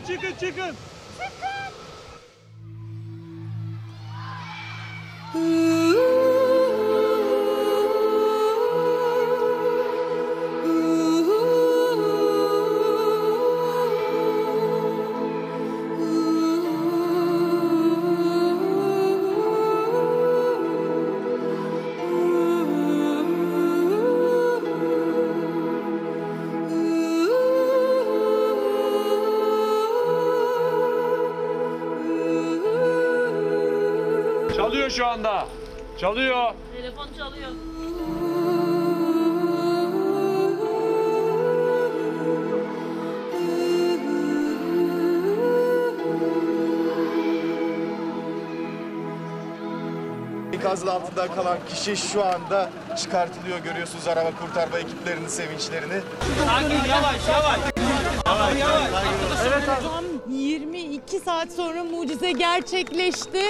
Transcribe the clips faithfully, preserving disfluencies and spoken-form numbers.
çıkın çıkın. Çalıyor şu anda. Çalıyor. Telefon çalıyor. Enkazın altında kalan kişi şu anda çıkartılıyor. Görüyorsunuz araba kurtarma ekiplerinin sevinçlerini. Sakin, yavaş yavaş. Yavaş yavaş. Evet abi. Tam yirmi iki saat sonra mucize gerçekleşti.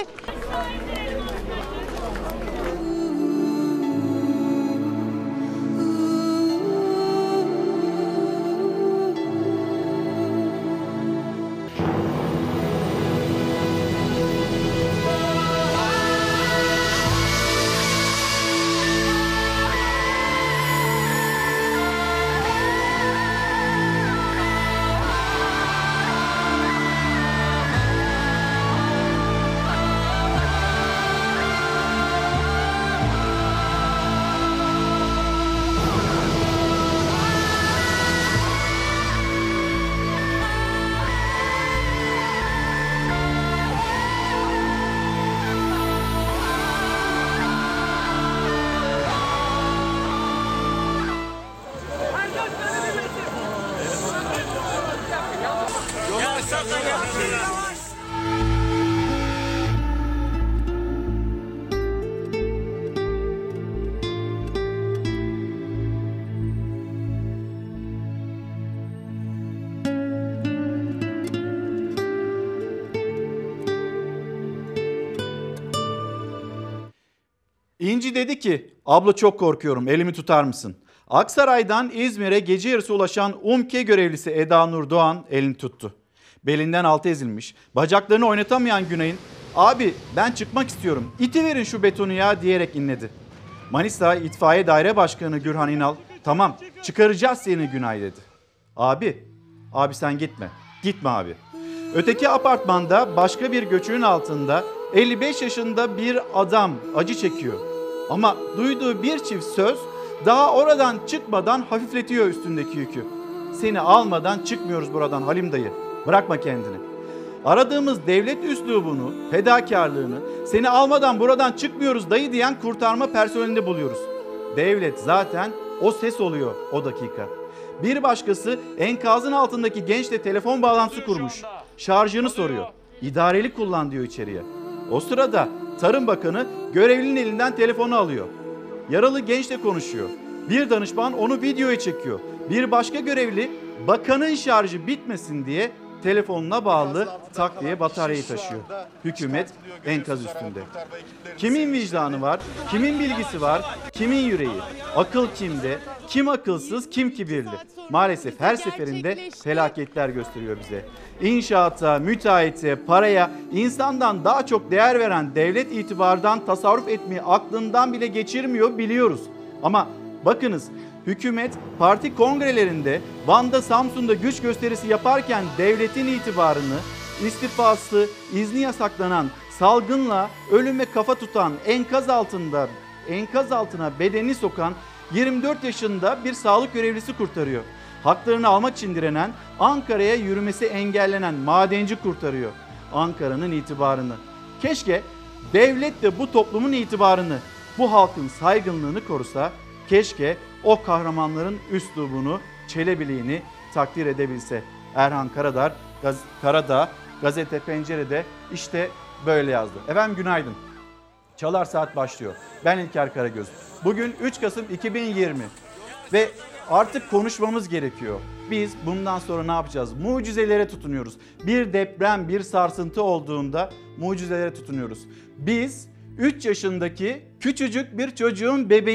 İnci dedi ki, abla çok korkuyorum, elimi tutar mısın? Aksaray'dan İzmir'e gece yarısı ulaşan UMKE görevlisi Eda Nur Doğan elini tuttu. Belinden altı ezilmiş, bacaklarını oynatamayan Güney'in abi ben çıkmak istiyorum, itiverin şu betonu ya diyerek inledi. Manisa İtfaiye Daire Başkanı Gürhan İnal tamam çıkaracağız seni Günay dedi. Abi, abi sen gitme, gitme abi. Öteki apartmanda başka bir göçüğün altında elli beş yaşında bir adam acı çekiyor. Ama duyduğu bir çift söz daha oradan çıkmadan hafifletiyor üstündeki yükü. Seni almadan çıkmıyoruz buradan Halim dayı. Bırakma kendini. Aradığımız devlet üslubunu, fedakarlığını seni almadan buradan çıkmıyoruz dayı diyen kurtarma personelinde buluyoruz. Devlet zaten o ses oluyor o dakika. Bir başkası enkazın altındaki gençle telefon bağlantısı kurmuş. Şarjını soruyor. İdareli kullan diyor içeriye. O sırada Tarım Bakanı görevlinin elinden telefonu alıyor. Yaralı gençle konuşuyor. Bir danışman onu videoya çekiyor. Bir başka görevli bakanın şarjı bitmesin diye telefonuna bağlı tak diye bataryayı taşıyor. Hükümet enkaz üstünde. Kimin vicdanı var, kimin bilgisi var, kimin yüreği? Akıl kimde, kim akılsız, kim kibirli? Maalesef her seferinde felaketler gösteriyor bize. İnşaata, müteahhite, paraya, insandan daha çok değer veren devlet itibardan tasarruf etmeyi aklından bile geçirmiyor biliyoruz. Ama bakınız hükümet parti kongrelerinde Van'da Samsun'da güç gösterisi yaparken devletin itibarını istifası, izni yasaklanan, salgınla ölüme kafa tutan, enkaz altında enkaz altına bedenini sokan yirmi dört yaşında bir sağlık görevlisi kurtarıyor. Haklarını almak için direnen, Ankara'ya yürümesi engellenen madenci kurtarıyor. Ankara'nın itibarını. Keşke devlet de bu toplumun itibarını, bu halkın saygınlığını korusa, keşke o kahramanların üslubunu, çelebiliğini takdir edebilse. Erhan Karadağ, Gaz Karadağ Gazete Pencere'de işte böyle yazdı. Efendim günaydın. Çalar Saat başlıyor. Ben İlker Karagöz. Bugün üç Kasım iki bin yirmi ve artık konuşmamız gerekiyor. Biz bundan sonra ne yapacağız? Mucizelere tutunuyoruz. Bir deprem, bir sarsıntı olduğunda mucizelere tutunuyoruz. Biz üç yaşındaki küçücük bir çocuğun, bebeğin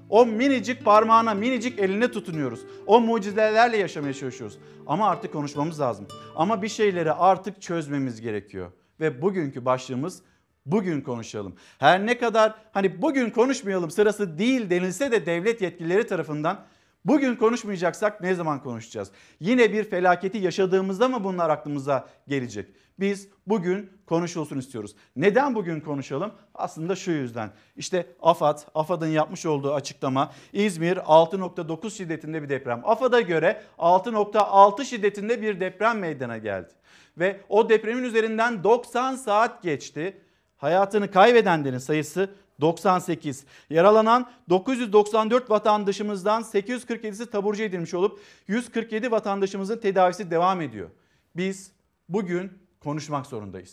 O minicik parmağına, minicik eline tutunuyoruz. O mucizelerle yaşamaya çalışıyoruz. Ama artık konuşmamız lazım. Ama bir şeyleri artık çözmemiz gerekiyor. Ve bugünkü başlığımız bugün konuşalım. Her ne kadar hani bugün konuşmayalım sırası değil denilse de devlet yetkilileri tarafından bugün konuşmayacaksak ne zaman konuşacağız? Yine bir felaketi yaşadığımızda mı bunlar aklımıza gelecek? Biz bugün konuşulsun istiyoruz. Neden bugün konuşalım? Aslında şu yüzden. İşte AFAD, AFAD'ın yapmış olduğu açıklama İzmir altı nokta dokuz şiddetinde bir deprem. AFAD'a göre altı nokta altı şiddetinde bir deprem meydana geldi. Ve o depremin üzerinden doksan saat geçti. Hayatını kaybedenlerin sayısı doksan sekiz. Yaralanan dokuz yüz doksan dört vatandaşımızdan sekiz yüz kırk yedisi taburcu edilmiş olup yüz kırk yedi vatandaşımızın tedavisi devam ediyor. Biz bugün konuşmak zorundayız.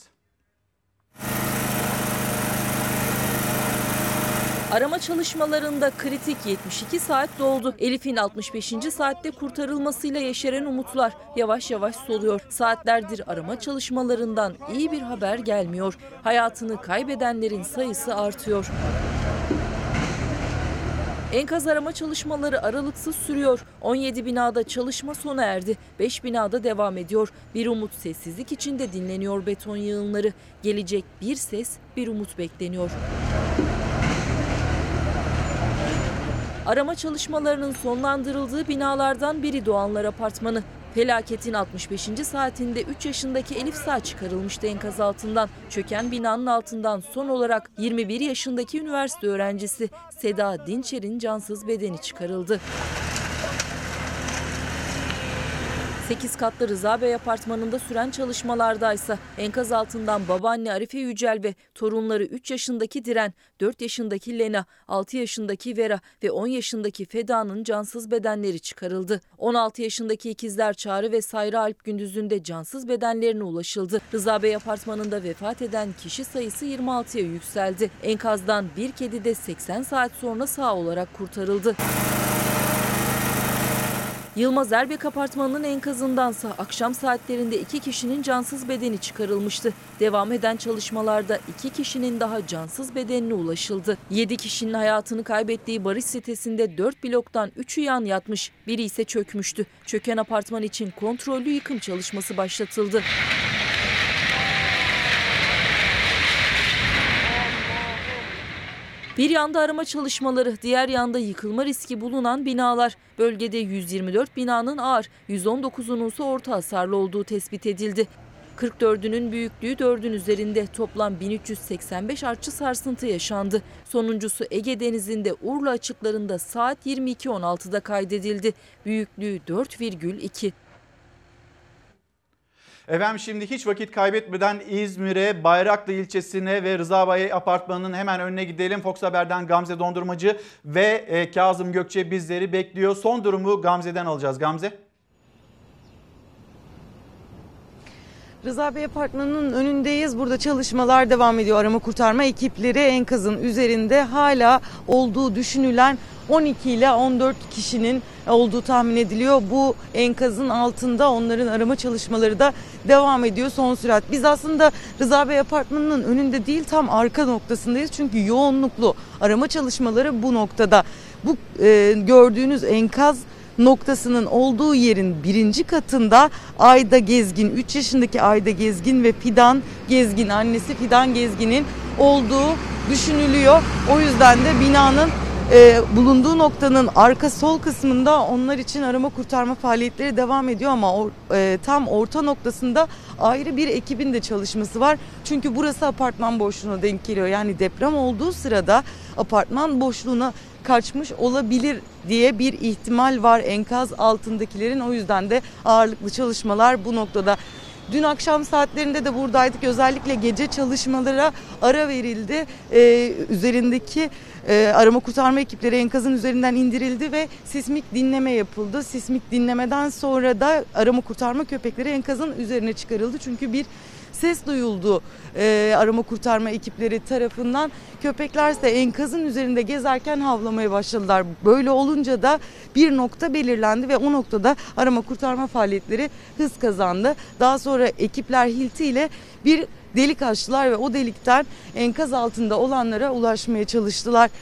Arama çalışmalarında kritik yetmiş iki saat doldu. Elif'in altmış beşinci saatte kurtarılmasıyla yeşeren umutlar yavaş yavaş soluyor. Saatlerdir arama çalışmalarından iyi bir haber gelmiyor. Hayatını kaybedenlerin sayısı artıyor. Enkaz arama çalışmaları aralıksız sürüyor. on yedi binada çalışma sona erdi. beş binada devam ediyor. Bir umut sessizlik içinde dinleniyor beton yığınları. Gelecek bir ses, bir umut bekleniyor. Arama çalışmalarının sonlandırıldığı binalardan biri Doğanlar Apartmanı. Felaketin altmış beşinci saatinde üç yaşındaki Elif sağ çıkarılmıştı enkaz altından. Çöken binanın altından son olarak yirmi bir yaşındaki üniversite öğrencisi Seda Dinçer'in cansız bedeni çıkarıldı. sekiz katlı Rıza Bey apartmanında süren çalışmalardaysa enkaz altından babaanne Arife Yücel ve torunları üç yaşındaki Diren, dört yaşındaki Lena, altı yaşındaki Vera ve on yaşındaki Feda'nın cansız bedenleri çıkarıldı. on altı yaşındaki ikizler Çağrı ve Sayra Alp Gündüz'ün de cansız bedenlerine ulaşıldı. Rıza Bey apartmanında vefat eden kişi sayısı yirmi altıya yükseldi. Enkazdan bir kedi de seksen saat sonra sağ olarak kurtarıldı. Yılmaz Erbek apartmanının enkazındansa akşam saatlerinde iki kişinin cansız bedeni çıkarılmıştı. Devam eden çalışmalarda iki kişinin daha cansız bedenine ulaşıldı. yedi kişinin hayatını kaybettiği barış sitesinde dört bloktan üçü yan yatmış, biri ise çökmüştü. Çöken apartman için kontrollü yıkım çalışması başlatıldı. Bir yanda arama çalışmaları, diğer yanda yıkılma riski bulunan binalar. Bölgede yüz yirmi dört binanın ağır, yüz on dokuzunun ise orta hasarlı olduğu tespit edildi. kırk dördünün büyüklüğü dördün üzerinde toplam bin üç yüz seksen beş artçı sarsıntı yaşandı. Sonuncusu Ege Denizi'nde Urla açıklarında saat yirmi iki on altıda kaydedildi. Büyüklüğü dört virgül iki. Efendim şimdi hiç vakit kaybetmeden İzmir'e, Bayraklı ilçesine ve Rıza Bey apartmanının hemen önüne gidelim. Fox Haber'den Gamze Dondurmacı ve e, Kazım Gökçe bizleri bekliyor. Son durumu Gamze'den alacağız. Gamze. Rıza Bey Apartmanı'nın önündeyiz. Burada çalışmalar devam ediyor. Arama kurtarma ekipleri enkazın üzerinde hala olduğu düşünülen on iki ile on dört kişinin olduğu tahmin ediliyor. Bu enkazın altında onların arama çalışmaları da devam ediyor son sürat. Biz aslında Rıza Bey Apartmanı'nın önünde değil tam arka noktasındayız. Çünkü yoğunluklu arama çalışmaları bu noktada. Bu e, gördüğünüz enkaz noktasının olduğu yerin birinci katında Ayda Gezgin, üç yaşındaki Ayda Gezgin ve Fidan Gezgin, annesi Fidan Gezgin'in olduğu düşünülüyor. O yüzden de binanın e, bulunduğu noktanın arka sol kısmında onlar için arama kurtarma faaliyetleri devam ediyor ama or, e, tam orta noktasında ayrı bir ekibin de çalışması var. Çünkü burası apartman boşluğuna denk geliyor. Yani deprem olduğu sırada apartman boşluğuna kaçmış olabilir diye bir ihtimal var enkaz altındakilerin. O yüzden de ağırlıklı çalışmalar bu noktada. Dün akşam saatlerinde de buradaydık. Özellikle gece çalışmalara ara verildi. Ee, üzerindeki e, arama kurtarma ekipleri enkazın üzerinden indirildi ve sismik dinleme yapıldı. Sismik dinlemeden sonra da arama kurtarma köpekleri enkazın üzerine çıkarıldı. Çünkü bir ses duyuldu e, arama kurtarma ekipleri tarafından. Köpekler ise enkazın üzerinde gezerken havlamaya başladılar. Böyle olunca da bir nokta belirlendi ve o noktada arama kurtarma faaliyetleri hız kazandı. Daha sonra ekipler hiltiyle bir delik açtılar ve o delikten enkaz altında olanlara ulaşmaya çalıştılar.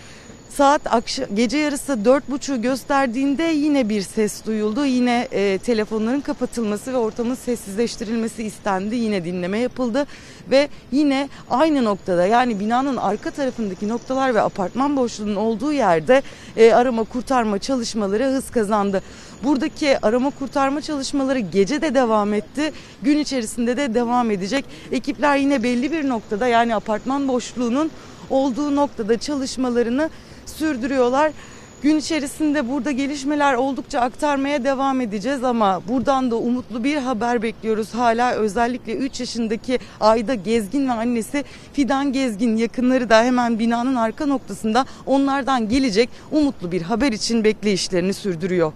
Saat akşam, gece yarısı dört buçuğu gösterdiğinde yine bir ses duyuldu. Yine e, telefonların kapatılması ve ortamın sessizleştirilmesi istendi. Yine dinleme yapıldı ve yine aynı noktada, yani binanın arka tarafındaki noktalar ve apartman boşluğunun olduğu yerde e, arama kurtarma çalışmaları hız kazandı. Buradaki arama kurtarma çalışmaları gece de devam etti. Gün içerisinde de devam edecek. Ekipler yine belli bir noktada, yani apartman boşluğunun olduğu noktada çalışmalarını sürdürüyorlar. Gün içerisinde burada gelişmeler oldukça aktarmaya devam edeceğiz ama buradan da umutlu bir haber bekliyoruz. Hala özellikle üç yaşındaki Ayda Gezgin ve annesi Fidan Gezgin yakınları da hemen binanın arka noktasında, onlardan gelecek umutlu bir haber için bekleyişlerini sürdürüyor.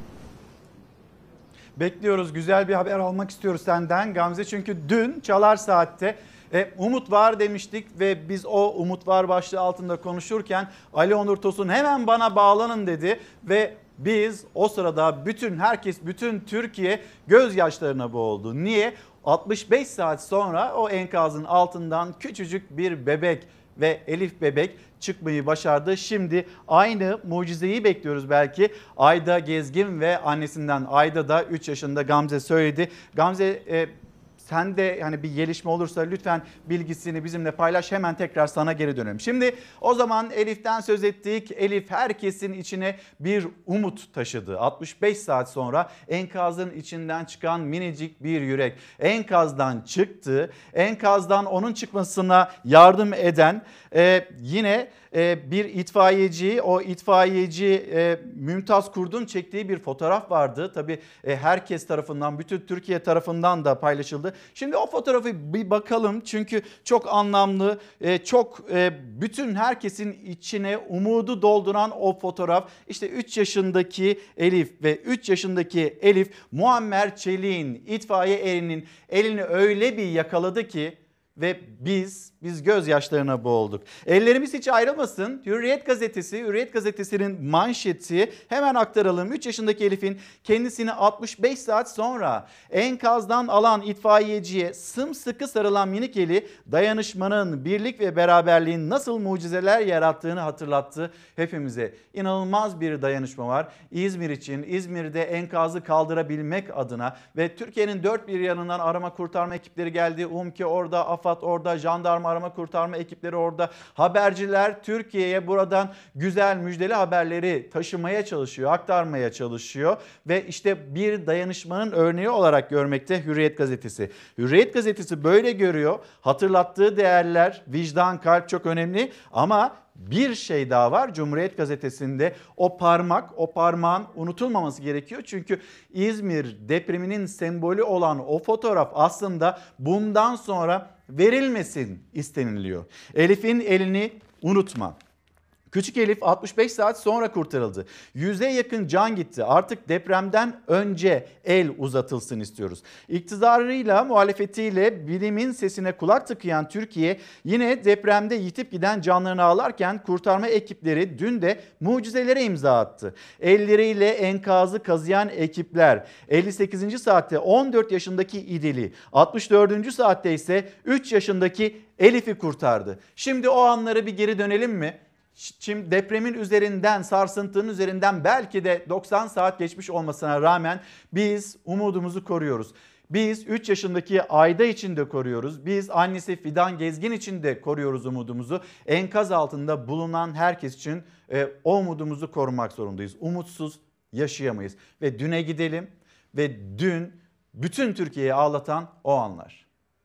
Bekliyoruz, güzel bir haber almak istiyoruz senden Gamze, çünkü dün Çalar Saat'te E, umut var demiştik ve biz o umut var başlığı altında konuşurken Ali Onur Tosun hemen bana bağlanın dedi ve biz o sırada bütün herkes, bütün Türkiye gözyaşlarına boğuldu. Niye? altmış beş saat sonra o enkazın altından küçücük bir bebek ve Elif bebek çıkmayı başardı. Şimdi aynı mucizeyi bekliyoruz belki. Ayda Gezgin ve annesinden. Ayda da üç yaşında, Gamze söyledi. Gamze, e, sen de yani bir gelişme olursa lütfen bilgisini bizimle paylaş, hemen tekrar sana geri dönelim. Şimdi o zaman Elif'ten söz ettik. Elif herkesin içine bir umut taşıdı. altmış beş saat sonra enkazın içinden çıkan minicik bir yürek. Enkazdan çıktı. Enkazdan onun çıkmasına yardım eden e, yine e, bir itfaiyeci, o itfaiyeci e, Mümtaz Kurd'un çektiği bir fotoğraf vardı. Tabii e, herkes tarafından, bütün Türkiye tarafından da paylaşıldı. Şimdi o fotoğrafı bir bakalım çünkü çok anlamlı, çok bütün herkesin içine umudu dolduran o fotoğraf. İşte üç yaşındaki Elif ve üç yaşındaki Elif Muammer Çelik'in, itfaiye erinin elini öyle bir yakaladı ki ve biz biz gözyaşlarına boğulduk. Ellerimiz hiç ayrılmasın. Hürriyet gazetesi, Hürriyet gazetesinin manşeti, hemen aktaralım. üç yaşındaki Elif'in kendisini altmış beş saat sonra enkazdan alan itfaiyeciye sımsıkı sarılan minik eli dayanışmanın, birlik ve beraberliğin nasıl mucizeler yarattığını hatırlattı hepimize. İnanılmaz bir dayanışma var. İzmir için, İzmir'de enkazı kaldırabilmek adına ve Türkiye'nin dört bir yanından arama kurtarma ekipleri geldi. UMKE orada, AFAD orada, jandarma arama kurtarma ekipleri orada. Haberciler Türkiye'ye buradan güzel müjdeli haberleri taşımaya çalışıyor, aktarmaya çalışıyor ve işte bir dayanışmanın örneği olarak görmekte Hürriyet gazetesi. Hürriyet gazetesi böyle görüyor. Hatırlattığı değerler, vicdan, kalp çok önemli ama bir şey daha var Cumhuriyet gazetesinde, o parmak, o parmağın unutulmaması gerekiyor. Çünkü İzmir depreminin sembolü olan o fotoğraf aslında bundan sonra verilmesin isteniliyor. Elif'in elini unutma. Küçük Elif altmış beş saat sonra kurtarıldı. Yüze yakın can gitti. Artık depremden önce el uzatılsın istiyoruz. İktidarıyla, muhalefetiyle bilimin sesine kulak tıkayan Türkiye yine depremde yitip giden canlarını ağlarken kurtarma ekipleri dün de mucizelere imza attı. Elleriyle enkazı kazıyan ekipler elli sekizinci saatte on dört yaşındaki İdil'i, altmış dördüncü saatte ise üç yaşındaki Elif'i kurtardı. Şimdi o anlara bir geri dönelim mi? Şimdi depremin üzerinden, sarsıntının üzerinden belki de doksan saat geçmiş olmasına rağmen biz umudumuzu koruyoruz. Biz üç yaşındaki Ayda için de koruyoruz. Biz annesi Fidan Gezgin için de koruyoruz umudumuzu. Enkaz altında bulunan herkes için e, o umudumuzu korumak zorundayız. Umutsuz yaşayamayız. Ve düne gidelim ve dün bütün Türkiye'yi ağlatan o anlar.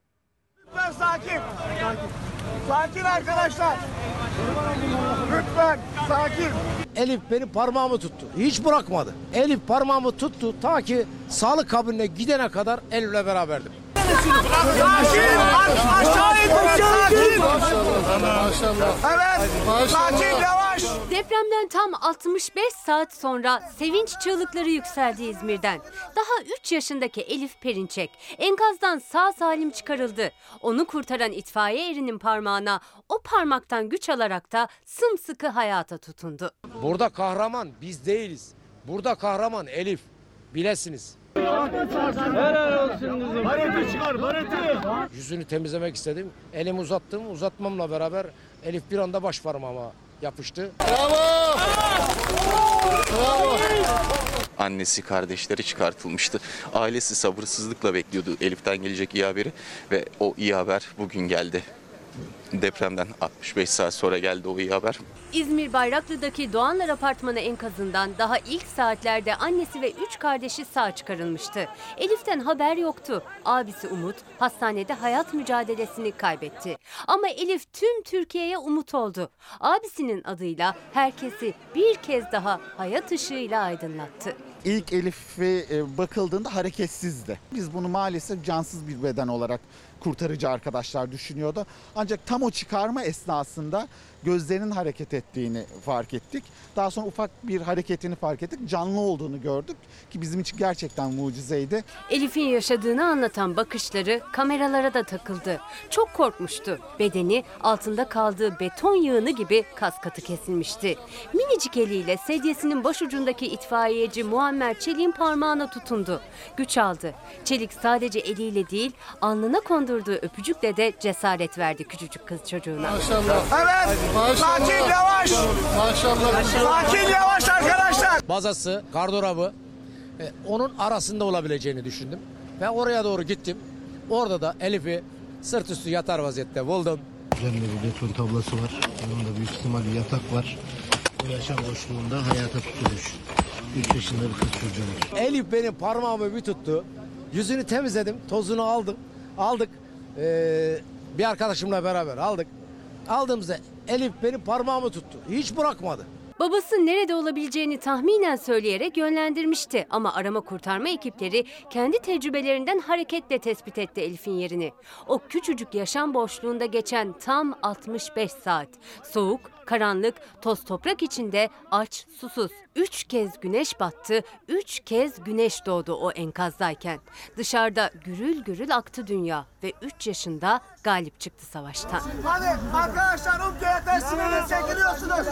Lütfen sakin. Sakin arkadaşlar. Lütfen sakin. Elif benim parmağımı tuttu. Hiç bırakmadı. Elif parmağımı tuttu ta ki sağlık kabinine gidene kadar Elif'le beraberdim. Sakin. Aşağı indirin. Sakin. Evet. Sakin, yavaş. Depremden tam altmış beş saat sonra sevinç çığlıkları yükseldi İzmir'den. Daha üç yaşındaki Elif Perinçek enkazdan sağ salim çıkarıldı. Onu kurtaran itfaiye erinin parmağına o parmaktan güç alarak da sımsıkı hayata tutundu. Burada kahraman biz değiliz. Burada kahraman Elif. Bilesiniz. Helal olsun kızım. Bareti çıkar, bareti. Yüzünü temizlemek istedim. Elimi uzattım. Uzatmamla beraber Elif bir anda baş parmağıma yapıştı. Annesi, kardeşleri çıkartılmıştı. Ailesi sabırsızlıkla bekliyordu Elif'ten gelecek iyi haberi ve o iyi haber bugün geldi. Depremden altmış beş saat sonra geldi o iyi haber. İzmir Bayraklı'daki Doğanlar Apartmanı enkazından daha ilk saatlerde annesi ve üç kardeşi sağ çıkarılmıştı. Elif'ten haber yoktu. Abisi Umut hastanede hayat mücadelesini kaybetti. Ama Elif tüm Türkiye'ye umut oldu. Abisinin adıyla herkesi bir kez daha hayat ışığıyla aydınlattı. İlk Elif'e bakıldığında hareketsizdi. Biz bunu maalesef cansız bir beden olarak kurtarıcı arkadaşlar düşünüyordu. Ancak tam o çıkarma esnasında gözlerinin hareket ettiğini fark ettik. Daha sonra ufak bir hareketini fark ettik. Canlı olduğunu gördük ki bizim için gerçekten mucizeydi. Elif'in yaşadığını anlatan bakışları kameralara da takıldı. Çok korkmuştu. Bedeni altında kaldığı beton yığını gibi kas katı kesilmişti. Minicik eliyle sedyesinin başucundaki itfaiyeci Muammer Çelik'in parmağına tutundu. Güç aldı. Çelik sadece eliyle değil, alnına kondurduğu öpücükle de cesaret verdi küçücük kız çocuğuna. Maşallah. Evet. Maşallah. Sakin yavaş. Maşallah. Sakin yavaş arkadaşlar. Bazası, gardırobı e, onun arasında olabileceğini düşündüm. Ve oraya doğru gittim. Orada da Elif'i sırt üstü yatar vaziyette buldum. Üzerinde bir beton tablası var. Yanında büyük ihtimal bir yatak var. O yaşam boşluğunda hayata tutulmuş. üç yaşında bir kız çocuğu. Elif benim parmağımı bir tuttu. Yüzünü temizledim, tozunu aldım. Aldık. Ee, bir arkadaşımla beraber aldık. Aldığımızda Elif benim parmağımı tuttu. Hiç bırakmadı. Babası nerede olabileceğini tahminen söyleyerek yönlendirmişti ama arama kurtarma ekipleri kendi tecrübelerinden hareketle tespit etti Elif'in yerini. O küçücük yaşam boşluğunda geçen tam altmış beş saat. Soğuk, karanlık, toz toprak içinde aç, susuz. Üç kez güneş battı, üç kez güneş doğdu o enkazdayken. Dışarıda gürül gürül aktı dünya ve üç yaşında galip çıktı savaştan. Hadi arkadaşlar Umke'ye teslimine çekiliyorsunuz.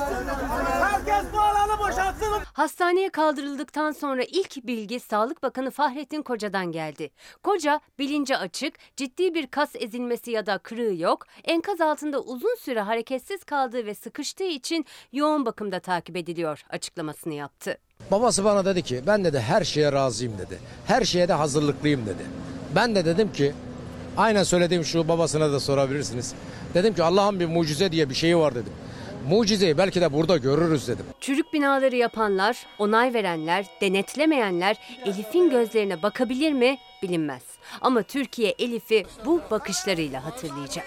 Herkes bu alanı boşaltsın. Hastaneye kaldırıldıktan sonra ilk bilgi Sağlık Bakanı Fahrettin Koca'dan geldi. Koca bilinci açık, ciddi bir kas ezilmesi ya da kırığı yok, enkaz altında uzun süre hareketsiz kaldığı ve sıkıştığı için yoğun bakımda takip ediliyor açıklamasını yaptı. Babası bana dedi ki ben dedi her şeye razıyım dedi. Her şeye de hazırlıklıyım dedi. Ben de dedim ki aynen söylediğim şu, babasına da sorabilirsiniz. Dedim ki Allah'ın bir mucize diye bir şeyi var dedim. Mucizeyi belki de burada görürüz dedim. Çürük binaları yapanlar, onay verenler, denetlemeyenler Elif'in gözlerine bakabilir mi bilinmez. Ama Türkiye Elif'i bu bakışlarıyla hatırlayacak.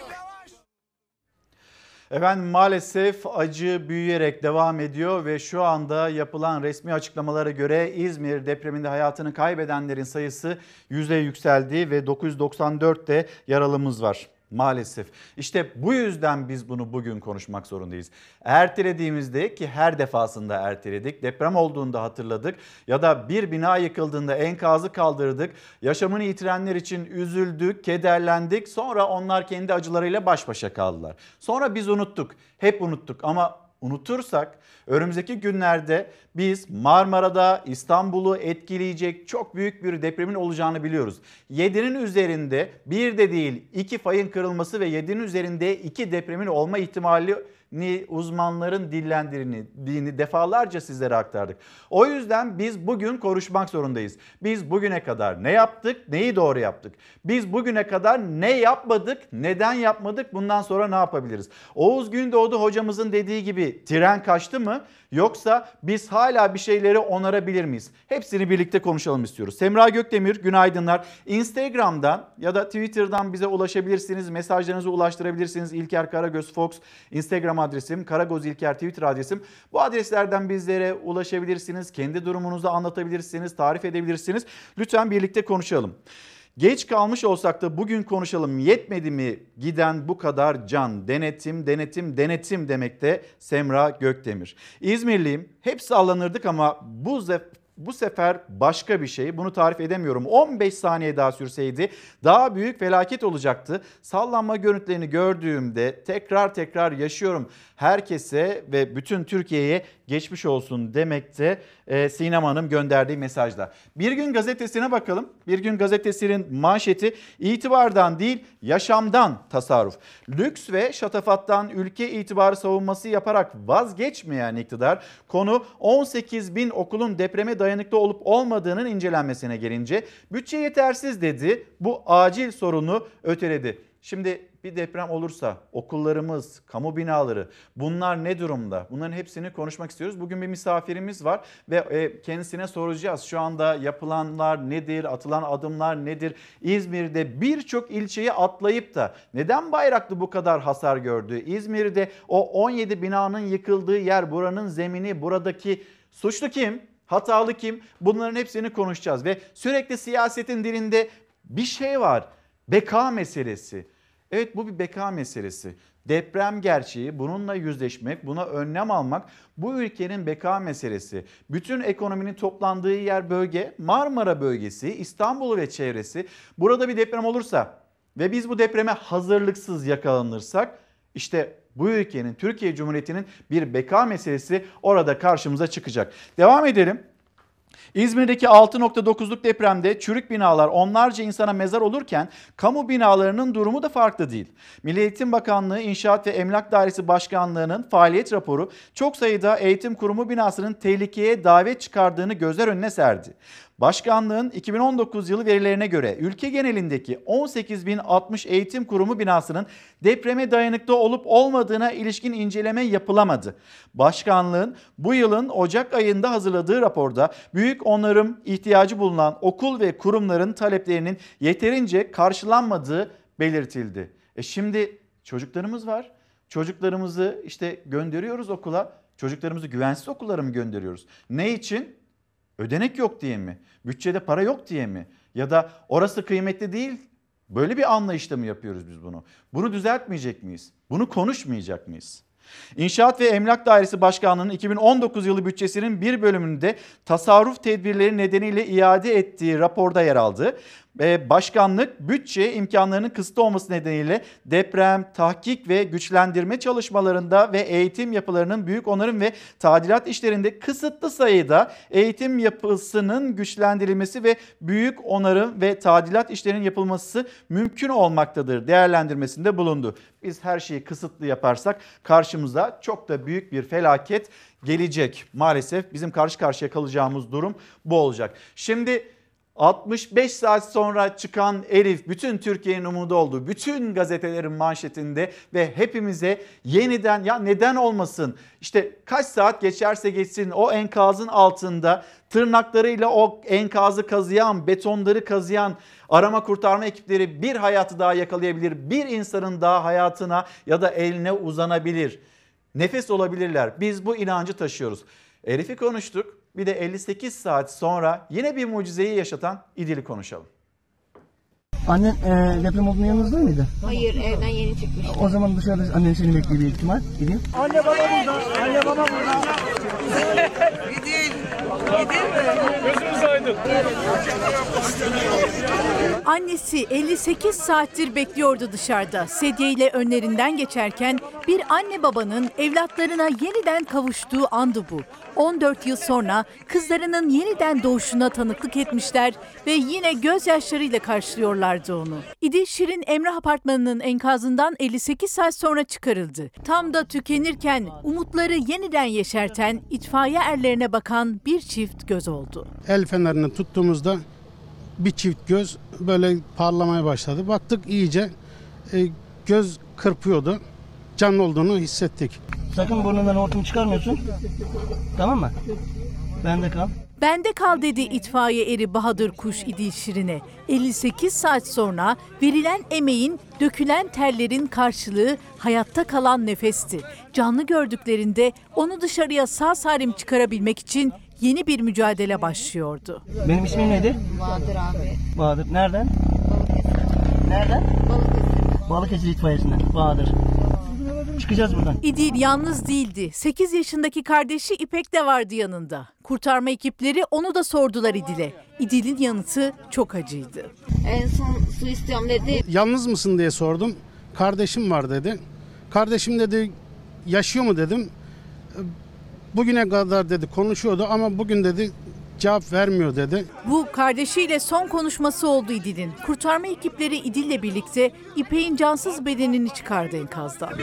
Efendim maalesef acı büyüyerek devam ediyor ve şu anda yapılan resmi açıklamalara göre İzmir depreminde hayatını kaybedenlerin sayısı yüze yükseldi ve dokuz yüz doksan dörtte yaralımız var. Maalesef. İşte bu yüzden biz bunu bugün konuşmak zorundayız. Ertelediğimizde, ki her defasında erteledik, deprem olduğunda hatırladık ya da bir bina yıkıldığında enkazı kaldırdık, yaşamını yitirenler için üzüldük, kederlendik, sonra onlar kendi acılarıyla baş başa kaldılar. Sonra biz unuttuk, hep unuttuk ama unutursak önümüzdeki günlerde biz Marmara'da İstanbul'u etkileyecek çok büyük bir depremin olacağını biliyoruz. yedinin üzerinde bir de değil iki fayın kırılması ve yedinin üzerinde iki depremin olma ihtimali uzmanların dillendirdiğini defalarca sizlere aktardık. O yüzden biz bugün konuşmak zorundayız. Biz bugüne kadar ne yaptık, neyi doğru yaptık? Biz bugüne kadar ne yapmadık, neden yapmadık, bundan sonra ne yapabiliriz? Oğuz Gündoğdu hocamızın dediği gibi tren kaçtı mı? Yoksa biz hala bir şeyleri onarabilir miyiz? Hepsini birlikte konuşalım istiyoruz. Semra Gökdemir, günaydınlar. Instagram'dan ya da Twitter'dan bize ulaşabilirsiniz. Mesajlarınızı ulaştırabilirsiniz. İlker Karagöz Fox Instagram adresim, Karagoz İlker Twitter adresim. Bu adreslerden bizlere ulaşabilirsiniz. Kendi durumunuzu anlatabilirsiniz, tarif edebilirsiniz. Lütfen birlikte konuşalım. Geç kalmış olsak da bugün konuşalım. Yetmedi mi giden bu kadar can? Denetim, denetim, denetim demekte Semra Gökdemir. İzmirliyim. Hep sallanırdık ama bu bu sefer başka bir şey. Bunu tarif edemiyorum. on beş saniye daha sürseydi daha büyük felaket olacaktı. Sallanma görüntülerini gördüğümde tekrar tekrar yaşıyorum. Herkese ve bütün Türkiye'ye geçmiş olsun demekte e, Sinem Hanım gönderdiği mesajda. Bir Gün Gazetesi'ne bakalım. Bir Gün Gazetesi'nin manşeti itibardan değil yaşamdan tasarruf. Lüks ve şatafattan ülke itibarı savunması yaparak vazgeçmeyen iktidar konu on sekiz bin okulun depreme dayanıklı olup olmadığının incelenmesine gelince bütçe yetersiz dedi. Bu acil sorunu öteledi. Şimdi bir deprem olursa okullarımız, kamu binaları bunlar ne durumda? Bunların hepsini konuşmak istiyoruz. Bugün bir misafirimiz var ve kendisine soracağız. Şu anda yapılanlar nedir? Atılan adımlar nedir? İzmir'de birçok ilçeyi atlayıp da neden Bayraklı bu kadar hasar gördü? İzmir'de o on yedi binanın yıkıldığı yer, buranın zemini, buradaki suçlu kim? Hatalı kim? Bunların hepsini konuşacağız ve sürekli siyasetin dilinde bir şey var. Beka meselesi. Evet, bu bir beka meselesi. Deprem gerçeği, bununla yüzleşmek, buna önlem almak bu ülkenin beka meselesi. Bütün ekonominin toplandığı yer bölge, Marmara bölgesi, İstanbul ve çevresi. Burada bir deprem olursa ve biz bu depreme hazırlıksız yakalanırsak işte bu ülkenin, Türkiye Cumhuriyeti'nin bir beka meselesi orada karşımıza çıkacak. Devam edelim. İzmir'deki altı nokta dokuzluk depremde çürük binalar onlarca insana mezar olurken kamu binalarının durumu da farklı değil. Milli Eğitim Bakanlığı İnşaat ve Emlak Dairesi Başkanlığı'nın faaliyet raporu çok sayıda eğitim kurumu binasının tehlikeye davet çıkardığını gözler önüne serdi. Başkanlığın iki bin on dokuz yılı verilerine göre ülke genelindeki on sekiz bin altmış eğitim kurumu binasının depreme dayanıklı olup olmadığına ilişkin inceleme yapılamadı. Başkanlığın bu yılın Ocak ayında hazırladığı raporda büyük onarım ihtiyacı bulunan okul ve kurumların taleplerinin yeterince karşılanmadığı belirtildi. E şimdi çocuklarımız var. Çocuklarımızı işte gönderiyoruz okula. Çocuklarımızı güvensiz okullara mı gönderiyoruz? Ne için? Ödenek yok diye mi? Bütçede para yok diye mi? Ya da orası kıymetli değil. Böyle bir anlayışla mı yapıyoruz biz bunu? Bunu düzeltmeyecek miyiz? Bunu konuşmayacak mıyız? İnşaat ve Emlak Dairesi Başkanlığı'nın iki bin on dokuz yılı bütçesinin bir bölümünde tasarruf tedbirleri nedeniyle iade ettiği raporda yer aldı. Başkanlık bütçe imkanlarının kısıtlı olması nedeniyle deprem, tahkik ve güçlendirme çalışmalarında ve eğitim yapılarının büyük onarım ve tadilat işlerinde kısıtlı sayıda eğitim yapısının güçlendirilmesi ve büyük onarım ve tadilat işlerinin yapılması mümkün olmaktadır değerlendirmesinde bulundu. Biz her şeyi kısıtlı yaparsak karşımıza çok da büyük bir felaket gelecek. Maalesef bizim karşı karşıya kalacağımız durum bu olacak. Şimdi altmış beş saat sonra çıkan Elif bütün Türkiye'nin umudu oldu. Bütün gazetelerin manşetinde ve hepimize yeniden ya neden olmasın? İşte kaç saat geçerse geçsin o enkazın altında tırnaklarıyla o enkazı kazıyan, betonları kazıyan arama kurtarma ekipleri bir hayatı daha yakalayabilir. Bir insanın daha hayatına ya da eline uzanabilir. Nefes olabilirler. Biz bu inancı taşıyoruz. Elif'i konuştuk. Bir de elli sekiz saat sonra yine bir mucizeyi yaşatan İdil'i konuşalım. Annen e, deprem olduğunda yanınızda mıydı? Hayır, evden yeni çıkmış. O zaman dışarıda annen seni bekliyor bir ihtimal. İdil. Anne baba burada. Anne baba burada. İdil. İdil mi? Gözümüz aydın. Annesi elli sekiz saattir bekliyordu dışarıda. Sedyeyle önlerinden geçerken bir anne babanın evlatlarına yeniden kavuştuğu andı bu. on dört yıl sonra kızlarının yeniden doğuşuna tanıklık etmişler ve yine gözyaşlarıyla karşılıyorlardı onu. İdil Şirin Emrah Apartmanı'nın enkazından elli sekiz saat sonra çıkarıldı. Tam da tükenirken umutları yeniden yeşerten itfaiye erlerine bakan bir çift göz oldu. El fenerini tuttuğumuzda bir çift göz böyle parlamaya başladı. Baktık iyice e, göz kırpıyordu. Canlı olduğunu hissettik. Sakın burnundan hortum çıkarmıyorsun. Tamam mı? Bende kal. Bende kal dedi itfaiye eri Bahadır Kuş İdil Şirin'e. elli sekiz saat sonra verilen emeğin, dökülen terlerin karşılığı hayatta kalan nefesti. Canlı gördüklerinde onu dışarıya sağ salim çıkarabilmek için yeni bir mücadele başlıyordu. Benim ismim neydi? Bahadır abi. Bahadır. Nereden? Nereden? Balıkesir. Balıkesir itfaiyesinden. Bahadır. Çıkacağız buradan. İdil yalnız değildi. sekiz yaşındaki kardeşi İpek de vardı yanında. Kurtarma ekipleri onu da sordular İdil'e. İdil'in yanıtı çok acıydı. En son su istiyorum dedi. Yalnız mısın diye sordum. Kardeşim var dedi. Kardeşim dedi yaşıyor mu dedim. Bugüne kadar dedi konuşuyordu ama bugün dedi cevap vermiyor dedi. Bu kardeşiyle son konuşması oldu İdil'in. Kurtarma ekipleri İdil'le birlikte İpek'in cansız bedenini çıkardı enkazdan.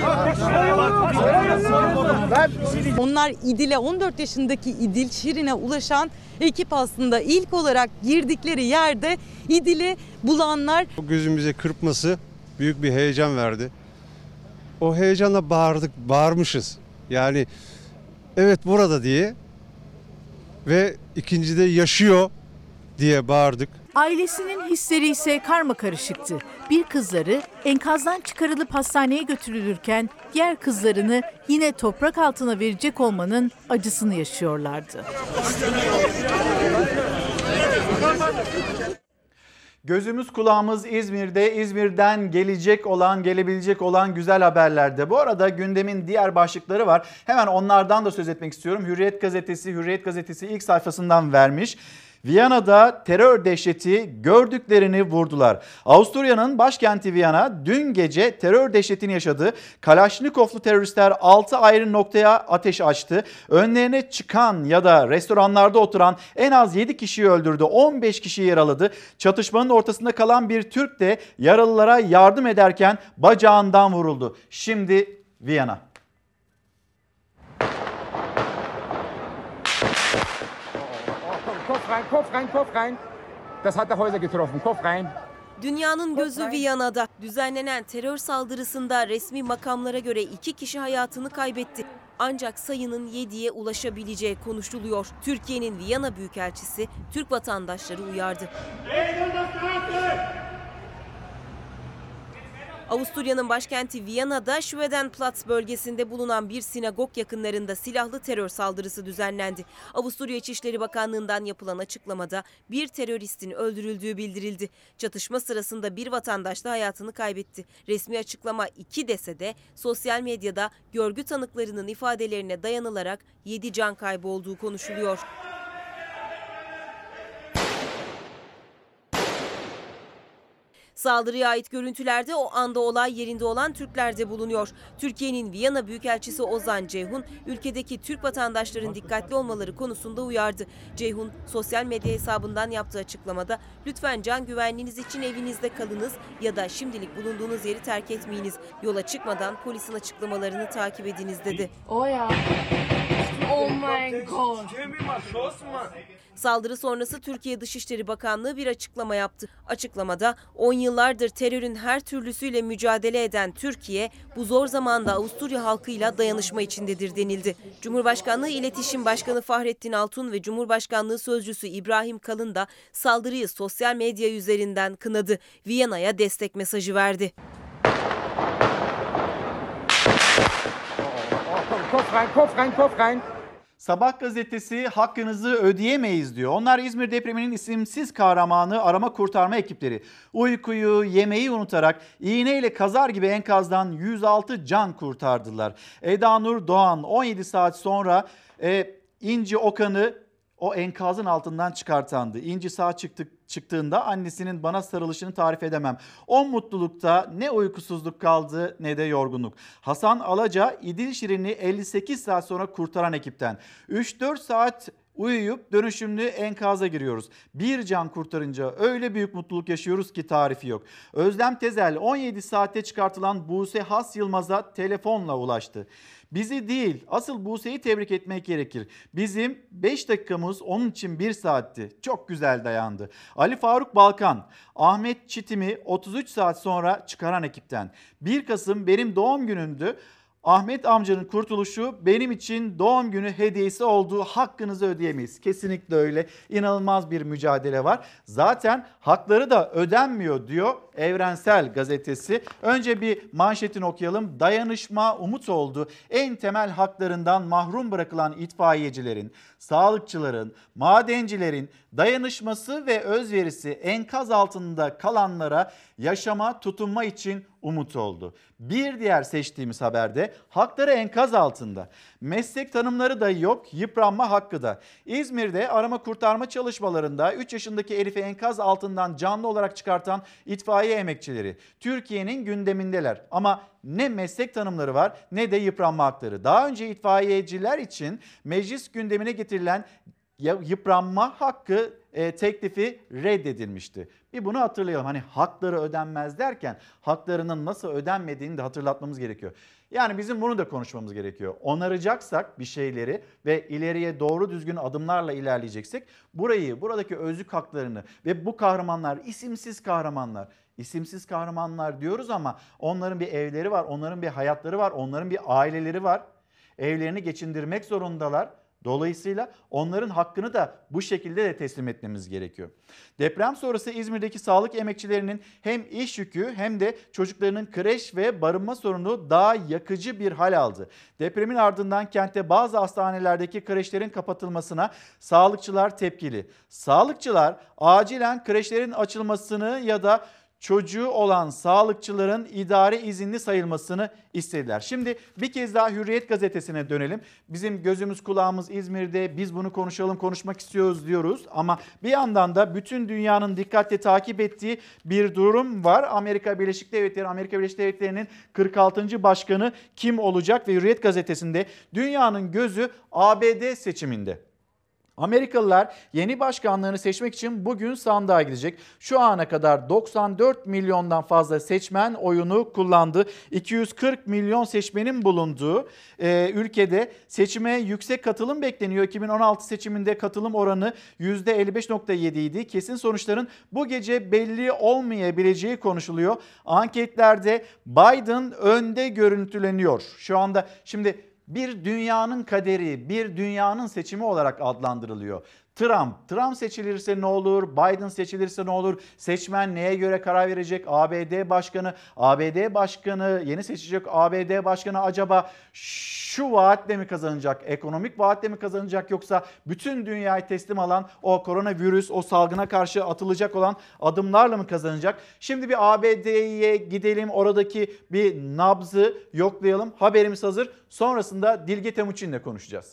Onlar İdil'e, on dört yaşındaki İdil Şirin'e ulaşan ekip aslında ilk olarak girdikleri yerde İdil'i bulanlar. Gözümüze kırpması büyük bir heyecan verdi. O heyecanla bağırdık, bağırmışız. Yani evet burada diye ve ikincide yaşıyor diye bağırdık. Ailesinin hisleri ise karmakarışıktı. Bir kızları enkazdan çıkarılıp hastaneye götürülürken diğer kızlarını yine toprak altına verecek olmanın acısını yaşıyorlardı. Gözümüz kulağımız İzmir'de, İzmir'den gelecek olan, gelebilecek olan güzel haberlerde. Bu arada gündemin diğer başlıkları var. Hemen onlardan da söz etmek istiyorum. Hürriyet gazetesi, Hürriyet gazetesi ilk sayfasından vermiş. Viyana'da terör dehşeti, gördüklerini vurdular. Avusturya'nın başkenti Viyana dün gece terör dehşetini yaşadı. Kalaşnikovlu teröristler altı ayrı noktaya ateş açtı. Önlerine çıkan ya da restoranlarda oturan en az yedi kişiyi öldürdü. on beş kişiyi yaraladı. Çatışmanın ortasında kalan bir Türk de yaralılara yardım ederken bacağından vuruldu. Şimdi Viyana. Kopf rein, Kopf rein, Kopf rein. Das hat der Häuser getroffen. Kopf rein. Dünyanın gözü Viyana'da. Düzenlenen terör saldırısında resmi makamlara göre iki kişi hayatını kaybetti. Ancak sayının yediye ulaşabileceği konuşuluyor. Türkiye'nin Viyana Büyükelçisi Türk vatandaşları uyardı. Avusturya'nın başkenti Viyana'da Schwedenplatz bölgesinde bulunan bir sinagog yakınlarında silahlı terör saldırısı düzenlendi. Avusturya İçişleri Bakanlığı'ndan yapılan açıklamada bir teröristin öldürüldüğü bildirildi. Çatışma sırasında bir vatandaş da hayatını kaybetti. Resmi açıklama iki dese de sosyal medyada görgü tanıklarının ifadelerine dayanılarak yedi can kaybı olduğu konuşuluyor. Saldırıya ait görüntülerde o anda olay yerinde olan Türkler de bulunuyor. Türkiye'nin Viyana Büyükelçisi Ozan Ceyhun, ülkedeki Türk vatandaşların dikkatli olmaları konusunda uyardı. Ceyhun, sosyal medya hesabından yaptığı açıklamada lütfen can güvenliğiniz için evinizde kalınız ya da şimdilik bulunduğunuz yeri terk etmeyiniz. Yola çıkmadan polisin açıklamalarını takip ediniz dedi. Oh ya. Oh my God. Saldırı sonrası Türkiye Dışişleri Bakanlığı bir açıklama yaptı. Açıklamada on yıllardır terörün her türlüsüyle mücadele eden Türkiye bu zor zamanda Avusturya halkıyla dayanışma içindedir denildi. Cumhurbaşkanlığı İletişim Başkanı Fahrettin Altun ve Cumhurbaşkanlığı Sözcüsü İbrahim Kalın da saldırıyı sosyal medya üzerinden kınadı. Viyana'ya destek mesajı verdi. Kopf rein, Kopf rein, Kopf rein. Sabah gazetesi hakkınızı ödeyemeyiz diyor. Onlar İzmir depreminin isimsiz kahramanı arama kurtarma ekipleri. Uykuyu, yemeği unutarak iğneyle kazar gibi enkazdan yüz altı can kurtardılar. Eda Nur Doğan on yedi saat sonra e, İnci Okan'ı o enkazın altından çıkartandı. İnci sağ çıktı, çıktığında annesinin bana sarılışını tarif edemem. O mutlulukta ne uykusuzluk kaldı ne de yorgunluk. Hasan Alaca İdil Şirin'i elli sekiz saat sonra kurtaran ekipten. üç dört saat uyuyup dönüşümlü enkaza giriyoruz. Bir can kurtarınca öyle büyük mutluluk yaşıyoruz ki tarifi yok. Özlem Tezel on yedi saatte çıkartılan Buse Has Yılmaz'a telefonla ulaştı. Bizi değil, asıl Buse'yi tebrik etmek gerekir. Bizim beş dakikamız onun için bir saatti. Çok güzel dayandı. Ali Faruk Balkan, Ahmet Çitim'i otuz üç saat sonra çıkaran ekipten. bir Kasım benim doğum günümdü. Ahmet amcanın kurtuluşu benim için doğum günü hediyesi olduğu, hakkınızı ödeyemeyiz. Kesinlikle öyle. İnanılmaz bir mücadele var. Zaten hakları da ödenmiyor diyor Evrensel Gazetesi. Önce bir manşetini okuyalım. Dayanışma umut oldu. En temel haklarından mahrum bırakılan itfaiyecilerin, sağlıkçıların, madencilerin dayanışması ve özverisi enkaz altında kalanlara yaşama, tutunma için umutu oldu. Bir diğer seçtiğimiz haberde hakları enkaz altında. Meslek tanımları da yok, yıpranma hakkı da. İzmir'de arama kurtarma çalışmalarında üç yaşındaki Elif'i enkaz altından canlı olarak çıkartan itfaiye emekçileri Türkiye'nin gündemindeler. Ama ne meslek tanımları var ne de yıpranma hakları. Daha önce itfaiyeciler için meclis gündemine getirilen yıpranma hakkı e, teklifi reddedilmişti. Bir bunu hatırlayalım. Hani hakları ödenmez derken haklarının nasıl ödenmediğini de hatırlatmamız gerekiyor. Yani bizim bunu da konuşmamız gerekiyor. Onaracaksak bir şeyleri ve ileriye doğru düzgün adımlarla ilerleyeceksek burayı, buradaki özlük haklarını ve bu kahramanlar, isimsiz kahramanlar, isimsiz kahramanlar diyoruz ama onların bir evleri var, onların bir hayatları var, onların bir aileleri var. Evlerini geçindirmek zorundalar. Dolayısıyla onların hakkını da bu şekilde de teslim etmemiz gerekiyor. Deprem sonrası İzmir'deki sağlık emekçilerinin hem iş yükü hem de çocuklarının kreş ve barınma sorunu daha yakıcı bir hal aldı. Depremin ardından kentte bazı hastanelerdeki kreşlerin kapatılmasına sağlıkçılar tepkili. Sağlıkçılar acilen kreşlerin açılmasını ya da çocuğu olan sağlıkçıların idari izinli sayılmasını istediler. Şimdi bir kez daha Hürriyet gazetesine dönelim. Bizim gözümüz kulağımız İzmir'de, biz bunu konuşalım, konuşmak istiyoruz diyoruz. Ama bir yandan da bütün dünyanın dikkatle takip ettiği bir durum var. Amerika Birleşik Devletleri, Amerika Birleşik Devletleri'nin kırk altıncı başkanı kim olacak? Ve Hürriyet gazetesinde dünyanın gözü A B D seçiminde. Amerikalılar yeni başkanlarını seçmek için bugün sandığa gidecek. Şu ana kadar doksan dört milyondan fazla seçmen oyunu kullandı. iki yüz kırk milyon seçmenin bulunduğu e, ülkede seçime yüksek katılım bekleniyor. iki bin on altı seçiminde katılım oranı yüzde elli beş nokta yedi idi. Kesin sonuçların bu gece belli olmayabileceği konuşuluyor. Anketlerde Biden önde görüntüleniyor. Şu anda şimdi bir dünyanın kaderi, bir dünyanın seçimi olarak adlandırılıyor. Trump, Trump seçilirse ne olur? Biden seçilirse ne olur? Seçmen neye göre karar verecek? A B D Başkanı, A B D Başkanı, yeni seçecek A B D Başkanı acaba şu vaatle mi kazanacak? Ekonomik vaatle mi kazanacak? Yoksa bütün dünyayı teslim alan o koronavirüs, o salgına karşı atılacak olan adımlarla mı kazanacak? Şimdi bir A B D'ye gidelim, oradaki bir nabzı yoklayalım. Haberimiz hazır. Sonrasında Dilge Temuçin'le konuşacağız.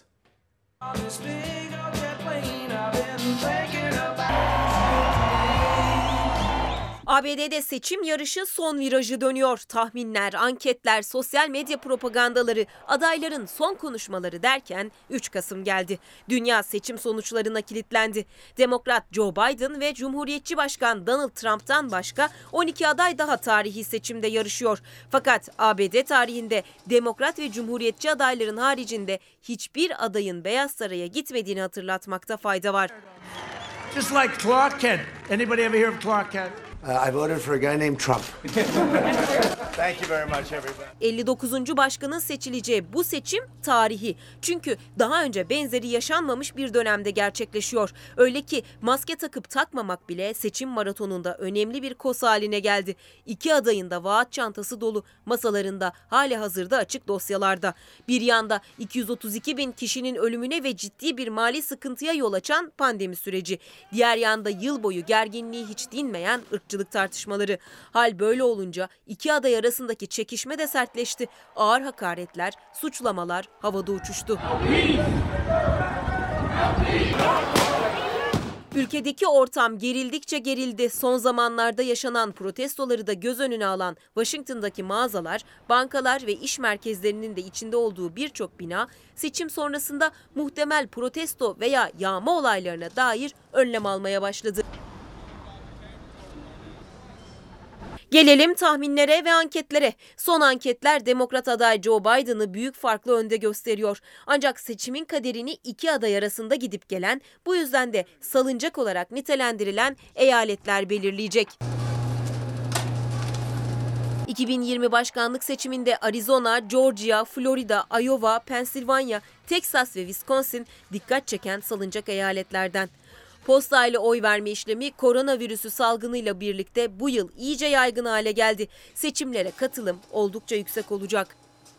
A B D'de seçim yarışı son virajı dönüyor. Tahminler, anketler, sosyal medya propagandaları, adayların son konuşmaları derken üç Kasım geldi. Dünya seçim sonuçlarına kilitlendi. Demokrat Joe Biden ve Cumhuriyetçi Başkan Donald Trump'tan başka on iki aday daha tarihi seçimde yarışıyor. Fakat A B D tarihinde Demokrat ve Cumhuriyetçi adayların haricinde hiçbir adayın Beyaz Saray'a gitmediğini hatırlatmakta fayda var. Just like Clark Kent. Anybody ever hear of Clark Kent? Uh, I voted for a guy named Trump. Thank you very much everybody. elli dokuzuncu başkanın seçileceği bu seçim tarihi. Çünkü daha önce benzeri yaşanmamış bir dönemde gerçekleşiyor. Öyle ki maske takıp takmamak bile seçim maratonunda önemli bir kos haline geldi. İki adayın da vaat çantası dolu, masalarında hali hazırda açık dosyalarda. Bir yanda iki yüz otuz iki bin kişinin ölümüne ve ciddi bir mali sıkıntıya yol açan pandemi süreci. Diğer yanda yıl boyu gerginliği hiç dinmeyen ırkçılık tartışmaları. Hal böyle olunca iki aday arasındaki çekişme de sertleşti. Ağır hakaretler, suçlamalar havada uçuştu. Ülkedeki ortam gerildikçe gerildi. Son zamanlarda yaşanan protestoları da göz önüne alan Washington'daki mağazalar, bankalar ve iş merkezlerinin de içinde olduğu birçok bina seçim sonrasında muhtemel protesto veya yağma olaylarına dair önlem almaya başladı. Gelelim tahminlere ve anketlere. Son anketler Demokrat aday Joe Biden'ı büyük farklı önde gösteriyor. Ancak seçimin kaderini iki aday arasında gidip gelen, bu yüzden de salıncak olarak nitelendirilen eyaletler belirleyecek. iki bin yirmi başkanlık seçiminde Arizona, Georgia, Florida, Iowa, Pennsylvania, Texas ve Wisconsin dikkat çeken salıncak eyaletlerden. Postayla oy verme işlemi koronavirüsü salgınıyla birlikte bu yıl iyice yaygın hale geldi. Seçimlere katılım oldukça yüksek olacak.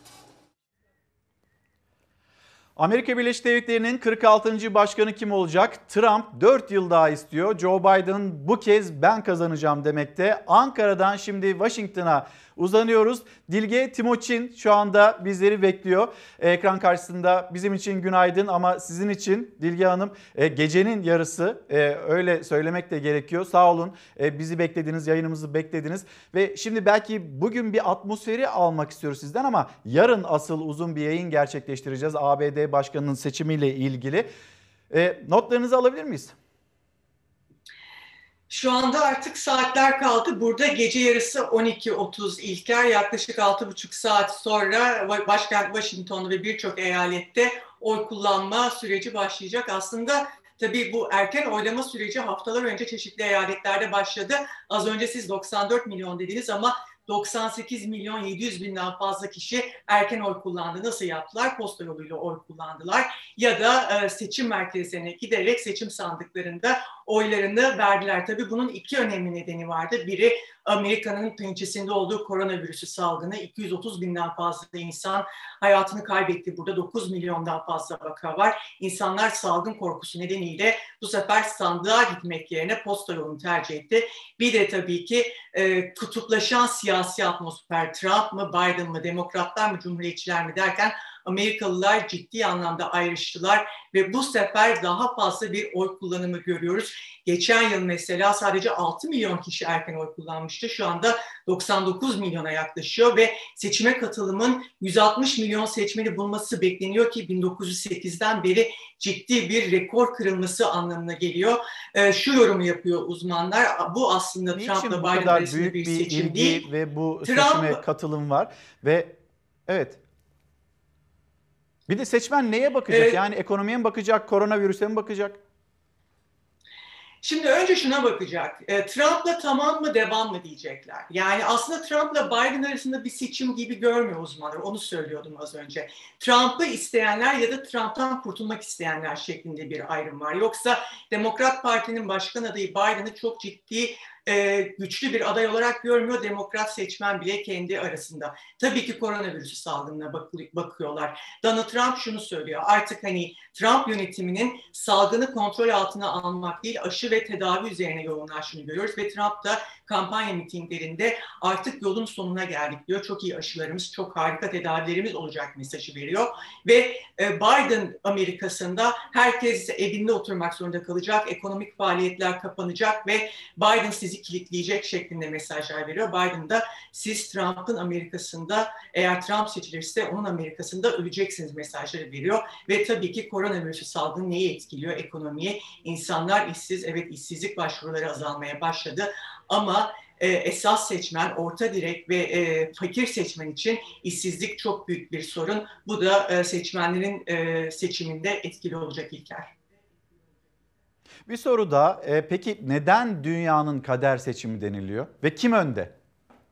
Amerika Birleşik Devletleri'nin kırk altıncı başkanı kim olacak? Trump dört yıl daha istiyor. Joe Biden bu kez ben kazanacağım demekte. Ankara'dan şimdi Washington'a uzanıyoruz. Dilge Timoçin şu anda bizleri bekliyor. Ekran karşısında bizim için günaydın ama sizin için Dilge Hanım gecenin yarısı, öyle söylemek de gerekiyor. Sağ olun, bizi beklediniz, yayınımızı beklediniz ve şimdi belki bugün bir atmosferi almak istiyoruz sizden ama yarın asıl uzun bir yayın gerçekleştireceğiz A B D Başkanı'nın seçimiyle ilgili. Notlarınızı alabilir miyiz? Şu anda artık saatler kaldı. Burada gece yarısı on iki otuz İlker, yaklaşık altı buçuk saat sonra başkent Washington ve birçok eyalette oy kullanma süreci başlayacak. Aslında tabii bu erken oylama süreci haftalar önce çeşitli eyaletlerde başladı. Az önce siz doksan dört milyon dediniz ama doksan sekiz milyon yedi yüz binden fazla kişi erken oy kullandı. Nasıl yaptılar? Posta yoluyla oy kullandılar. Ya da e, seçim merkezlerine giderek seçim sandıklarında oylarını verdiler. Tabii bunun iki önemli nedeni vardı. Biri Amerika'nın pençesinde olduğu koronavirüsü salgını. iki yüz otuz binden fazla insan hayatını kaybetti. Burada dokuz milyondan fazla vaka var. İnsanlar salgın korkusu nedeniyle bu sefer sandığa gitmek yerine posta yolunu tercih etti. Bir de tabii ki e, kutuplaşan siyasi atmosfer, Trump mı, Biden mı, Demokratlar mı, Cumhuriyetçiler mi derken Amerikalılar ciddi anlamda ayrıştılar ve bu sefer daha fazla bir oy kullanımı görüyoruz. Geçen yıl mesela sadece altı milyon kişi erken oy kullanmıştı. Şu anda doksan dokuz milyona yaklaşıyor ve seçime katılımın yüz altmış milyon seçmeni bulması bekleniyor ki bin dokuz yüz sekizden beri ciddi bir rekor kırılması anlamına geliyor. Ee, şu yorumu yapıyor uzmanlar. Bu aslında Trump'la Biden arasında bir seçim değil. Ve bu Trump... seçime katılım var ve evet. Bir de seçmen neye bakacak? Evet. Yani ekonomiye mi bakacak, koronavirüse mi bakacak? Şimdi önce şuna bakacak. E, Trump'la tamam mı, devam mı diyecekler. Yani aslında Trump'la Biden arasında bir seçim gibi görmüyor uzmanlar. Onu söylüyordum az önce. Trump'ı isteyenler ya da Trump'tan kurtulmak isteyenler şeklinde bir ayrım var. Yoksa Demokrat Parti'nin başkan adayı Biden'ı çok ciddi e, güçlü bir aday olarak görmüyor. Demokrat seçmen bile kendi arasında. Tabii ki koronavirüsü salgınına bak- bakıyorlar. Donald Trump şunu söylüyor. Artık hani Trump yönetiminin salgını kontrol altına almak değil, aşı ve tedavi üzerine yoğunlaştığını görüyoruz ve Trump da kampanya mitinglerinde artık yolun sonuna geldik diyor. Çok iyi aşılarımız, çok harika tedavilerimiz olacak mesajı veriyor ve Biden Amerika'sında herkes evinde oturmak zorunda kalacak, ekonomik faaliyetler kapanacak ve Biden sizi kilitleyecek şeklinde mesajlar veriyor. Biden da siz Trump'ın Amerika'sında, eğer Trump seçilirse onun Amerika'sında öleceksiniz mesajları veriyor ve tabii ki koronavirüsü salgını neyi etkiliyor? Ekonomiyi. İnsanlar işsiz, evet işsizlik başvuruları azalmaya başladı ama e, esas seçmen, orta direk ve e, fakir seçmen için işsizlik çok büyük bir sorun. Bu da e, seçmenlerin e, seçiminde etkili olacak İlker. Bir soru da e, peki neden dünyanın kader seçimi deniliyor ve kim önde?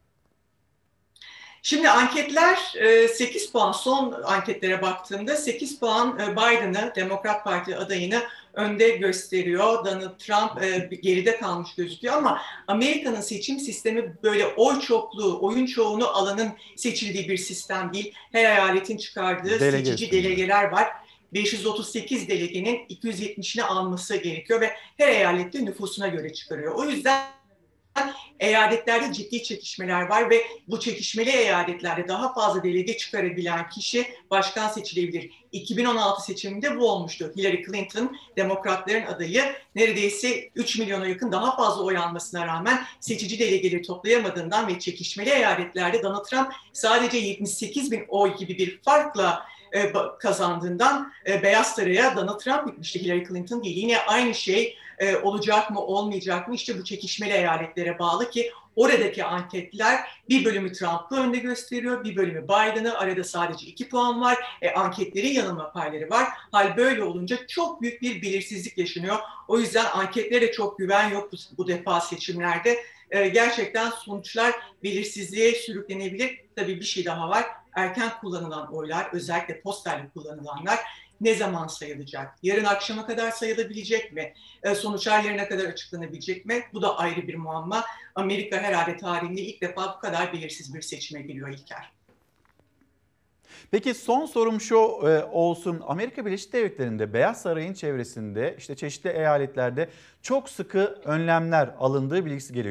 Şimdi anketler sekiz puan, son anketlere baktığımda sekiz puan Biden'ı, Demokrat Parti adayını önde gösteriyor. Donald Trump geride kalmış gözüküyor ama Amerika'nın seçim sistemi böyle oy çokluğu, oyun çoğunu alanın seçildiği bir sistem değil. Her eyaletin çıkardığı Delege. seçici delegeler var. beş yüz otuz sekiz delegenin iki yüz yetmişini alması gerekiyor ve her eyalette nüfusuna göre çıkarıyor. O yüzden eyaletlerde ciddi çekişmeler var ve bu çekişmeli eyaletlerde daha fazla delege çıkarabilen kişi başkan seçilebilir. iki bin on altı seçiminde bu olmuştu. Hillary Clinton, Demokratların adayı, neredeyse üç milyona yakın daha fazla oy almasına rağmen seçici delegeleri toplayamadığından ve çekişmeli eyaletlerde Donald Trump sadece yetmiş sekiz bin oy gibi bir farkla e, kazandığından e, Beyaz Saray'a Donald Trump gitmişti, Hillary Clinton değil. Yine aynı şey e, olacak mı olmayacak mı işte bu çekişmeli eyaletlere bağlı ki oradaki anketler bir bölümü Trump'ı önde gösteriyor, bir bölümü Biden'ı, arada sadece iki puan var, e, anketlerin yanılma payları var. Hal böyle olunca çok büyük bir belirsizlik yaşanıyor. O yüzden anketlere çok güven yok bu, bu defa seçimlerde. E, gerçekten sonuçlar belirsizliğe sürüklenebilir. Tabii bir şey daha var. Erken kullanılan oylar, özellikle posterli kullanılanlar ne zaman sayılacak? Yarın akşama kadar sayılabilecek mi? E, sonuçlar yarına kadar açıklanabilecek mi? Bu da ayrı bir muamma. Amerika herhalde tarihinde ilk defa bu kadar belirsiz bir seçime giriyor İlker. Peki son sorum şu e, olsun. Amerika Birleşik Devletleri'nde Beyaz Saray'ın çevresinde işte çeşitli eyaletlerde çok sıkı önlemler alındığı bilgisi geliyor.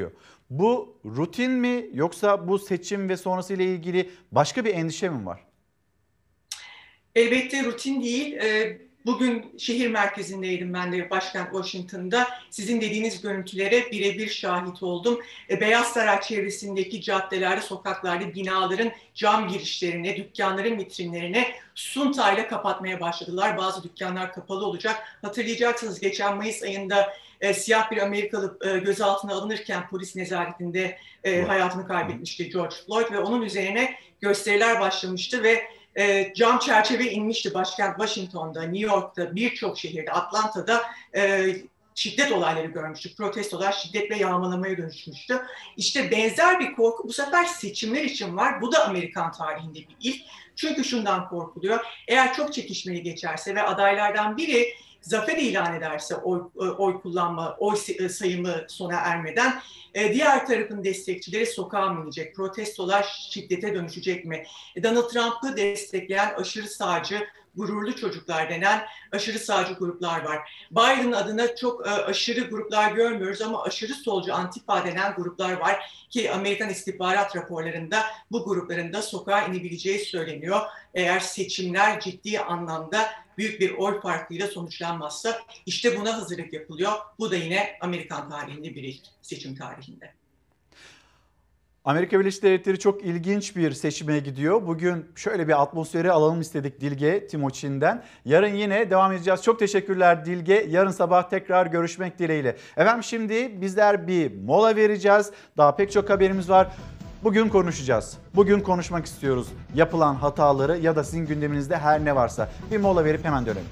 Bu rutin mi yoksa bu seçim ve sonrasıyla ilgili başka bir endişe mi var? Elbette rutin değil. Bugün şehir merkezindeydim ben de, başkent Washington'da. Sizin dediğiniz görüntülere birebir şahit oldum. Beyaz Saray çevresindeki caddelerde, sokaklarda binaların cam girişlerine, dükkanların vitrinlerine suntayla kapatmaya başladılar. Bazı dükkanlar kapalı olacak. Hatırlayacaksınız geçen Mayıs ayında e, siyah bir Amerikalı e, gözaltına alınırken polis nezaretinde e, hayatını kaybetmişti George Floyd ve onun üzerine gösteriler başlamıştı ve E, cam çerçeve inmişti başkent Washington'da, New York'ta, birçok şehirde, Atlanta'da e, şiddet olayları görmüştük. Protestolar şiddet ve yağmalamaya dönüşmüştü. İşte benzer bir korku bu sefer seçimler için var. Bu da Amerikan tarihinde bir ilk. Çünkü şundan korkuluyor. Eğer çok çekişmeli geçerse ve adaylardan biri zafer ilan ederse oy, oy kullanma, oy sayımı sona ermeden diğer tarafın destekçileri sokağa mı inecek? Protestolar şiddete dönüşecek mi? Donald Trump'ı destekleyen aşırı sağcı, gururlu çocuklar denen aşırı sağcı gruplar var. Biden adına çok aşırı gruplar görmüyoruz ama aşırı solcu Antifa denen gruplar var ki Amerikan istihbarat raporlarında bu grupların da sokağa inebileceği söyleniyor. Eğer seçimler ciddi anlamda büyük bir oy farkıyla sonuçlanmazsa işte buna hazırlık yapılıyor. Bu da yine Amerikan tarihinde bir ilk, seçim tarihinde. Amerika Birleşik Devletleri çok ilginç bir seçime gidiyor. Bugün şöyle bir atmosferi alalım istedik Dilge Timoçin'den. Yarın yine devam edeceğiz. Çok teşekkürler Dilge. Yarın sabah tekrar görüşmek dileğiyle. Efendim şimdi bizler bir mola vereceğiz. Daha pek çok haberimiz var. Bugün konuşacağız. Bugün konuşmak istiyoruz. Yapılan hataları ya da sizin gündeminizde her ne varsa. Bir mola verip hemen dönelim.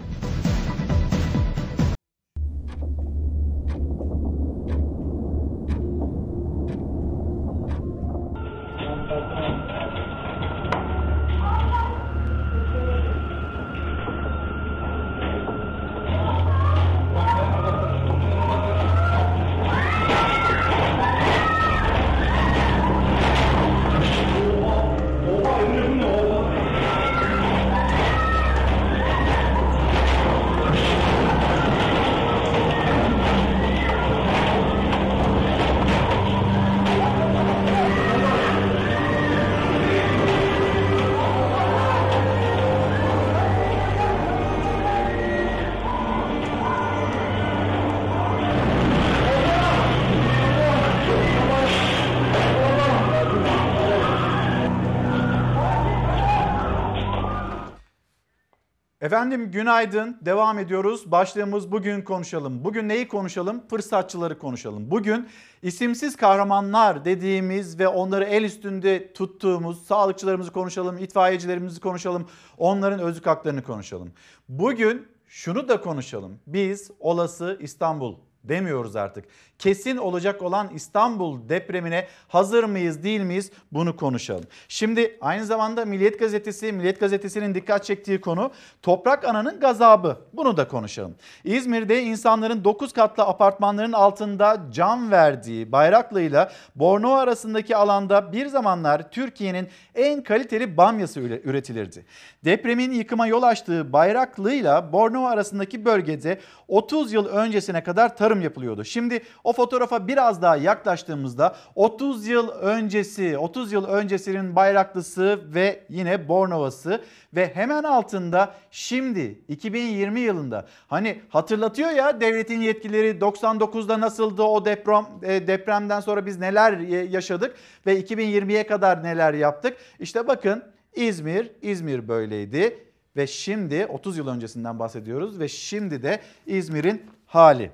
Efendim günaydın, devam ediyoruz. Başlığımız bugün konuşalım. Bugün neyi konuşalım? Fırsatçıları konuşalım. Bugün isimsiz kahramanlar dediğimiz ve onları el üstünde tuttuğumuz sağlıkçılarımızı konuşalım, itfaiyecilerimizi konuşalım, onların özlük haklarını konuşalım. Bugün şunu da konuşalım. Biz olası İstanbul demiyoruz artık. Kesin olacak olan İstanbul depremine hazır mıyız değil miyiz bunu konuşalım. Şimdi aynı zamanda Milliyet Gazetesi, Milliyet Gazetesi'nin dikkat çektiği konu Toprak Ana'nın gazabı. Bunu da konuşalım. İzmir'de insanların dokuz katlı apartmanların altında can verdiği Bayraklı'yla Bornova arasındaki alanda bir zamanlar Türkiye'nin en kaliteli bamyası üretilirdi. Depremin yıkıma yol açtığı Bayraklı'yla Bornova arasındaki bölgede otuz yıl öncesine kadar tarım yapılıyordu. Şimdi o fotoğrafa biraz daha yaklaştığımızda otuz yıl öncesi, otuz yıl öncesinin Bayraklısı ve yine Bornova'sı ve hemen altında şimdi iki bin yirmi yılında hani hatırlatıyor ya devletin yetkileri doksan dokuzda nasıldı o deprem depremden sonra biz neler yaşadık ve iki bin yirmiye kadar neler yaptık. İşte bakın İzmir, İzmir böyleydi ve şimdi otuz yıl öncesinden bahsediyoruz ve şimdi de İzmir'in hali.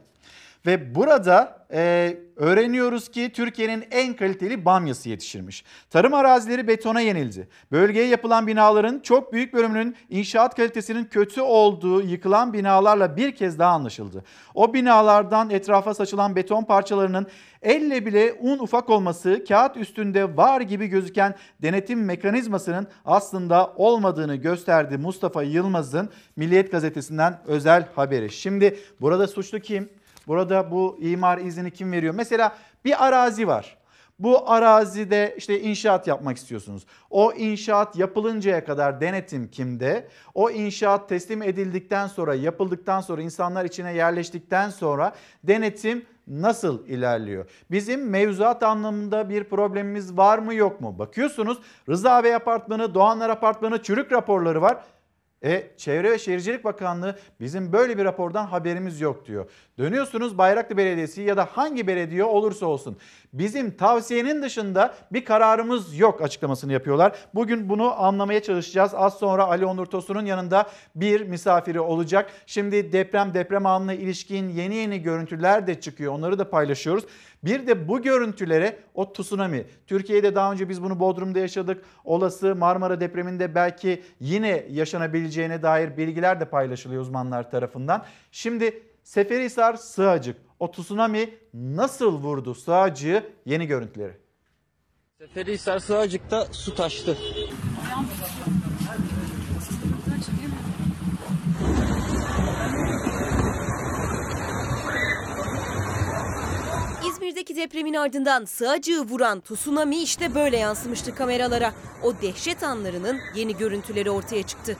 Ve burada e, öğreniyoruz ki Türkiye'nin en kaliteli bamyası yetişirmiş. Tarım arazileri betona yenildi. Bölgeye yapılan binaların çok büyük bölümünün inşaat kalitesinin kötü olduğu yıkılan binalarla bir kez daha anlaşıldı. O binalardan etrafa saçılan beton parçalarının elle bile un ufak olması, kağıt üstünde var gibi gözüken denetim mekanizmasının aslında olmadığını gösterdi Mustafa Yılmaz'ın Milliyet Gazetesi'nden özel haberi. Şimdi burada suçlu kim? Burada bu imar iznini kim veriyor? Mesela bir arazi var. Bu arazide işte inşaat yapmak istiyorsunuz. O inşaat yapılıncaya kadar denetim kimde? O inşaat teslim edildikten sonra, yapıldıktan sonra, insanlar içine yerleştikten sonra denetim nasıl ilerliyor? Bizim mevzuat anlamında bir problemimiz var mı yok mu? Bakıyorsunuz Rıza Bey Apartmanı, Doğanlar Apartmanı çürük raporları var. E, Çevre ve Şehircilik Bakanlığı bizim böyle bir rapordan haberimiz yok diyor. Dönüyorsunuz Bayraklı Belediyesi ya da hangi belediye olursa olsun bizim tavsiyenin dışında bir kararımız yok açıklamasını yapıyorlar. Bugün bunu anlamaya çalışacağız. Az sonra Ali Onur Tosun'un yanında bir misafiri olacak. Şimdi deprem deprem anına ilişkin yeni yeni görüntüler de çıkıyor. Onları da paylaşıyoruz. Bir de bu görüntülere o tsunami. Türkiye'de daha önce biz bunu Bodrum'da yaşadık. Olası Marmara depreminde belki yine yaşanabileceğine dair bilgiler de paylaşılıyor uzmanlar tarafından. Şimdi Seferihisar, Sığacık. O tsunami nasıl vurdu Sığacık'ı? Yeni görüntüleri. Seferihisar, Sığacık'ta su taştı. İzmir'deki depremin ardından Sığacık'ı vuran tsunami işte böyle yansımıştı kameralara. O dehşet anlarının yeni görüntüleri ortaya çıktı.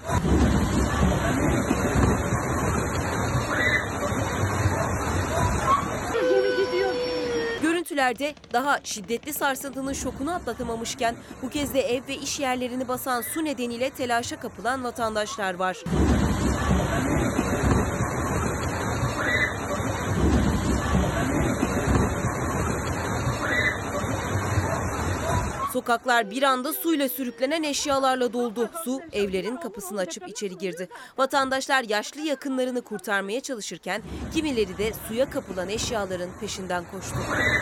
Görüntülerde daha şiddetli sarsıntının şokunu atlatamamışken bu kez de ev ve iş yerlerini basan su nedeniyle telaşa kapılan vatandaşlar var. Sokaklar bir anda suyla sürüklenen eşyalarla doldu. Su evlerin kapısını açıp içeri girdi. Vatandaşlar yaşlı yakınlarını kurtarmaya çalışırken kimileri de suya kapılan eşyaların peşinden koştu.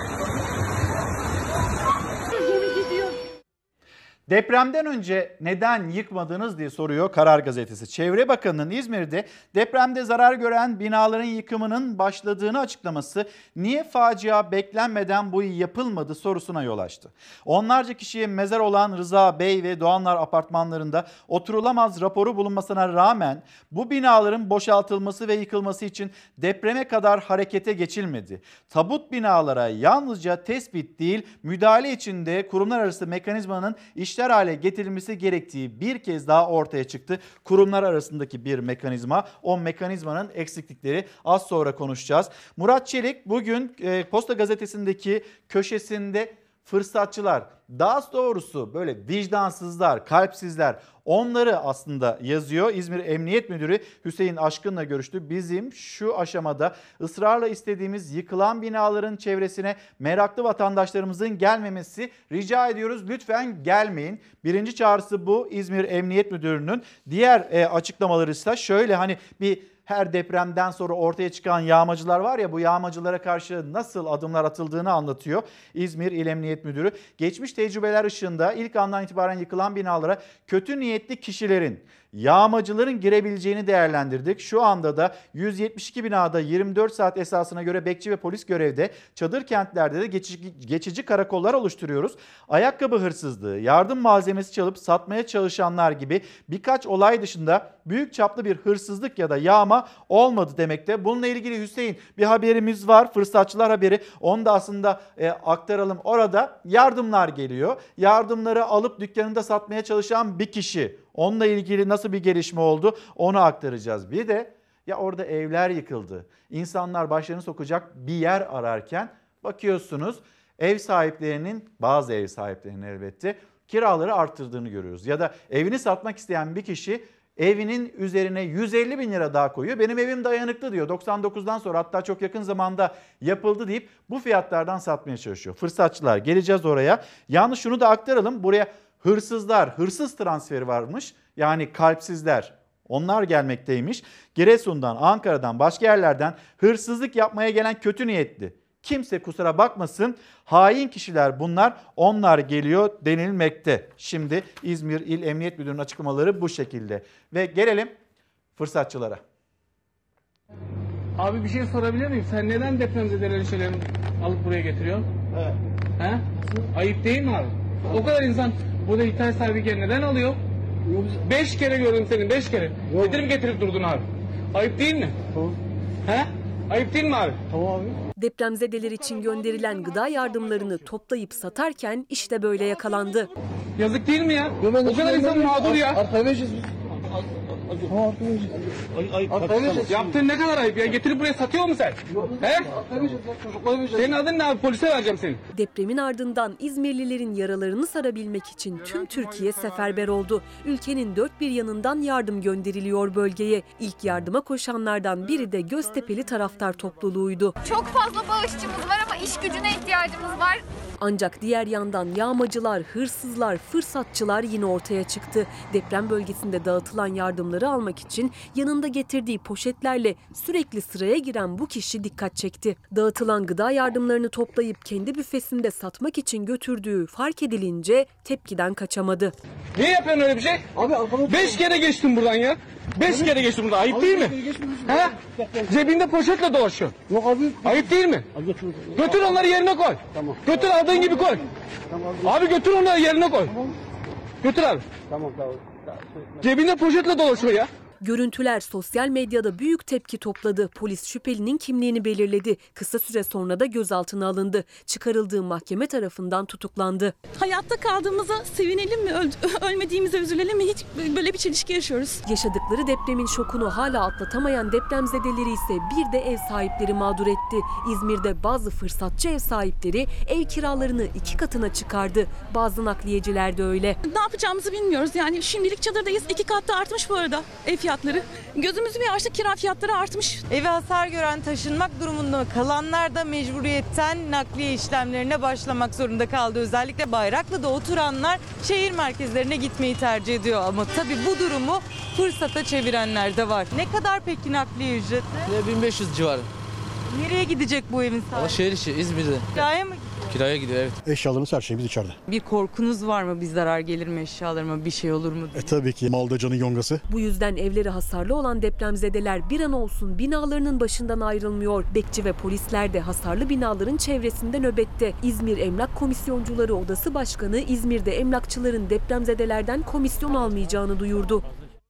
Depremden önce neden yıkmadınız diye soruyor Karar Gazetesi. Çevre Bakanı'nın İzmir'de depremde zarar gören binaların yıkımının başladığını açıklaması niye facia beklenmeden bu yapılmadı sorusuna yol açtı. Onlarca kişiye mezar olan Rıza Bey ve Doğanlar apartmanlarında oturulamaz raporu bulunmasına rağmen bu binaların boşaltılması ve yıkılması için depreme kadar harekete geçilmedi. Tabut binalara yalnızca tespit değil müdahale için de kurumlar arası mekanizmanın iş hale getirilmesi gerektiği bir kez daha ortaya çıktı. Kurumlar arasındaki bir mekanizma, o mekanizmanın eksiklikleri az sonra konuşacağız. Murat Çelik bugün e, Posta Gazetesi'ndeki köşesinde fırsatçılar, daha doğrusu böyle vicdansızlar, kalpsizler, onları aslında yazıyor. İzmir Emniyet Müdürü Hüseyin Aşkın'la görüştü. Bizim şu aşamada ısrarla istediğimiz yıkılan binaların çevresine meraklı vatandaşlarımızın gelmemesi rica ediyoruz. Lütfen gelmeyin. Birinci çağrısı bu İzmir Emniyet Müdürü'nün. Diğer e, açıklamaları ise şöyle, hani bir her depremden sonra ortaya çıkan yağmacılar var ya, bu yağmacılara karşı nasıl adımlar atıldığını anlatıyor İzmir İl Emniyet Müdürü. Geçmiş tecrübeler ışığında ilk andan itibaren yıkılan binalara kötü niyetli kişilerin, yağmacıların girebileceğini değerlendirdik. Şu anda da yüz yetmiş iki binada yirmi dört saat esasına göre bekçi ve polis görevde, çadır kentlerde de geçici, geçici karakollar oluşturuyoruz. Ayakkabı hırsızlığı, yardım malzemesi çalıp satmaya çalışanlar gibi birkaç olay dışında büyük çaplı bir hırsızlık ya da yağma olmadı demekte. Bununla ilgili Hüseyin bir haberimiz var, fırsatçılar haberi. Onu da aslında e, aktaralım. Orada yardımlar geliyor. Yardımları alıp dükkanında satmaya çalışan bir kişi. Onunla ilgili nasıl bir gelişme oldu onu aktaracağız. Bir de ya orada evler yıkıldı. İnsanlar başlarını sokacak bir yer ararken bakıyorsunuz ev sahiplerinin, bazı ev sahiplerinin elbette kiraları arttırdığını görüyoruz. Ya da evini satmak isteyen bir kişi evinin üzerine yüz elli bin lira daha koyuyor. Benim evim dayanıklı diyor. doksan dokuzdan sonra, hatta çok yakın zamanda yapıldı deyip bu fiyatlardan satmaya çalışıyor. Fırsatçılar, geleceğiz oraya. Yalnız şunu da aktaralım. Buraya hırsızlar, hırsız transferi varmış. Yani kalpsizler, onlar gelmekteymiş. Giresun'dan, Ankara'dan, başka yerlerden hırsızlık yapmaya gelen kötü niyetli. Kimse kusura bakmasın, hain kişiler bunlar, onlar geliyor denilmekte. Şimdi İzmir İl Emniyet Müdürü'nün açıklamaları bu şekilde. Ve gelelim fırsatçılara. Abi bir şey sorabilir miyim? Sen neden depremzedeleri şöyle alıp buraya getiriyorsun? Evet. He? Ayıp değil mi abi? O kadar insan burada ihtiyaç sahibi neden alıyor? Beş kere gördüm seni, beş kere. Getirip getirip durdun abi. Ayıp değil mi? Tamam. He? Ayıp değil mi abi? Tamam abi. Depremzedeler için gönderilen gıda yardımlarını toplayıp satarken işte böyle yakalandı. Yazık değil mi ya? O kadar insan mağdur ya. Yaptığın ne kadar ayıp ya? Getirip buraya satıyor musun sen? He? Senin adın ne abi? Polise vereceğim seni. Depremin ardından İzmirlilerin yaralarını sarabilmek için tüm Türkiye seferber oldu. Ülkenin dört bir yanından yardım gönderiliyor bölgeye. İlk yardıma koşanlardan biri de Göztepe'li taraftar topluluğuydu. Çok fazla bağışçımız var ama iş gücüne ihtiyacımız var. Ancak diğer yandan yağmacılar, hırsızlar, fırsatçılar yine ortaya çıktı. Deprem bölgesinde dağıtılan yardımları almak için yanında getirdiği poşetlerle sürekli sıraya giren bu kişi dikkat çekti. Dağıtılan gıda yardımlarını toplayıp kendi büfesinde satmak için götürdüğü fark edilince tepkiden kaçamadı. Niye yapıyorsun öyle bir şey? Abi beş kere geçtim buradan ya. Beş kere geçtim buradan. Ayıp değil mi? He? Cebinde poşetle dolaşıyorsun. Yok abi. Ayıp değil mi? Götür onları yerine koy. Tamam. Götür aldığın gibi koy. Tamam. Abi götür onları yerine koy. Tamam. Götür abi. Tamam tamam. Cebinde poşetle dolaşıyor ya. Görüntüler sosyal medyada büyük tepki topladı. Polis şüphelinin kimliğini belirledi. Kısa süre sonra da gözaltına alındı. Çıkarıldığı mahkeme tarafından tutuklandı. Hayatta kaldığımıza sevinelim mi, öl- ölmediğimize üzülelim mi? Hiç böyle bir çelişki yaşıyoruz. Yaşadıkları depremin şokunu hala atlatamayan depremzedeleri ise bir de ev sahipleri mağdur etti. İzmir'de bazı fırsatçı ev sahipleri ev kiralarını iki katına çıkardı. Bazı nakliyeciler de öyle. Ne yapacağımızı bilmiyoruz. Yani şimdilik çadırdayız. İki kat da artmış bu arada ev fiyatları. Gözümüzü bir açtık, kira fiyatları artmış. Eve hasar gören, taşınmak durumunda kalanlar da mecburiyetten nakliye işlemlerine başlamak zorunda kaldı. Özellikle Bayraklı'da oturanlar şehir merkezlerine gitmeyi tercih ediyor. Ama tabii bu durumu fırsata çevirenler de var. Ne kadar peki nakliye ücreti? bin beş yüz civarı. Nereye gidecek bu evin sahibi? Alışveriş içi İzmir'de. Kiraya mı? Kiraya gidiyor evet. Eşyalarımız her şeyimiz içeride. Bir korkunuz var mı? Bir zarar gelir mi eşyalarıma? Bir şey olur mu? E tabii ki malda canın yongası. Bu yüzden evleri hasarlı olan depremzedeler bir an olsun binalarının başından ayrılmıyor. Bekçi ve polisler de hasarlı binaların çevresinde nöbette. İzmir Emlak Komisyoncuları Odası Başkanı İzmir'de emlakçıların depremzedelerden komisyon almayacağını duyurdu.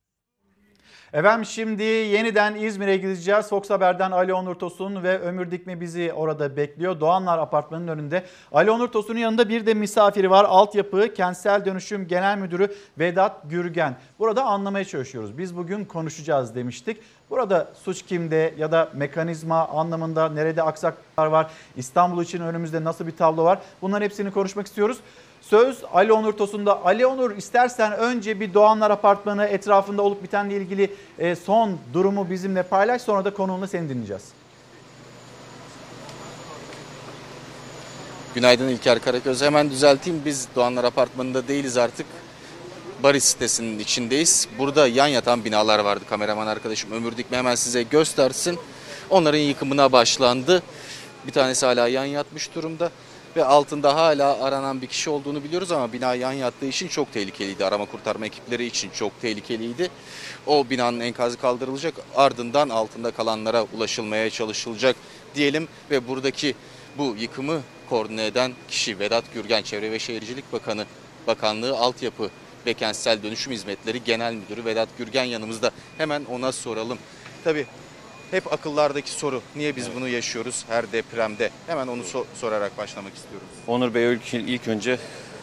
Efendim şimdi yeniden İzmir'e gideceğiz. Fox Haber'den Ali Onur Tosun ve Ömür Dikme bizi orada bekliyor. Doğanlar Apartmanı'nın önünde. Ali Onur Tosun'un yanında bir de misafiri var. Altyapı Kentsel Dönüşüm Genel Müdürü Vedat Gürgen. Burada anlamaya çalışıyoruz. Biz bugün konuşacağız demiştik. Burada suç kimde ya da mekanizma anlamında nerede aksaklıklar var? İstanbul için önümüzde nasıl bir tablo var? Bunların hepsini konuşmak istiyoruz. Söz Ali Onur Tosun'da. Ali Onur, istersen önce bir Doğanlar Apartmanı etrafında olup bitenle ilgili son durumu bizimle paylaş. Sonra da konuğunu seni dinleyeceğiz. Günaydın İlker Karaköz. Hemen düzelteyim. Biz Doğanlar Apartmanı'nda değiliz artık. Barış sitesinin içindeyiz. Burada yan yatan binalar vardı. Kameraman arkadaşım Ömür Dikme hemen size göstersin. Onların yıkımına başlandı. Bir tanesi hala yan yatmış durumda. Ve altında hala aranan bir kişi olduğunu biliyoruz ama bina yan yattığı için çok tehlikeliydi. Arama kurtarma ekipleri için çok tehlikeliydi. O binanın enkazı kaldırılacak, ardından altında kalanlara ulaşılmaya çalışılacak diyelim. Ve buradaki bu yıkımı koordine eden kişi Vedat Gürgen, Çevre ve Şehircilik Bakanı, Bakanlığı Altyapı ve Kentsel Dönüşüm Hizmetleri Genel Müdürü Vedat Gürgen yanımızda. Hemen ona soralım. Tabii hep akıllardaki soru, niye biz bunu yaşıyoruz her depremde? Hemen onu so- sorarak başlamak istiyoruz. Onur Bey, ilk önce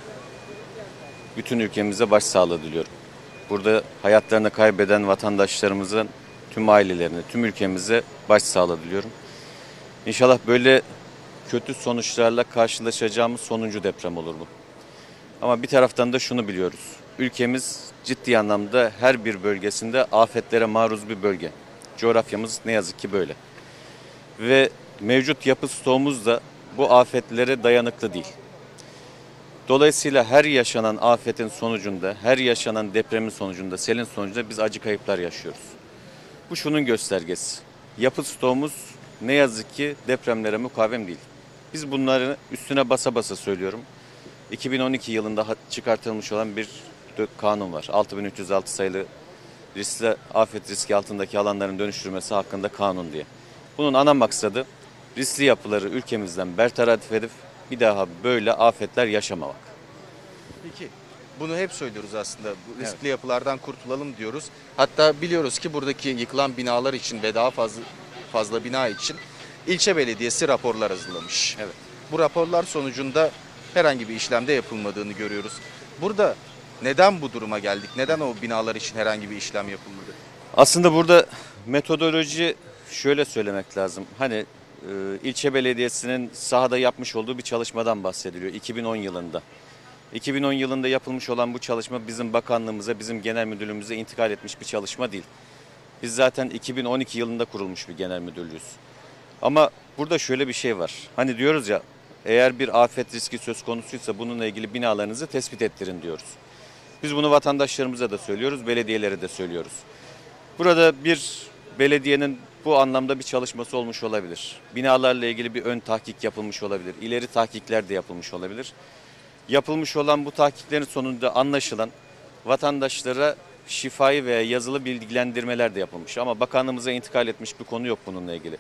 bütün ülkemize başsağlığı diliyorum. Burada hayatlarını kaybeden vatandaşlarımızın tüm ailelerine, tüm ülkemize başsağlığı diliyorum. İnşallah böyle kötü sonuçlarla karşılaşacağımız sonuncu deprem olur bu. Ama bir taraftan da şunu biliyoruz. Ülkemiz ciddi anlamda her bir bölgesinde afetlere maruz bir bölge. Coğrafyamız ne yazık ki böyle. Ve mevcut yapı stoğumuz da bu afetlere dayanıklı değil. Dolayısıyla her yaşanan afetin sonucunda, her yaşanan depremin sonucunda, selin sonucunda biz acı kayıplar yaşıyoruz. Bu şunun göstergesi. Yapı stoğumuz ne yazık ki depremlere mukavem değil. Biz bunları üstüne basa basa söylüyorum. iki bin on iki yılında çıkartılmış olan bir kanun var. altı bin üç yüz altı sayılı riskli afet riski altındaki alanların dönüştürmesi hakkında kanun diye. Bunun ana maksadı riskli yapıları ülkemizden bertaraf edip bir daha böyle afetler yaşamamak. Peki bunu hep söylüyoruz aslında. Bu riskli evet. yapılardan kurtulalım diyoruz. Hatta biliyoruz ki buradaki yıkılan binalar için ve daha fazla fazla bina için ilçe belediyesi raporlar hazırlamış. Evet. Bu raporlar sonucunda herhangi bir işlemde yapılmadığını görüyoruz. Burada Neden bu duruma geldik? Neden o binalar için herhangi bir işlem yapılmadı? Aslında burada metodoloji şöyle söylemek lazım. Hani e, ilçe belediyesinin sahada yapmış olduğu bir çalışmadan bahsediliyor iki bin on yılında. iki bin on yılında yapılmış olan bu çalışma bizim bakanlığımıza, bizim genel müdürlüğümüze intikal etmiş bir çalışma değil. Biz zaten iki bin on iki yılında kurulmuş bir genel müdürlüğüz. Ama burada şöyle bir şey var. Hani diyoruz ya, eğer bir afet riski söz konusuysa bununla ilgili binalarınızı tespit ettirin diyoruz. Biz bunu vatandaşlarımıza da söylüyoruz, belediyelere de söylüyoruz. Burada bir belediyenin bu anlamda bir çalışması olmuş olabilir. Binalarla ilgili bir ön tahkik yapılmış olabilir. İleri tahkikler de yapılmış olabilir. Yapılmış olan bu tahkiklerin sonunda anlaşılan vatandaşlara şifai veya yazılı bilgilendirmeler de yapılmış. Ama bakanlığımıza intikal etmiş bir konu yok bununla ilgili.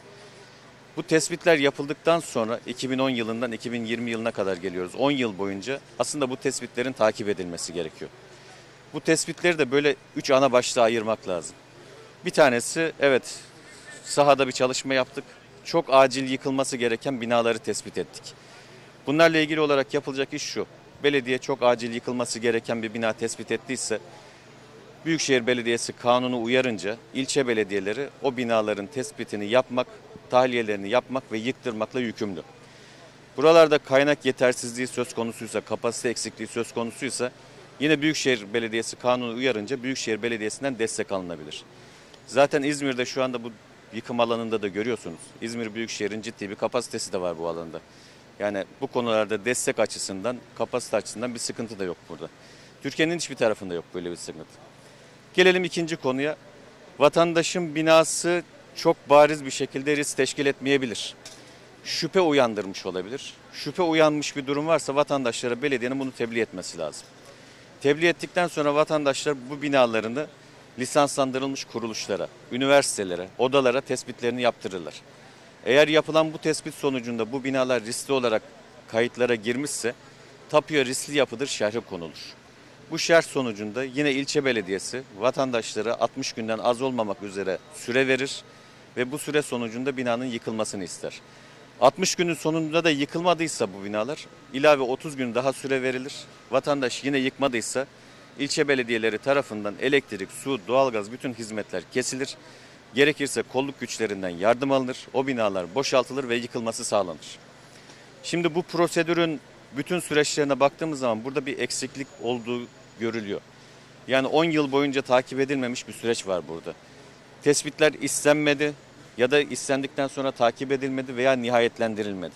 Bu tespitler yapıldıktan sonra iki bin on yılından iki bin yirmi yılına kadar geliyoruz. on yıl boyunca aslında bu tespitlerin takip edilmesi gerekiyor. Bu tespitleri de böyle üç ana başlığa ayırmak lazım. Bir tanesi, evet, sahada bir çalışma yaptık. Çok acil yıkılması gereken binaları tespit ettik. Bunlarla ilgili olarak yapılacak iş şu: belediye çok acil yıkılması gereken bir bina tespit ettiyse, Büyükşehir Belediyesi kanunu uyarınca ilçe belediyeleri o binaların tespitini yapmak, tahliyelerini yapmak ve yıktırmakla yükümlü. Buralarda kaynak yetersizliği söz konusuysa, kapasite eksikliği söz konusuysa yine Büyükşehir Belediyesi kanunu uyarınca Büyükşehir Belediyesi'nden destek alınabilir. Zaten İzmir'de şu anda bu yıkım alanında da görüyorsunuz. İzmir Büyükşehir'in ciddi bir kapasitesi de var bu alanda. Yani bu konularda destek açısından, kapasite açısından bir sıkıntı da yok burada. Türkiye'nin hiçbir tarafında yok böyle bir sıkıntı. Gelelim ikinci konuya. Vatandaşın binası çok bariz bir şekilde risk teşkil etmeyebilir. Şüphe uyandırmış olabilir. Şüphe uyanmış bir durum varsa vatandaşlara belediyenin bunu tebliğ etmesi lazım. Tebliğ ettikten sonra vatandaşlar bu binalarını lisanslandırılmış kuruluşlara, üniversitelere, odalara tespitlerini yaptırırlar. Eğer yapılan bu tespit sonucunda bu binalar riskli olarak kayıtlara girmişse tapuya riskli yapıdır şerhi konulur. Bu şerh sonucunda yine ilçe belediyesi vatandaşlara altmış günden az olmamak üzere süre verir ve bu süre sonucunda binanın yıkılmasını ister. altmış günün sonunda da yıkılmadıysa bu binalar ilave otuz gün daha süre verilir. Vatandaş yine yıkmadıysa ilçe belediyeleri tarafından elektrik, su, doğalgaz bütün hizmetler kesilir. Gerekirse kolluk güçlerinden yardım alınır, o binalar boşaltılır ve yıkılması sağlanır. Şimdi bu prosedürün bütün süreçlerine baktığımız zaman burada bir eksiklik olduğu görülüyor. Yani on yıl boyunca takip edilmemiş bir süreç var burada. Tespitler istenmedi ya da istendikten sonra takip edilmedi veya nihayetlendirilmedi.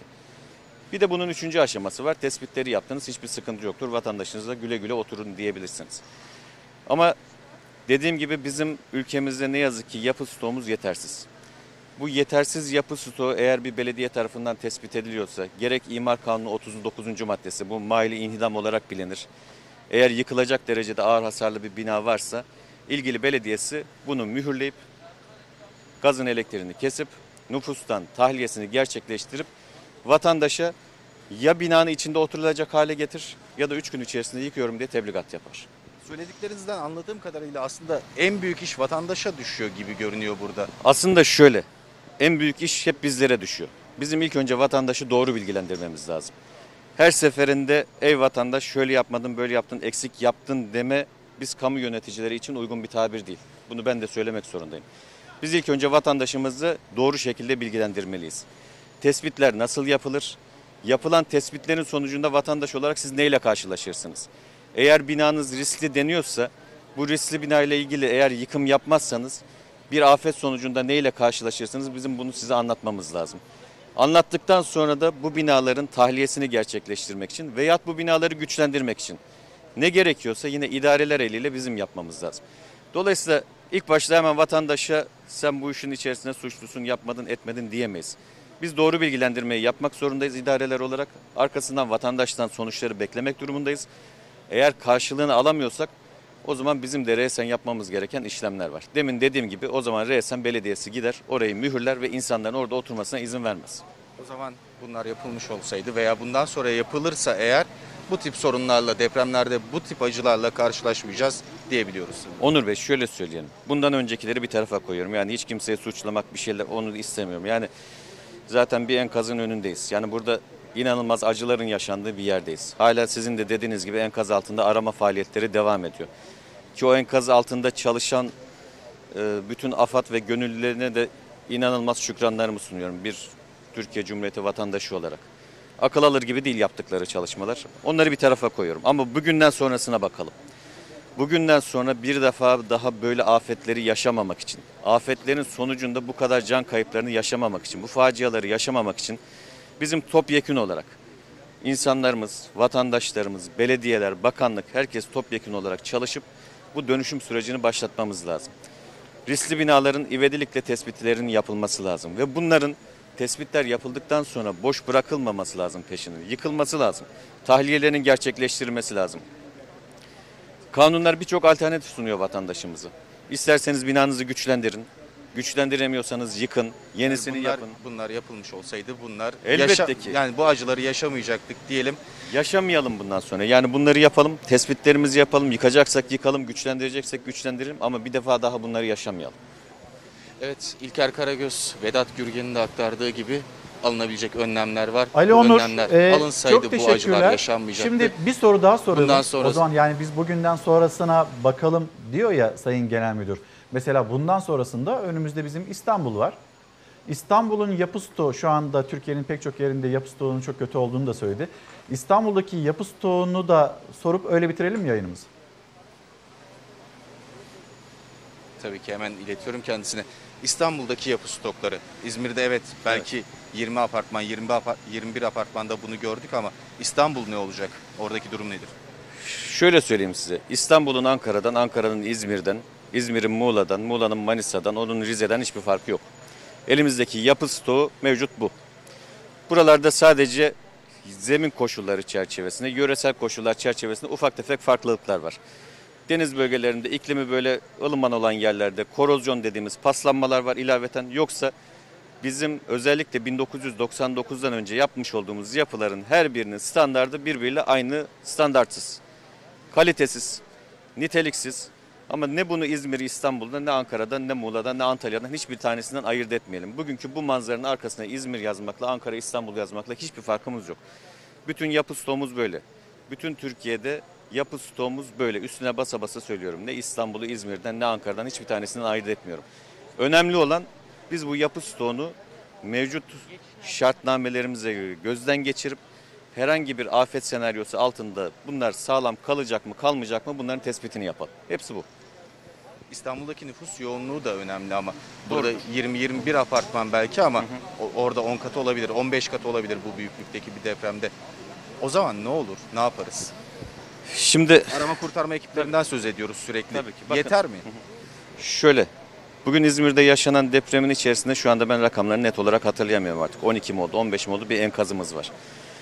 Bir de bunun üçüncü aşaması var. Tespitleri yaptınız, hiçbir sıkıntı yoktur. Vatandaşınıza güle güle oturun diyebilirsiniz. Ama dediğim gibi bizim ülkemizde ne yazık ki yapı stoğumuz yetersiz. Bu yetersiz yapı stoğu eğer bir belediye tarafından tespit ediliyorsa, gerek İmar Kanunu otuz dokuzuncu maddesi, bu maili inhidam olarak bilinir. Eğer yıkılacak derecede ağır hasarlı bir bina varsa ilgili belediyesi bunu mühürleyip gazın elektriğini kesip nüfustan tahliyesini gerçekleştirip vatandaşa ya binanın içinde oturulacak hale getir ya da üç gün içerisinde yıkıyorum diye tebligat yapar. Söylediklerinizden anladığım kadarıyla aslında en büyük iş vatandaşa düşüyor gibi görünüyor burada. Aslında şöyle, en büyük iş hep bizlere düşüyor. Bizim ilk önce vatandaşı doğru bilgilendirmemiz lazım. Her seferinde ey vatandaş şöyle yapmadın, böyle yaptın, eksik yaptın deme biz kamu yöneticileri için uygun bir tabir değil. Bunu ben de söylemek zorundayım. Biz ilk önce vatandaşımızı doğru şekilde bilgilendirmeliyiz. Tespitler nasıl yapılır? Yapılan tespitlerin sonucunda vatandaş olarak siz neyle karşılaşırsınız? Eğer binanız riskli deniyorsa bu riskli bina ile ilgili eğer yıkım yapmazsanız bir afet sonucunda neyle karşılaşırsınız? Bizim bunu size anlatmamız lazım. Anlattıktan sonra da bu binaların tahliyesini gerçekleştirmek için veyahut bu binaları güçlendirmek için ne gerekiyorsa yine idareler eliyle bizim yapmamız lazım. Dolayısıyla ilk başta hemen vatandaşa sen bu işin içerisinde suçlusun, yapmadın, etmedin diyemeyiz. Biz doğru bilgilendirmeyi yapmak zorundayız idareler olarak. Arkasından vatandaştan sonuçları beklemek durumundayız. Eğer karşılığını alamıyorsak o zaman bizim de resen yapmamız gereken işlemler var. Demin dediğim gibi o zaman resen belediyesi gider, orayı mühürler ve insanların orada oturmasına izin vermez. O zaman bunlar yapılmış olsaydı veya bundan sonra yapılırsa eğer bu tip sorunlarla, depremlerde bu tip acılarla karşılaşmayacağız diyebiliyoruz. Onur Bey şöyle söyleyelim. Bundan öncekileri bir tarafa koyuyorum. Yani hiç kimseyi suçlamak bir şeyler onu istemiyorum. Yani zaten bir enkazın önündeyiz. Yani burada inanılmaz acıların yaşandığı bir yerdeyiz. Hala sizin de dediğiniz gibi enkaz altında arama faaliyetleri devam ediyor. Ki o enkaz altında çalışan bütün AFAD ve gönüllülerine de inanılmaz şükranlarımı sunuyorum bir Türkiye Cumhuriyeti vatandaşı olarak. Akıl alır gibi değil yaptıkları çalışmalar. Onları bir tarafa koyuyorum ama bugünden sonrasına bakalım. Bugünden sonra bir defa daha böyle afetleri yaşamamak için, afetlerin sonucunda bu kadar can kayıplarını yaşamamak için, bu faciaları yaşamamak için bizim topyekün olarak insanlarımız, vatandaşlarımız, belediyeler, bakanlık, herkes topyekün olarak çalışıp bu dönüşüm sürecini başlatmamız lazım. Riskli binaların ivedilikle tespitlerinin yapılması lazım ve bunların tespitler yapıldıktan sonra boş bırakılmaması lazım peşinin, yıkılması lazım. Tahliyelerinin gerçekleştirilmesi lazım. Kanunlar birçok alternatif sunuyor vatandaşımıza. İsterseniz binanızı güçlendirin, güçlendiremiyorsanız yıkın, yenisini yani bunlar, yapın. Bunlar yapılmış olsaydı bunlar elbette yaşa, ki. Yani bu acıları yaşamayacaktık diyelim. Yaşamayalım bundan sonra. Yani bunları yapalım, tespitlerimizi yapalım, yıkacaksak yıkalım, güçlendireceksek güçlendirelim ama bir defa daha bunları yaşamayalım. Evet, İlker Karagöz, Vedat Gürgen'in de aktardığı gibi alınabilecek önlemler var. Ali bu Onur, önlemler e, alınsaydı çok bu teşekkürler. acılar yaşanmayacaktı. Şimdi bir soru daha soralım. Bundan sonrası... O zaman yani biz bugünden sonrasına bakalım diyor ya Sayın Genel Müdür. Mesela bundan sonrasında önümüzde bizim İstanbul var. İstanbul'un yapı stoğu şu anda Türkiye'nin pek çok yerinde yapı stoğunun çok kötü olduğunu da söyledi. İstanbul'daki yapı stoğunu da sorup öyle bitirelim yayınımızı. Tabii ki hemen iletiyorum kendisine. İstanbul'daki yapı stokları, İzmir'de evet belki evet. yirmi apartman, yirmi bir apartmanda bunu gördük ama İstanbul ne olacak? Oradaki durum nedir? Şöyle söyleyeyim size. İstanbul'un Ankara'dan, Ankara'nın İzmir'den, İzmir'in Muğla'dan, Muğla'nın Manisa'dan, onun Rize'den hiçbir farkı yok. Elimizdeki yapı stoğu mevcut bu. Buralarda sadece zemin koşulları çerçevesinde, yöresel koşullar çerçevesinde ufak tefek farklılıklar var. Deniz bölgelerinde iklimi böyle ılıman olan yerlerde korozyon dediğimiz paslanmalar var ilaveten. Yoksa bizim özellikle bin dokuz yüz doksan dokuzdan önce yapmış olduğumuz yapıların her birinin standardı birbiriyle aynı, standartsız, kalitesiz, niteliksiz. Ama ne bunu İzmir, İstanbul'da, ne Ankara'dan, ne Muğla'dan, ne Antalya'dan hiçbir tanesinden ayırt etmeyelim. Bugünkü bu manzaranın arkasına İzmir yazmakla, Ankara, İstanbul yazmakla hiçbir farkımız yok. Bütün yapı stoğumuz böyle. Bütün Türkiye'de yapı stoğumuz böyle. Üstüne basa basa söylüyorum. Ne İstanbul'u, İzmir'den, ne Ankara'dan hiçbir tanesinden ayırt etmiyorum. Önemli olan biz bu yapı stoğunu mevcut şartnamelerimize göre gözden geçirip herhangi bir afet senaryosu altında bunlar sağlam kalacak mı, kalmayacak mı bunların tespitini yapalım. Hepsi bu. İstanbul'daki nüfus yoğunluğu da önemli ama burada yirmi yirmi bir apartman belki ama hı hı. orada on katı olabilir, on beş katı olabilir bu büyüklükteki bir depremde. O zaman ne olur, ne yaparız? Şimdi arama kurtarma ekiplerinden söz ediyoruz sürekli. Tabii ki. Bakın, yeter mi? Hı hı. Şöyle, bugün İzmir'de yaşanan depremin içerisinde şu anda ben rakamları net olarak hatırlayamıyorum artık. on iki mi oldu, on beş mi oldu bir enkazımız var.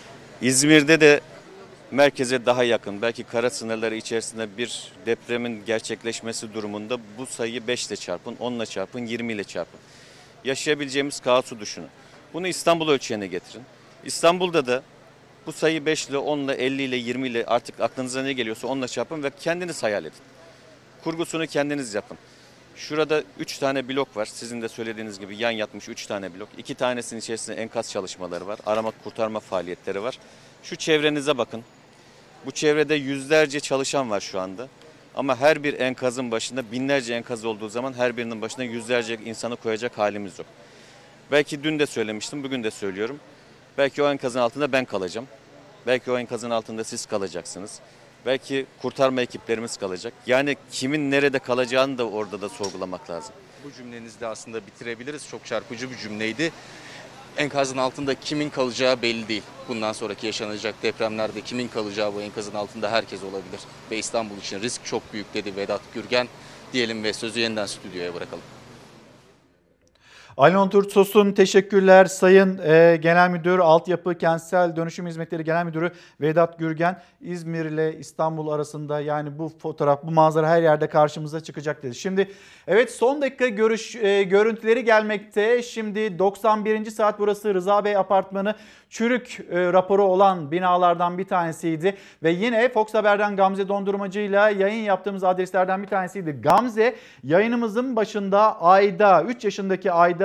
İzmir'de de merkeze daha yakın, belki kara sınırları içerisinde bir depremin gerçekleşmesi durumunda bu sayıyı beş ile çarpın, on ile çarpın, yirmi ile çarpın. Yaşayabileceğimiz kaosu düşünün. Bunu İstanbul ölçeğine getirin. İstanbul'da da bu sayı beş ile, on ile, elli ile, yirmi ile artık aklınıza ne geliyorsa onunla çarpın ve kendiniz hayal edin. Kurgusunu kendiniz yapın. Şurada üç tane blok var. Sizin de söylediğiniz gibi yan yatmış üç tane blok. iki tanesinin içerisinde enkaz çalışmaları var. Arama kurtarma faaliyetleri var. Şu çevrenize bakın. Bu çevrede yüzlerce çalışan var şu anda. Ama her bir enkazın başında binlerce enkaz olduğu zaman her birinin başına yüzlerce insanı koyacak halimiz yok. Belki dün de söylemiştim, bugün de söylüyorum. Belki o enkazın altında ben kalacağım. Belki o enkazın altında siz kalacaksınız. Belki kurtarma ekiplerimiz kalacak. Yani kimin nerede kalacağını da orada da sorgulamak lazım. Bu cümlenizde aslında bitirebiliriz. Çok çarpıcı bir cümleydi. Enkazın altında kimin kalacağı belli değil. Bundan sonraki yaşanacak depremlerde kimin kalacağı bu enkazın altında herkes olabilir. Ve İstanbul için risk çok büyük dedi Vedat Gürgen. Diyelim ve sözü yeniden stüdyoya bırakalım. Ali Onur Tosun teşekkürler. Sayın e, Genel Müdür, Altyapı Kentsel Dönüşüm Hizmetleri Genel Müdürü Vedat Gürgen, İzmir ile İstanbul arasında yani bu fotoğraf, bu manzara her yerde karşımıza çıkacak dedi. Şimdi evet son dakika görüş e, görüntüleri gelmekte. Şimdi doksan birinci saat burası Rıza Bey Apartmanı. Çürük e, raporu olan binalardan bir tanesiydi ve yine Fox Haber'den Gamze Dondurmacı'yla yayın yaptığımız adreslerden bir tanesiydi. Gamze yayınımızın başında Ayda, üç yaşındaki Ayda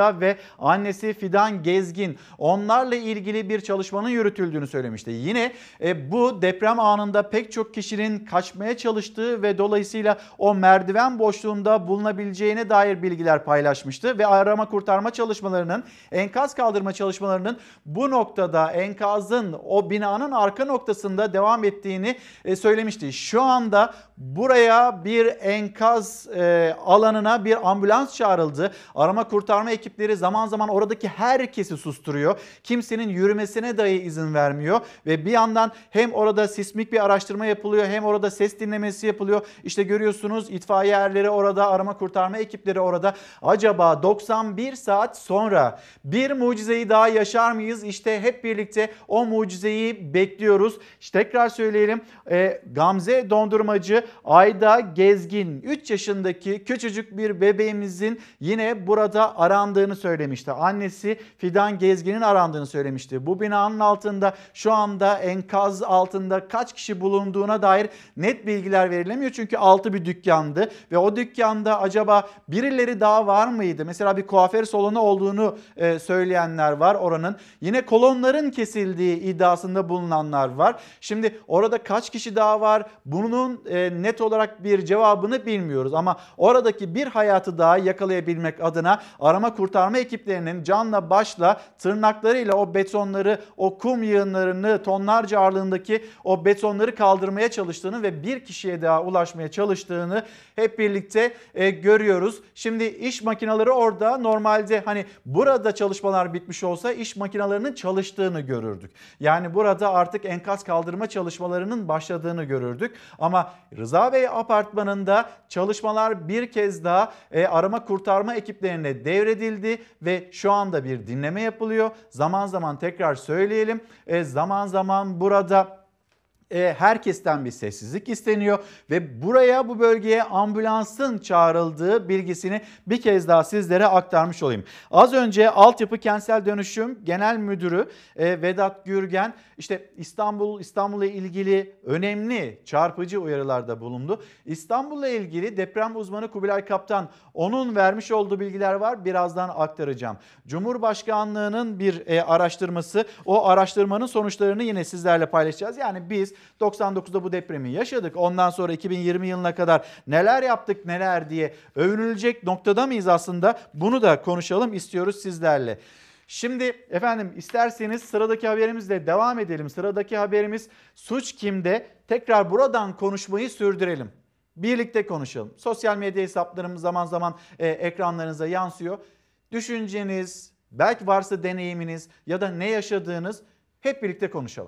Ayra ve annesi Fidan Gezgin, onlarla ilgili bir çalışmanın yürütüldüğünü söylemişti. Yine e, bu deprem anında pek çok kişinin kaçmaya çalıştığı ve dolayısıyla o merdiven boşluğunda bulunabileceğine dair bilgiler paylaşmıştı ve arama kurtarma çalışmalarının, enkaz kaldırma çalışmalarının bu noktada enkazın o binanın arka noktasında devam ettiğini e, söylemişti. Şu anda buraya bir enkaz e, alanına bir ambulans çağrıldı. Arama kurtarma ekipleri zaman zaman oradaki herkesi susturuyor. Kimsenin yürümesine dahi izin vermiyor ve bir yandan hem orada sismik bir araştırma yapılıyor, hem orada ses dinlemesi yapılıyor. İşte görüyorsunuz itfaiye erleri orada, arama kurtarma ekipleri orada. Acaba doksan bir saat sonra bir mucizeyi daha yaşar mıyız? İşte hep birlikte o mucizeyi bekliyoruz. İşte tekrar söyleyelim. E, Gamze Dondurmacı, Ayda Gezgin, üç yaşındaki küçücük bir bebeğimizin yine burada arandığını söylemişti. Annesi Fidan Gezgin'in arandığını söylemişti. Bu binanın altında şu anda enkaz altında kaç kişi bulunduğuna dair net bilgiler verilemiyor. Çünkü altı bir dükkandı ve o dükkanda acaba birileri daha var mıydı? Mesela bir kuaför salonu olduğunu e, söyleyenler var oranın. Yine kolonların kesildiği iddiasında bulunanlar var. Şimdi orada kaç kişi daha var? Bunun e, net olarak bir cevabını bilmiyoruz ama oradaki bir hayatı daha yakalayabilmek adına arama kurtarma ekiplerinin canla başla tırnaklarıyla o betonları, o kum yığınlarını, tonlarca ağırlığındaki o betonları kaldırmaya çalıştığını ve bir kişiye daha ulaşmaya çalıştığını hep birlikte e, görüyoruz. Şimdi iş makineleri orada, normalde hani burada çalışmalar bitmiş olsa iş makinelerinin çalıştığını görürdük. Yani burada artık enkaz kaldırma çalışmalarının başladığını görürdük. Ama Rıza Bey apartmanında çalışmalar bir kez daha e, arama kurtarma ekiplerine devredildi ve şu anda bir dinleme yapılıyor. Zaman zaman tekrar söyleyelim, e, zaman zaman burada herkesten bir sessizlik isteniyor ve buraya, bu bölgeye ambulansın çağrıldığı bilgisini bir kez daha sizlere aktarmış olayım. Az önce Altyapı Kentsel Dönüşüm Genel Müdürü Vedat Gürgen işte İstanbul İstanbul'la ilgili önemli çarpıcı uyarılarda bulundu. İstanbul'la ilgili deprem uzmanı Kubilay Kaptan, onun vermiş olduğu bilgiler var, birazdan aktaracağım. Cumhurbaşkanlığının bir araştırması, o araştırmanın sonuçlarını yine sizlerle paylaşacağız. Yani biz doksan dokuzda bu depremi yaşadık. Ondan sonra iki bin yirmi yılına kadar neler yaptık neler diye övünülecek noktada mıyız aslında? Bunu da konuşalım istiyoruz sizlerle. Şimdi efendim isterseniz sıradaki haberimizle devam edelim. Sıradaki haberimiz suç kimde? Tekrar buradan konuşmayı sürdürelim. Birlikte konuşalım. Sosyal medya hesaplarımız zaman zaman e, ekranlarınıza yansıyor. Düşünceniz, belki varsa deneyiminiz ya da ne yaşadığınız, hep birlikte konuşalım.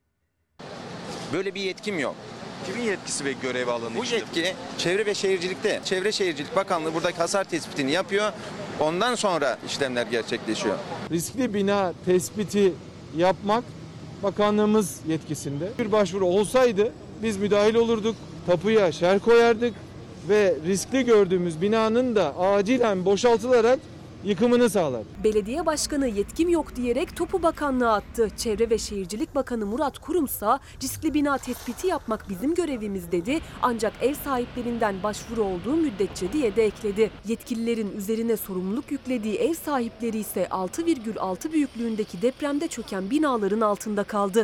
Böyle bir yetkim yok. Kimin yetkisi ve görev alanı? Bu yetki Çevre ve Şehircilik'te. Çevre Şehircilik Bakanlığı buradaki hasar tespitini yapıyor. Ondan sonra işlemler gerçekleşiyor. Riskli bina tespiti yapmak bakanlığımız yetkisinde. Bir başvuru olsaydı biz müdahil olurduk, tapuya şer koyardık ve riskli gördüğümüz binanın da acilen boşaltılarak yıkımını sağlar. Belediye başkanı yetkim yok diyerek topu bakanlığa attı. Çevre ve Şehircilik Bakanı Murat Kurumsa riskli bina tespiti yapmak bizim görevimiz dedi. Ancak ev sahiplerinden başvuru olduğu müddetçe diye de ekledi. Yetkililerin üzerine sorumluluk yüklediği ev sahipleri ise altı virgül altı büyüklüğündeki depremde çöken binaların altında kaldı.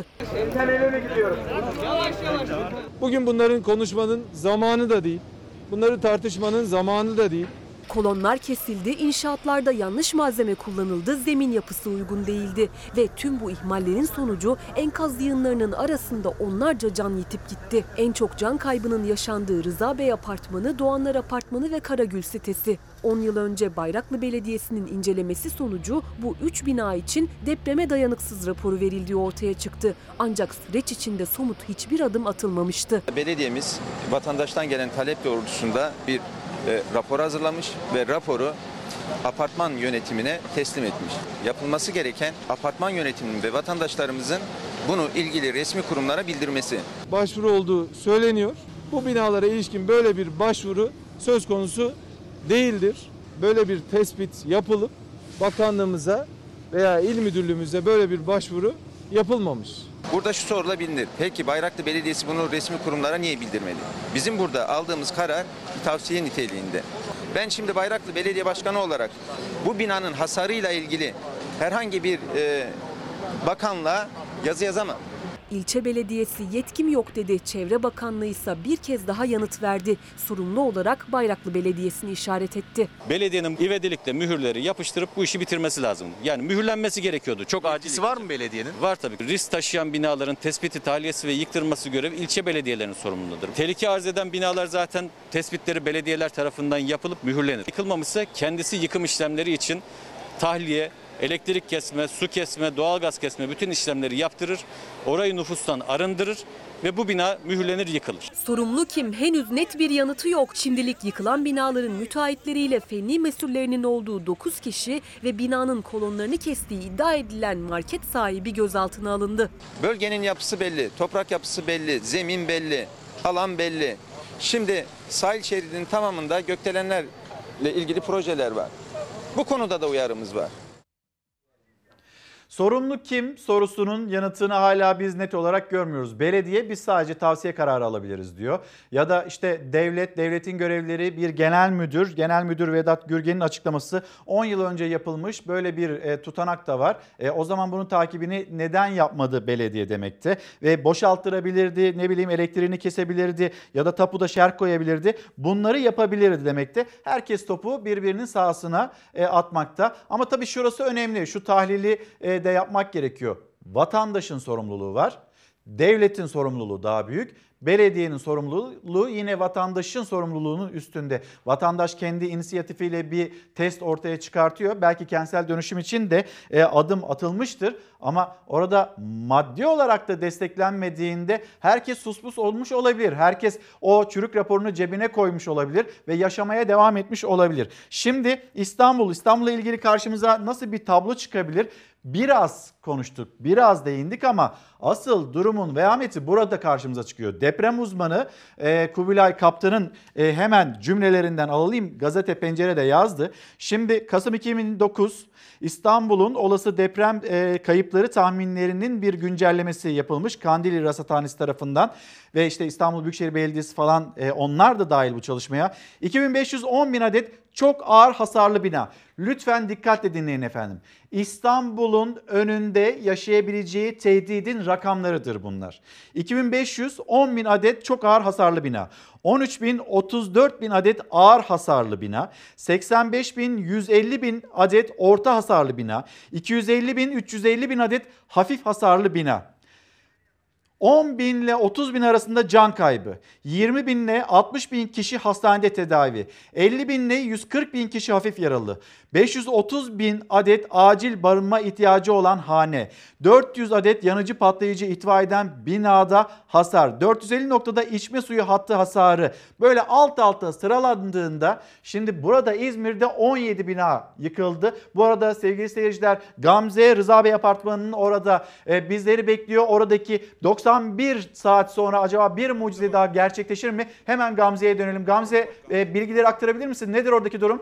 Bugün bunların konuşmanın zamanı da değil. Bunları tartışmanın zamanı da değil. Kolonlar kesildi, inşaatlarda yanlış malzeme kullanıldı, zemin yapısı uygun değildi ve tüm bu ihmallerin sonucu enkaz yığınlarının arasında onlarca can yitip gitti. En çok can kaybının yaşandığı Rıza Bey Apartmanı, Doğanlar Apartmanı ve Karagül sitesi. on yıl önce Bayraklı Belediyesi'nin incelemesi sonucu bu üç bina için depreme dayanıksız raporu verildiği ortaya çıktı. Ancak süreç içinde somut hiçbir adım atılmamıştı. Belediyemiz vatandaştan gelen talep doğrultusunda bir E, rapor hazırlamış ve raporu apartman yönetimine teslim etmiş. Yapılması gereken apartman yönetiminin ve vatandaşlarımızın bunu ilgili resmi kurumlara bildirmesi. Başvuru olduğu söyleniyor. Bu binalara ilişkin böyle bir başvuru söz konusu değildir. Böyle bir tespit yapılıp bakanlığımıza veya il müdürlüğümüze böyle bir başvuru yapılmamış. Burada şu sorulabilir. Peki Bayraklı Belediyesi bunu resmi kurumlara niye bildirmedi? Bizim burada aldığımız karar tavsiye niteliğinde. Ben şimdi Bayraklı Belediye Başkanı olarak bu binanın hasarıyla ilgili herhangi bir e, bakanlığa yazı yazamam. İlçe belediyesi yetkim yok dedi. Çevre Bakanlığı ise bir kez daha yanıt verdi. Sorumlu olarak Bayraklı Belediyesi'ni işaret etti. Belediyenin ivedilikle mühürleri yapıştırıp bu işi bitirmesi lazım. Yani mühürlenmesi gerekiyordu. Çok acil. Var mı belediyenin? Var tabii. Risk taşıyan binaların tespiti, tahliyesi ve yıktırılması görevi ilçe belediyelerinin sorumluluğudur. Tehlike arz eden binalar zaten tespitleri belediyeler tarafından yapılıp mühürlenir. Yıkılmamışsa kendisi yıkım işlemleri için tahliye, elektrik kesme, su kesme, doğalgaz kesme bütün işlemleri yaptırır. Orayı nüfustan arındırır ve bu bina mühürlenir, yıkılır. Sorumlu kim? Henüz net bir yanıtı yok. Şimdilik yıkılan binaların müteahhitleriyle fenli mesullerinin olduğu dokuz kişi ve binanın kolonlarını kestiği iddia edilen market sahibi gözaltına alındı. Bölgenin yapısı belli, toprak yapısı belli, zemin belli, alan belli. Şimdi sahil şeridinin tamamında gökdelenlerle ilgili projeler var. Bu konuda da uyarımız var. Sorumlu kim sorusunun yanıtını hala biz net olarak görmüyoruz. Belediye biz sadece tavsiye kararı alabiliriz diyor. Ya da işte devlet, devletin görevlileri bir genel müdür, genel müdür Vedat Gürgen'in açıklaması on yıl önce yapılmış böyle bir e, tutanak da var. E, o zaman bunun takibini neden yapmadı belediye demekte. Ve boşalttırabilirdi, ne bileyim elektriğini kesebilirdi ya da tapuda şerh koyabilirdi. Bunları yapabilirdi demekte. Herkes topu birbirinin sahasına e, atmakta. Ama tabii şurası önemli. Şu tahlili e, de yapmak gerekiyor. Vatandaşın sorumluluğu var. Devletin sorumluluğu daha büyük. Belediyenin sorumluluğu yine vatandaşın sorumluluğunun üstünde. Vatandaş kendi inisiyatifiyle bir test ortaya çıkartıyor. Belki kentsel dönüşüm için de e, adım atılmıştır. Ama orada maddi olarak da desteklenmediğinde herkes suspus olmuş olabilir. Herkes o çürük raporunu cebine koymuş olabilir ve yaşamaya devam etmiş olabilir. Şimdi İstanbul, İstanbul'la ilgili karşımıza nasıl bir tablo çıkabilir? Biraz konuştuk, biraz değindik ama asıl durumun vehameti burada karşımıza çıkıyor. Deprem uzmanı e, Kubilay Kaptan'ın e, hemen cümlelerinden alayım. Gazete Pencere'de yazdı. Şimdi Kasım iki bin dokuz İstanbul'un olası deprem e, kayıpları tahminlerinin bir güncellemesi yapılmış Kandilli Rasathanesi tarafından ve işte İstanbul Büyükşehir Belediyesi falan e, onlar da dahil bu çalışmaya. iki bin beş yüz on bin adet çok ağır hasarlı bina. Lütfen dikkatle dinleyin efendim. İstanbul'un önünde yaşayabileceği tehdidin rakamlarıdır bunlar. iki bin beş yüz on bin adet çok ağır hasarlı bina. on üç bin otuz dört bin adet ağır hasarlı bina. seksen beş bin yüz elli bin adet orta hasarlı bina. iki yüz elli bin üç yüz elli bin adet hafif hasarlı bina. on bin ile otuz bin arasında can kaybı, yirmi bin ile altmış bin kişi hastanede tedavi, elli bin ile yüz kırk bin kişi hafif yaralı, beş yüz otuz bin adet acil barınma ihtiyacı olan hane, dört yüz adet yanıcı patlayıcı itfaiyeden binada hasar, dört yüz elli noktada içme suyu hattı hasarı, böyle alt alta sıralandığında şimdi burada İzmir'de on yedi bina yıkıldı. Bu arada sevgili seyirciler, Gamze Rıza Bey Apartmanı'nın orada e, bizleri bekliyor. Oradaki doksan bir saat sonra acaba bir mucize daha gerçekleşir mi? Hemen Gamze'ye dönelim. Gamze e, bilgileri aktarabilir misin? Nedir oradaki durum?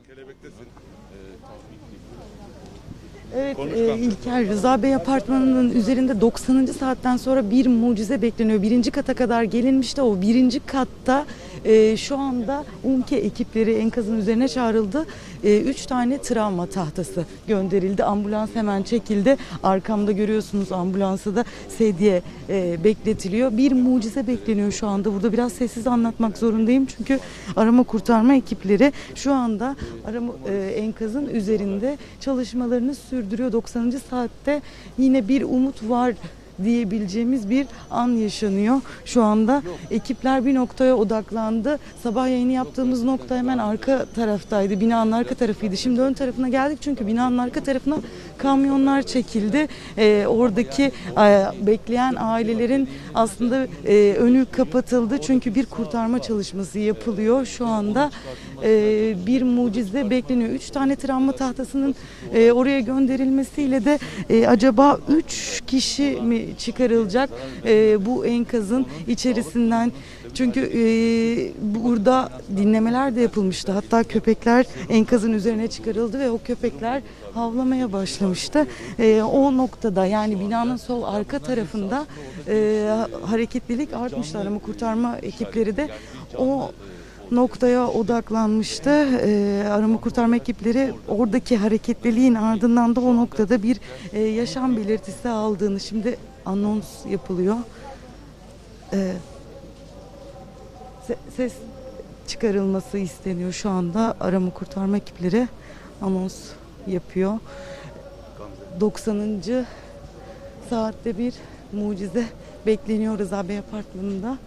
Evet e, İlker, Rıza Bey Apartmanı'nın üzerinde doksanıncı saatten sonra bir mucize bekleniyor. Birinci kata kadar gelinmişti. O birinci katta e, şu anda UMKE ekipleri enkazın üzerine çağrıldı. E, üç tane travma tahtası gönderildi. Ambulans hemen çekildi. Arkamda görüyorsunuz ambulansı da sedye e, bekletiliyor. Bir mucize bekleniyor şu anda. Burada biraz sessiz anlatmak zorundayım. Çünkü arama kurtarma ekipleri şu anda arama e, enkazın üzerinde çalışmalarını sürdürüyor. doksanıncı saatte yine bir umut var diyebileceğimiz bir an yaşanıyor. Şu anda ekipler bir noktaya odaklandı. Sabah yayını yaptığımız nokta hemen arka taraftaydı. Binanın arka tarafıydı. Şimdi ön tarafına geldik çünkü binanın arka tarafına kamyonlar çekildi. Ee, oradaki e, bekleyen ailelerin aslında e, önü kapatıldı. Çünkü bir kurtarma çalışması yapılıyor. Şu anda e, bir mucize bekleniyor. Üç tane travma tahtasının e, oraya gönderilmesiyle de e, acaba üç kişi mi çıkarılacak e, bu enkazın içerisinden? Çünkü e, burada dinlemeler de yapılmıştı. Hatta köpekler enkazın üzerine çıkarıldı ve o köpekler havlamaya başlamıştı. E, o noktada, yani binanın sol arka tarafında e, hareketlilik artmıştı. Arama kurtarma ekipleri de o noktaya odaklanmıştı. E, arama kurtarma ekipleri oradaki hareketliliğin ardından da o noktada bir e, yaşam belirtisi aldığını, şimdi anons yapılıyor. E, ses çıkarılması isteniyor şu anda. Arama kurtarma ekipleri anons yapıyor. doksanıncı saatte bir mucize bekleniyor Rıza Bey Apartmanı'nda.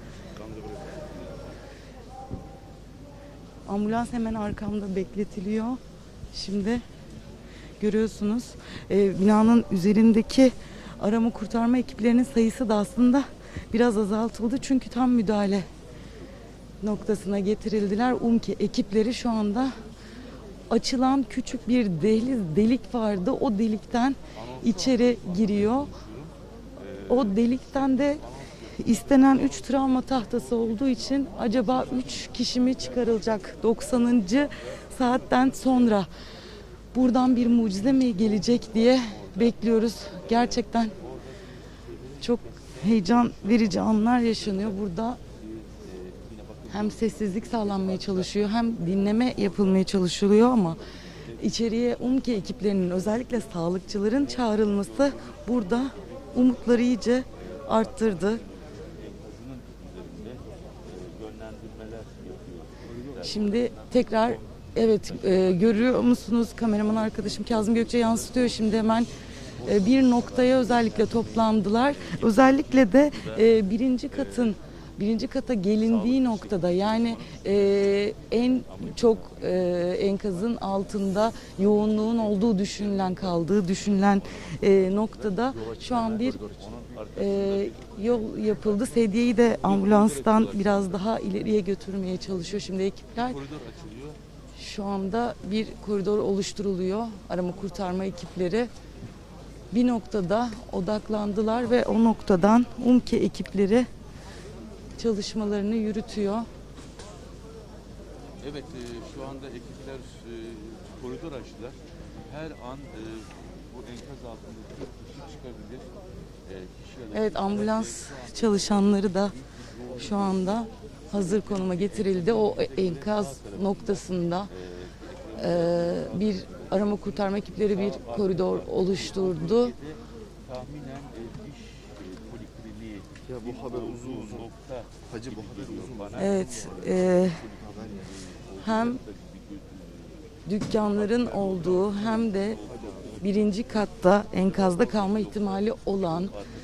Ambulans hemen arkamda bekletiliyor. Şimdi görüyorsunuz e, binanın üzerindeki arama kurtarma ekiplerinin sayısı da aslında biraz azaltıldı. Çünkü tam müdahale noktasına getirildiler. UMKE ekipleri şu anda açılan küçük bir dehliz, delik vardı. O delikten içeri giriyor. O delikten de istenen üç travma tahtası olduğu için acaba üç kişi mi çıkarılacak doksanıncı saatten sonra? Buradan bir mucize mi gelecek diye bekliyoruz. Gerçekten çok heyecan verici anlar yaşanıyor. Burada hem sessizlik sağlanmaya çalışıyor hem dinleme yapılmaya çalışılıyor ama içeriye UMKE ekiplerinin, özellikle sağlıkçıların çağrılması burada umutları iyice arttırdı. Şimdi tekrar evet e, görüyor musunuz, kameraman arkadaşım Kazım Gökçe yansıtıyor şimdi hemen e, bir noktaya özellikle toplandılar. Özellikle de e, birinci katın birinci kata gelindiği noktada, yani e, en çok e, enkazın altında yoğunluğun olduğu düşünülen, kaldığı düşünülen e, noktada şu an bir e, yol yapıldı. Sedyeyi de ambulanstan biraz daha ileriye götürmeye çalışıyor şimdi ekipler. Şu anda bir koridor oluşturuluyor. Arama kurtarma ekipleri bir noktada odaklandılar ve o noktadan UMKE ekipleri çalışmalarını yürütüyor. Evet, e, şu anda ekipler e, koridor açtılar. Her an e, bu enkaz altındaki kişi çıkabilir. E, kişi Evet, ambulans çalışanları da şu anda hazır konuma getirildi. O enkaz noktasında e, bir arama kurtarma ekipleri bir koridor oluşturdu. Tahminen diş polikliniği. Ya bu haber uzun uzun. Hacı bu haber uzun bana. Evet. E, hem dükkanların olduğu hem de birinci katta enkazda kalma ihtimali olan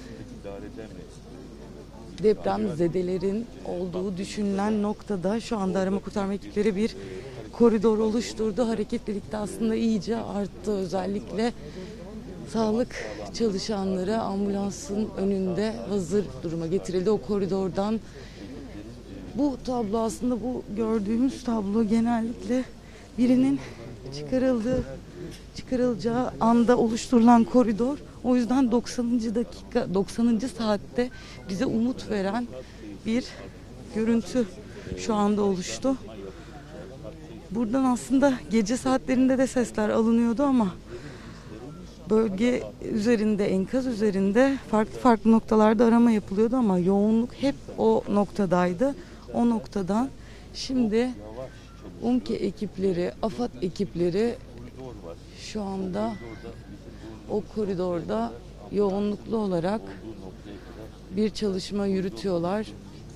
depremzedelerin olduğu düşünülen noktada şu anda arama kurtarma ekipleri bir koridor oluşturdu. Hareketlilik de aslında iyice arttı. Özellikle sağlık çalışanları ambulansın önünde hazır duruma getirildi. O koridordan bu tablo, aslında bu gördüğümüz tablo genellikle birinin çıkarıldığı, çıkarılacağı anda oluşturulan koridor. O yüzden doksanıncı dakika, doksanıncı saatte bize umut veren bir görüntü şu anda oluştu. Buradan aslında gece saatlerinde de sesler alınıyordu ama bölge üzerinde, enkaz üzerinde farklı farklı noktalarda arama yapılıyordu ama yoğunluk hep o noktadaydı. O noktadan şimdi UMKE ekipleri, AFAD ekipleri şu anda o koridorda yoğunluklu olarak bir çalışma yürütüyorlar.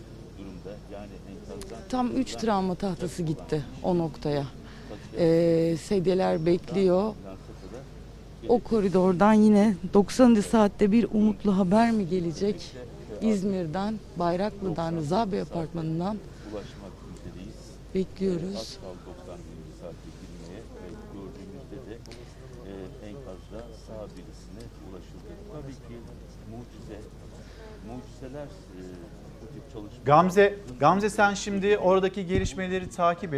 Tam üç travma tahtası gitti o noktaya. Ee, sedyeler bekliyor. O koridordan yine doksanıncı saatte bir umutlu haber mi gelecek? İzmir'den, Bayraklı'dan, Rıza Bey Apartmanı'ndan bekliyoruz. Gamze, Gamze sen şimdi oradaki gelişmeleri takip et.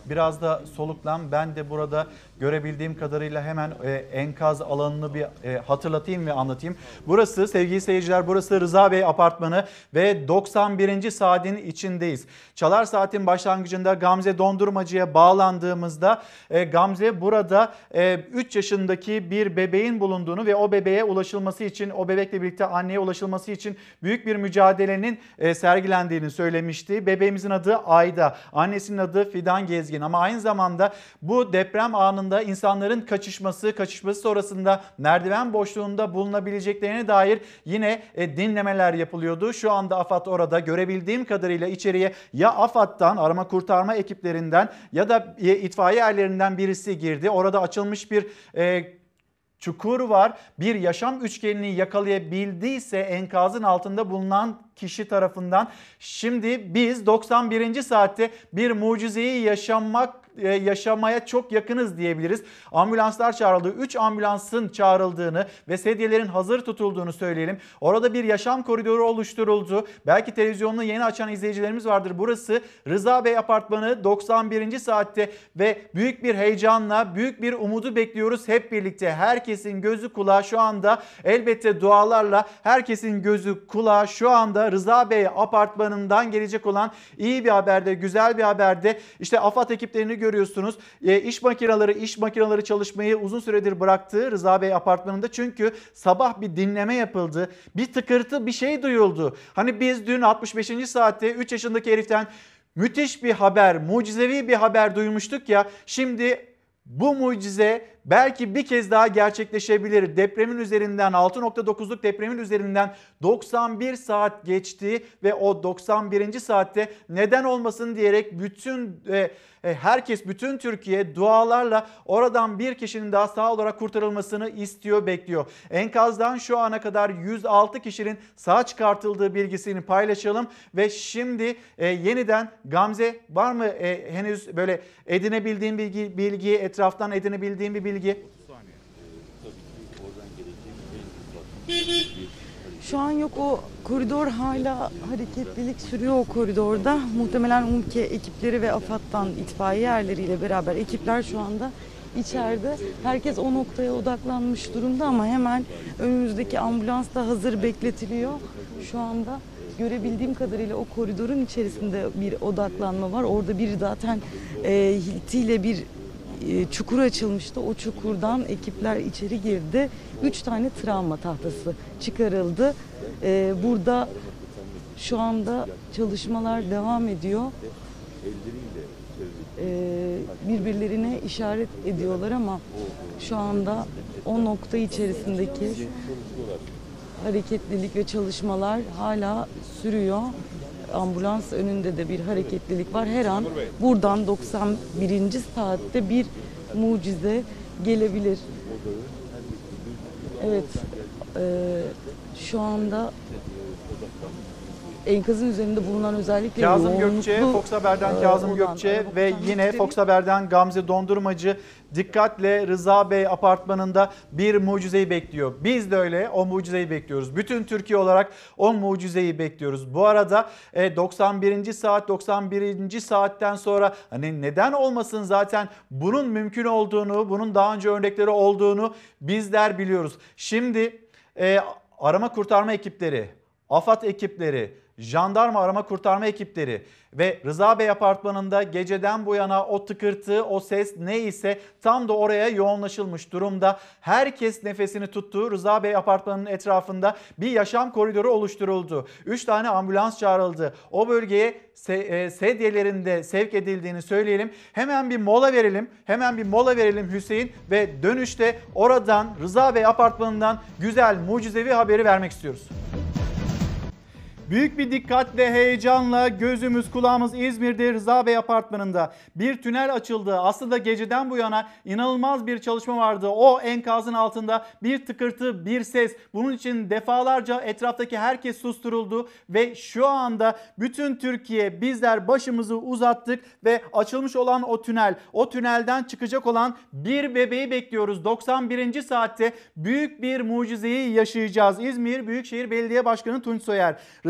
biraz da soluklan. Ben de burada görebildiğim kadarıyla hemen e, enkaz alanını bir e, hatırlatayım ve anlatayım. Burası sevgili seyirciler, burası Rıza Bey Apartmanı ve doksan birinci saatin içindeyiz. Çalar Saat'in başlangıcında Gamze Dondurmacı'ya bağlandığımızda e, Gamze burada e, üç yaşındaki bir bebeğin bulunduğunu ve o bebeğe ulaşılması için, o bebekle birlikte anneye ulaşılması için büyük bir mücadelenin e, sergilendiğini söylemişti. Bebeğimizin adı Ayda, annesinin adı Fidan Gezgin ama aynı zamanda bu deprem anında insanların kaçışması, kaçışması sonrasında merdiven boşluğunda bulunabileceklerine dair yine e, dinlemeler yapılıyordu. Şu anda AFAD orada, görebildiğim kadarıyla içeriye ya AFAD'dan, arama kurtarma ekiplerinden ya da e, itfaiye erlerinden birisi girdi. Orada açılmış bir e, çukur var. Bir yaşam üçgenini yakalayabildiyse enkazın altında bulunan kişi tarafından. Şimdi biz doksan birinci saatte bir mucizeyi yaşamak yaşamaya çok yakınız diyebiliriz. Ambulanslar çağrıldı. üç ambulansın çağrıldığını ve sedyelerin hazır tutulduğunu söyleyelim. Orada bir yaşam koridoru oluşturuldu. Belki televizyonunu yeni açan izleyicilerimiz vardır. Burası Rıza Bey Apartmanı doksan birinci saatte ve büyük bir heyecanla, büyük bir umudu bekliyoruz hep birlikte. Herkesin gözü kulağı şu anda, elbette dualarla herkesin gözü kulağı şu anda Rıza Bey Apartmanı'ndan gelecek olan iyi bir haberde, güzel bir haberde. İşte AFAD ekiplerini görüyorsunuz. E, iş makineleri, iş makineleri çalışmayı uzun süredir bıraktı Rıza Bey Apartmanı'nda. Çünkü sabah bir dinleme yapıldı. Bir tıkırtı, bir şey duyuldu. Hani biz dün altmış beşinci saatte üç yaşındaki heriften müthiş bir haber, mucizevi bir haber duymuştuk ya. Şimdi bu mucize belki bir kez daha gerçekleşebilir. Depremin üzerinden, altı nokta dokuzluk depremin üzerinden doksan bir saat geçti ve o doksan birinci saatte neden olmasın diyerek bütün e, e, herkes, bütün Türkiye dualarla oradan bir kişinin daha sağ olarak kurtarılmasını istiyor, bekliyor. Enkazdan şu ana kadar yüz altı kişinin sağ çıkartıldığı bilgisini paylaşalım ve şimdi e, yeniden Gamze, var mı e, henüz böyle edinebildiğin bilgi, bilgi etraftan edinebildiğin bir bilgi? Şu an yok, o koridor hala hareketlilik sürüyor o koridorda. Muhtemelen UMKE ekipleri ve AFAD'dan itfaiye erleriyle beraber ekipler şu anda içeride. Herkes o noktaya odaklanmış durumda ama hemen önümüzdeki ambulans da hazır bekletiliyor. Şu anda görebildiğim kadarıyla o koridorun içerisinde bir odaklanma var. Orada bir zaten e, hiltiyle bir çukur açılmıştı. O çukurdan ekipler içeri girdi. Üç tane travma tahtası çıkarıldı. Ee, burada şu anda çalışmalar devam ediyor. Ee, birbirlerine işaret ediyorlar ama şu anda o nokta içerisindeki hareketlilik ve çalışmalar hala sürüyor. Ambulans önünde de bir hareketlilik var. Her an buradan doksan birinci saatte bir mucize gelebilir. Evet, e, şu anda enkazın üzerinde bulunan özellikle Kazım Gökçe, Fox Haber'den e, Kazım olan, Gökçe ve yine Fox Haber'den Gamze Dondurmacı dikkatle Rıza Bey Apartmanı'nda bir mucizeyi bekliyor. Biz de öyle o mucizeyi bekliyoruz. Bütün Türkiye olarak o mucizeyi bekliyoruz. Bu arada doksan birinci saat, doksan birinci saatten sonra hani neden olmasın, zaten bunun mümkün olduğunu, bunun daha önce örnekleri olduğunu bizler biliyoruz. Şimdi e, arama kurtarma ekipleri, AFAD ekipleri, jandarma arama kurtarma ekipleri ve Rıza Bey Apartmanı'nda geceden bu yana o tıkırtı, o ses neyse tam da oraya yoğunlaşılmış durumda. Herkes nefesini tuttu. Rıza Bey Apartmanı'nın etrafında bir yaşam koridoru oluşturuldu. Üç tane ambulans çağrıldı. O bölgeye sedyelerinde sevk edildiğini söyleyelim. Hemen bir mola verelim. Hemen bir mola verelim Hüseyin ve dönüşte oradan Rıza Bey Apartmanı'ndan güzel, mucizevi haberi vermek istiyoruz. Büyük bir dikkat ve heyecanla gözümüz kulağımız İzmir'de Rıza Bey Apartmanı'nda bir tünel açıldı. Aslında geceden bu yana inanılmaz bir çalışma vardı. O enkazın altında bir tıkırtı, bir ses. Bunun için defalarca etraftaki herkes susturuldu ve şu anda bütün Türkiye, bizler başımızı uzattık ve açılmış olan o tünel, o tünelden çıkacak olan bir bebeği bekliyoruz. doksan birinci saatte büyük bir mucizeyi yaşayacağız. İzmir Büyükşehir Belediye Başkanı Tunç Soyer, Rıza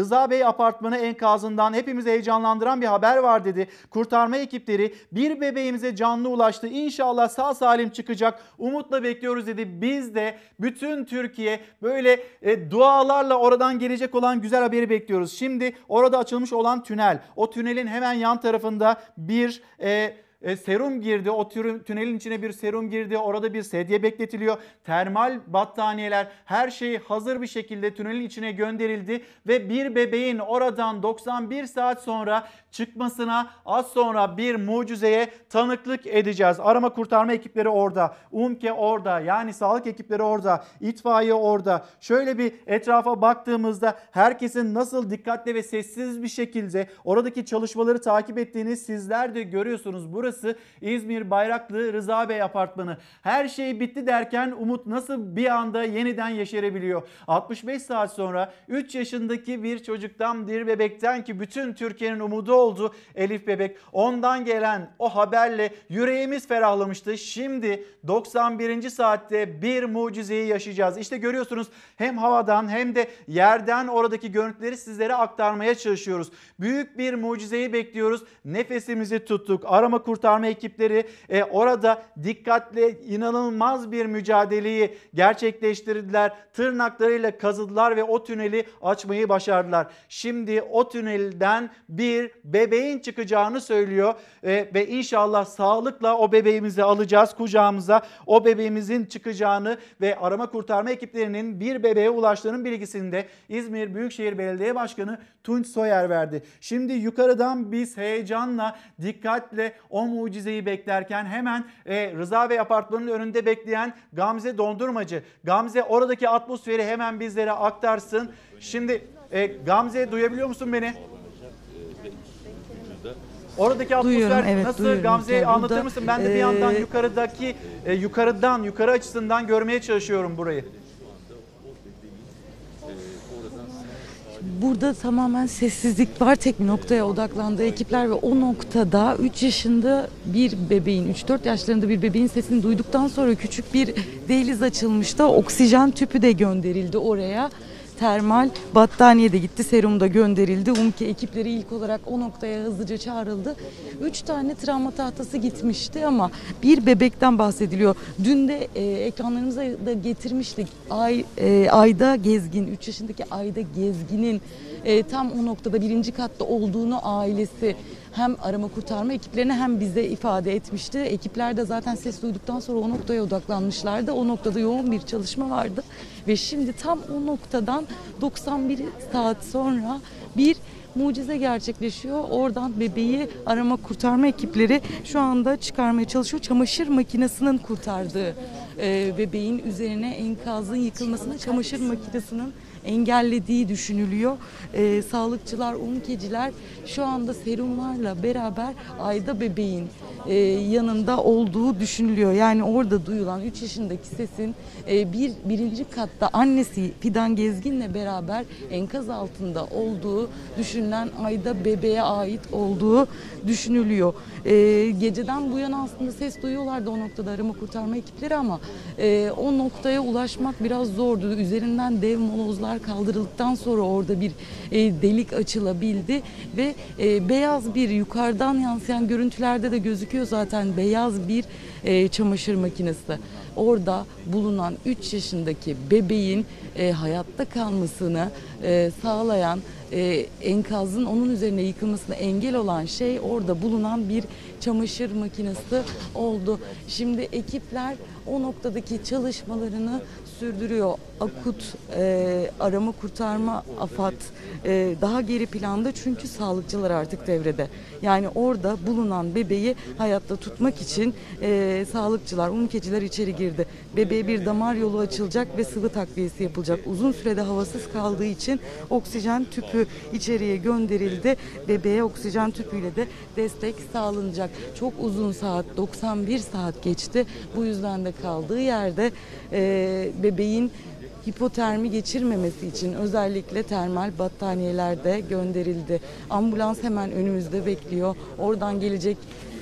Rıza Bey apartmanı enkazından hepimizi heyecanlandıran bir haber var dedi. Kurtarma ekipleri bir bebeğimize canlı ulaştı. İnşallah sağ salim çıkacak. Umutla bekliyoruz dedi. Biz de bütün Türkiye böyle e, dualarla oradan gelecek olan güzel haberi bekliyoruz. Şimdi orada açılmış olan tünel. O tünelin hemen yan tarafında bir e, E, serum girdi. O tür, tünelin içine bir serum girdi. Orada bir sedye bekletiliyor. Termal battaniyeler, her şey hazır bir şekilde tünelin içine gönderildi ve bir bebeğin oradan doksan bir saat sonra çıkmasına az sonra bir mucizeye tanıklık edeceğiz. Arama kurtarma ekipleri orada, UMKE orada, yani sağlık ekipleri orada, itfaiye orada. Şöyle bir etrafa baktığımızda herkesin nasıl dikkatli ve sessiz bir şekilde oradaki çalışmaları takip ettiğini sizler de görüyorsunuz. Burası İzmir Bayraklı Rıza Bey apartmanı. Her şey bitti derken umut nasıl bir anda yeniden yeşerebiliyor? altmış beş saat sonra üç yaşındaki bir çocuktan, bir bebekten ki bütün Türkiye'nin umudu oldu Elif bebek. Ondan gelen o haberle yüreğimiz ferahlamıştı. Şimdi doksan birinci saatte bir mucizeyi yaşayacağız. İşte görüyorsunuz, hem havadan hem de yerden oradaki görüntüleri sizlere aktarmaya çalışıyoruz. Büyük bir mucizeyi bekliyoruz. Nefesimizi tuttuk. Arama kurtarma ekipleri e, orada dikkatle inanılmaz bir mücadeleyi gerçekleştirdiler. Tırnaklarıyla kazıdılar ve o tüneli açmayı başardılar. Şimdi o tünelden bir bebeğin çıkacağını söylüyor e, ve inşallah sağlıkla o bebeğimizi alacağız kucağımıza. O bebeğimizin çıkacağını ve arama kurtarma ekiplerinin bir bebeğe ulaştığının bilgisini de İzmir Büyükşehir Belediye Başkanı Tunç Soyer verdi. Şimdi yukarıdan biz heyecanla, dikkatle o mucizeyi beklerken hemen e, Rıza Bey apartmanının önünde bekleyen Gamze Dondurmacı. Gamze oradaki atmosferi hemen bizlere aktarsın. Şimdi e, Gamze, duyabiliyor musun beni? Oradaki atmosfer duyuyorum, evet, nasıl? Gamze'ye anlatır mısın? Ben de bir yandan e... yukarıdaki e, yukarıdan yukarı açısından görmeye çalışıyorum burayı. Burada tamamen sessizlik var. Tek bir noktaya odaklandı ekipler ve o noktada üç yaşında bir bebeğin, üç dört yaşlarında bir bebeğin sesini duyduktan sonra küçük bir dehliz açılmıştı. Oksijen tüpü de gönderildi oraya. Termal battaniye de gitti, serum da gönderildi. UMKE ekipleri ilk olarak o noktaya hızlıca çağrıldı. Üç tane travma tahtası gitmişti ama bir bebekten bahsediliyor. Dün de e, ekranlarımıza da getirmiştik. Ay, e, Ayda Gezgin, üç yaşındaki Ayda Gezgin'in e, tam o noktada birinci katta olduğunu ailesi hem arama kurtarma ekiplerine hem bize ifade etmişti. Ekipler de zaten ses duyduktan sonra o noktaya odaklanmışlardı. O noktada yoğun bir çalışma vardı ve şimdi tam o noktadan doksan bir saat sonra bir mucize gerçekleşiyor. Oradan bebeği arama kurtarma ekipleri şu anda çıkarmaya çalışıyor. Çamaşır makinesinin kurtardığı e, bebeğin üzerine enkazın yıkılmasını çamaşır makinesinin engellediği düşünülüyor. Ee, sağlıkçılar, UMKE'ciler şu anda serumlarla beraber Ayda bebeğin e, yanında olduğu düşünülüyor. Yani orada duyulan üç yaşındaki sesin e, bir birinci katta annesi Fidan Gezgin'le beraber enkaz altında olduğu düşünülen Ayda bebeğe ait olduğu düşünülüyor. E, geceden bu yana aslında ses duyuyorlardı o noktada arama kurtarma ekipleri ama e, o noktaya ulaşmak biraz zordu. Üzerinden dev molozlar kaldırıldıktan sonra orada bir e, delik açılabildi ve e, beyaz bir yukarıdan yansıyan görüntülerde de gözüküyor zaten beyaz bir e, çamaşır makinesi. Orada bulunan üç yaşındaki bebeğin e, hayatta kalmasını e, sağlayan e, enkazın onun üzerine yıkılmasına engel olan şey orada bulunan bir çamaşır makinesi oldu. Şimdi ekipler o noktadaki çalışmalarını sürdürüyor. Akut e, arama kurtarma AFAD e, daha geri planda çünkü sağlıkçılar artık devrede. Yani orada bulunan bebeği hayatta tutmak için e, sağlıkçılar, UMKE'ciler içeri girdi. Bebeğe bir damar yolu açılacak ve sıvı takviyesi yapılacak. Uzun sürede havasız kaldığı için oksijen tüpü içeriye gönderildi. Bebeğe oksijen tüpüyle de destek sağlanacak. Çok uzun saat, doksan bir saat geçti. Bu yüzden de kaldığı yerde e, bebeğin hipotermi geçirmemesi için özellikle termal battaniyeler de gönderildi. Ambulans hemen önümüzde bekliyor. Oradan gelecek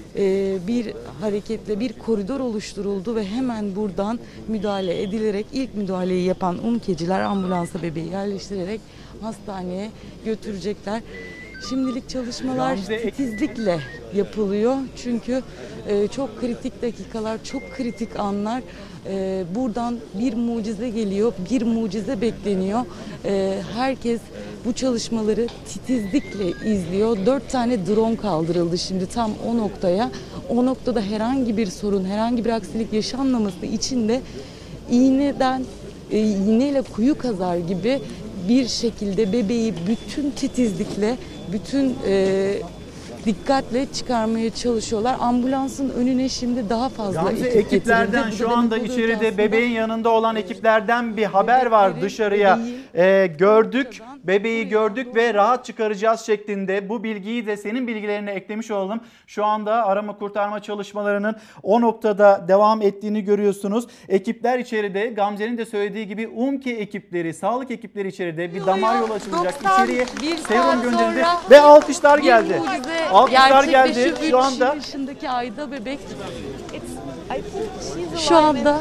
e, bir hareketle bir koridor oluşturuldu ve hemen buradan müdahale edilerek ilk müdahaleyi yapan UMKE'ciler ambulansa bebeği yerleştirerek hastaneye götürecekler. Şimdilik çalışmalar Gamze, titizlikle yapılıyor. Çünkü e, çok kritik dakikalar, çok kritik anlar. E, buradan bir mucize geliyor, bir mucize bekleniyor. E, herkes bu çalışmaları titizlikle izliyor. Dört tane drone kaldırıldı şimdi tam o noktaya. O noktada herhangi bir sorun, herhangi bir aksilik yaşanmaması için de iğneden, e, iğneyle kuyu kazar gibi bir şekilde bebeği bütün titizlikle, bütün e, dikkatle çıkarmaya çalışıyorlar. Ambulansın önüne şimdi daha fazla Gamze, ekip ekiplerden getirildi. şu Bu da anda demek oluyor ki içeride aslında bebeğin yanında olan ekiplerden bir haber var dışarıya. Ee, gördük, bebeği gördük ve rahat çıkaracağız şeklinde. Bu bilgiyi de senin bilgilerine eklemiş olalım. Şu anda arama kurtarma çalışmalarının o noktada devam ettiğini görüyorsunuz. Ekipler içeride, Gamze'nin de söylediği gibi UMKE ekipleri, sağlık ekipleri içeride, bir damar yolu açılacak. İçeriye serum gönderildi ve alkışlar geldi. Alkışlar geldi şu anda. üç yaşındaki Ayda bebek şu anda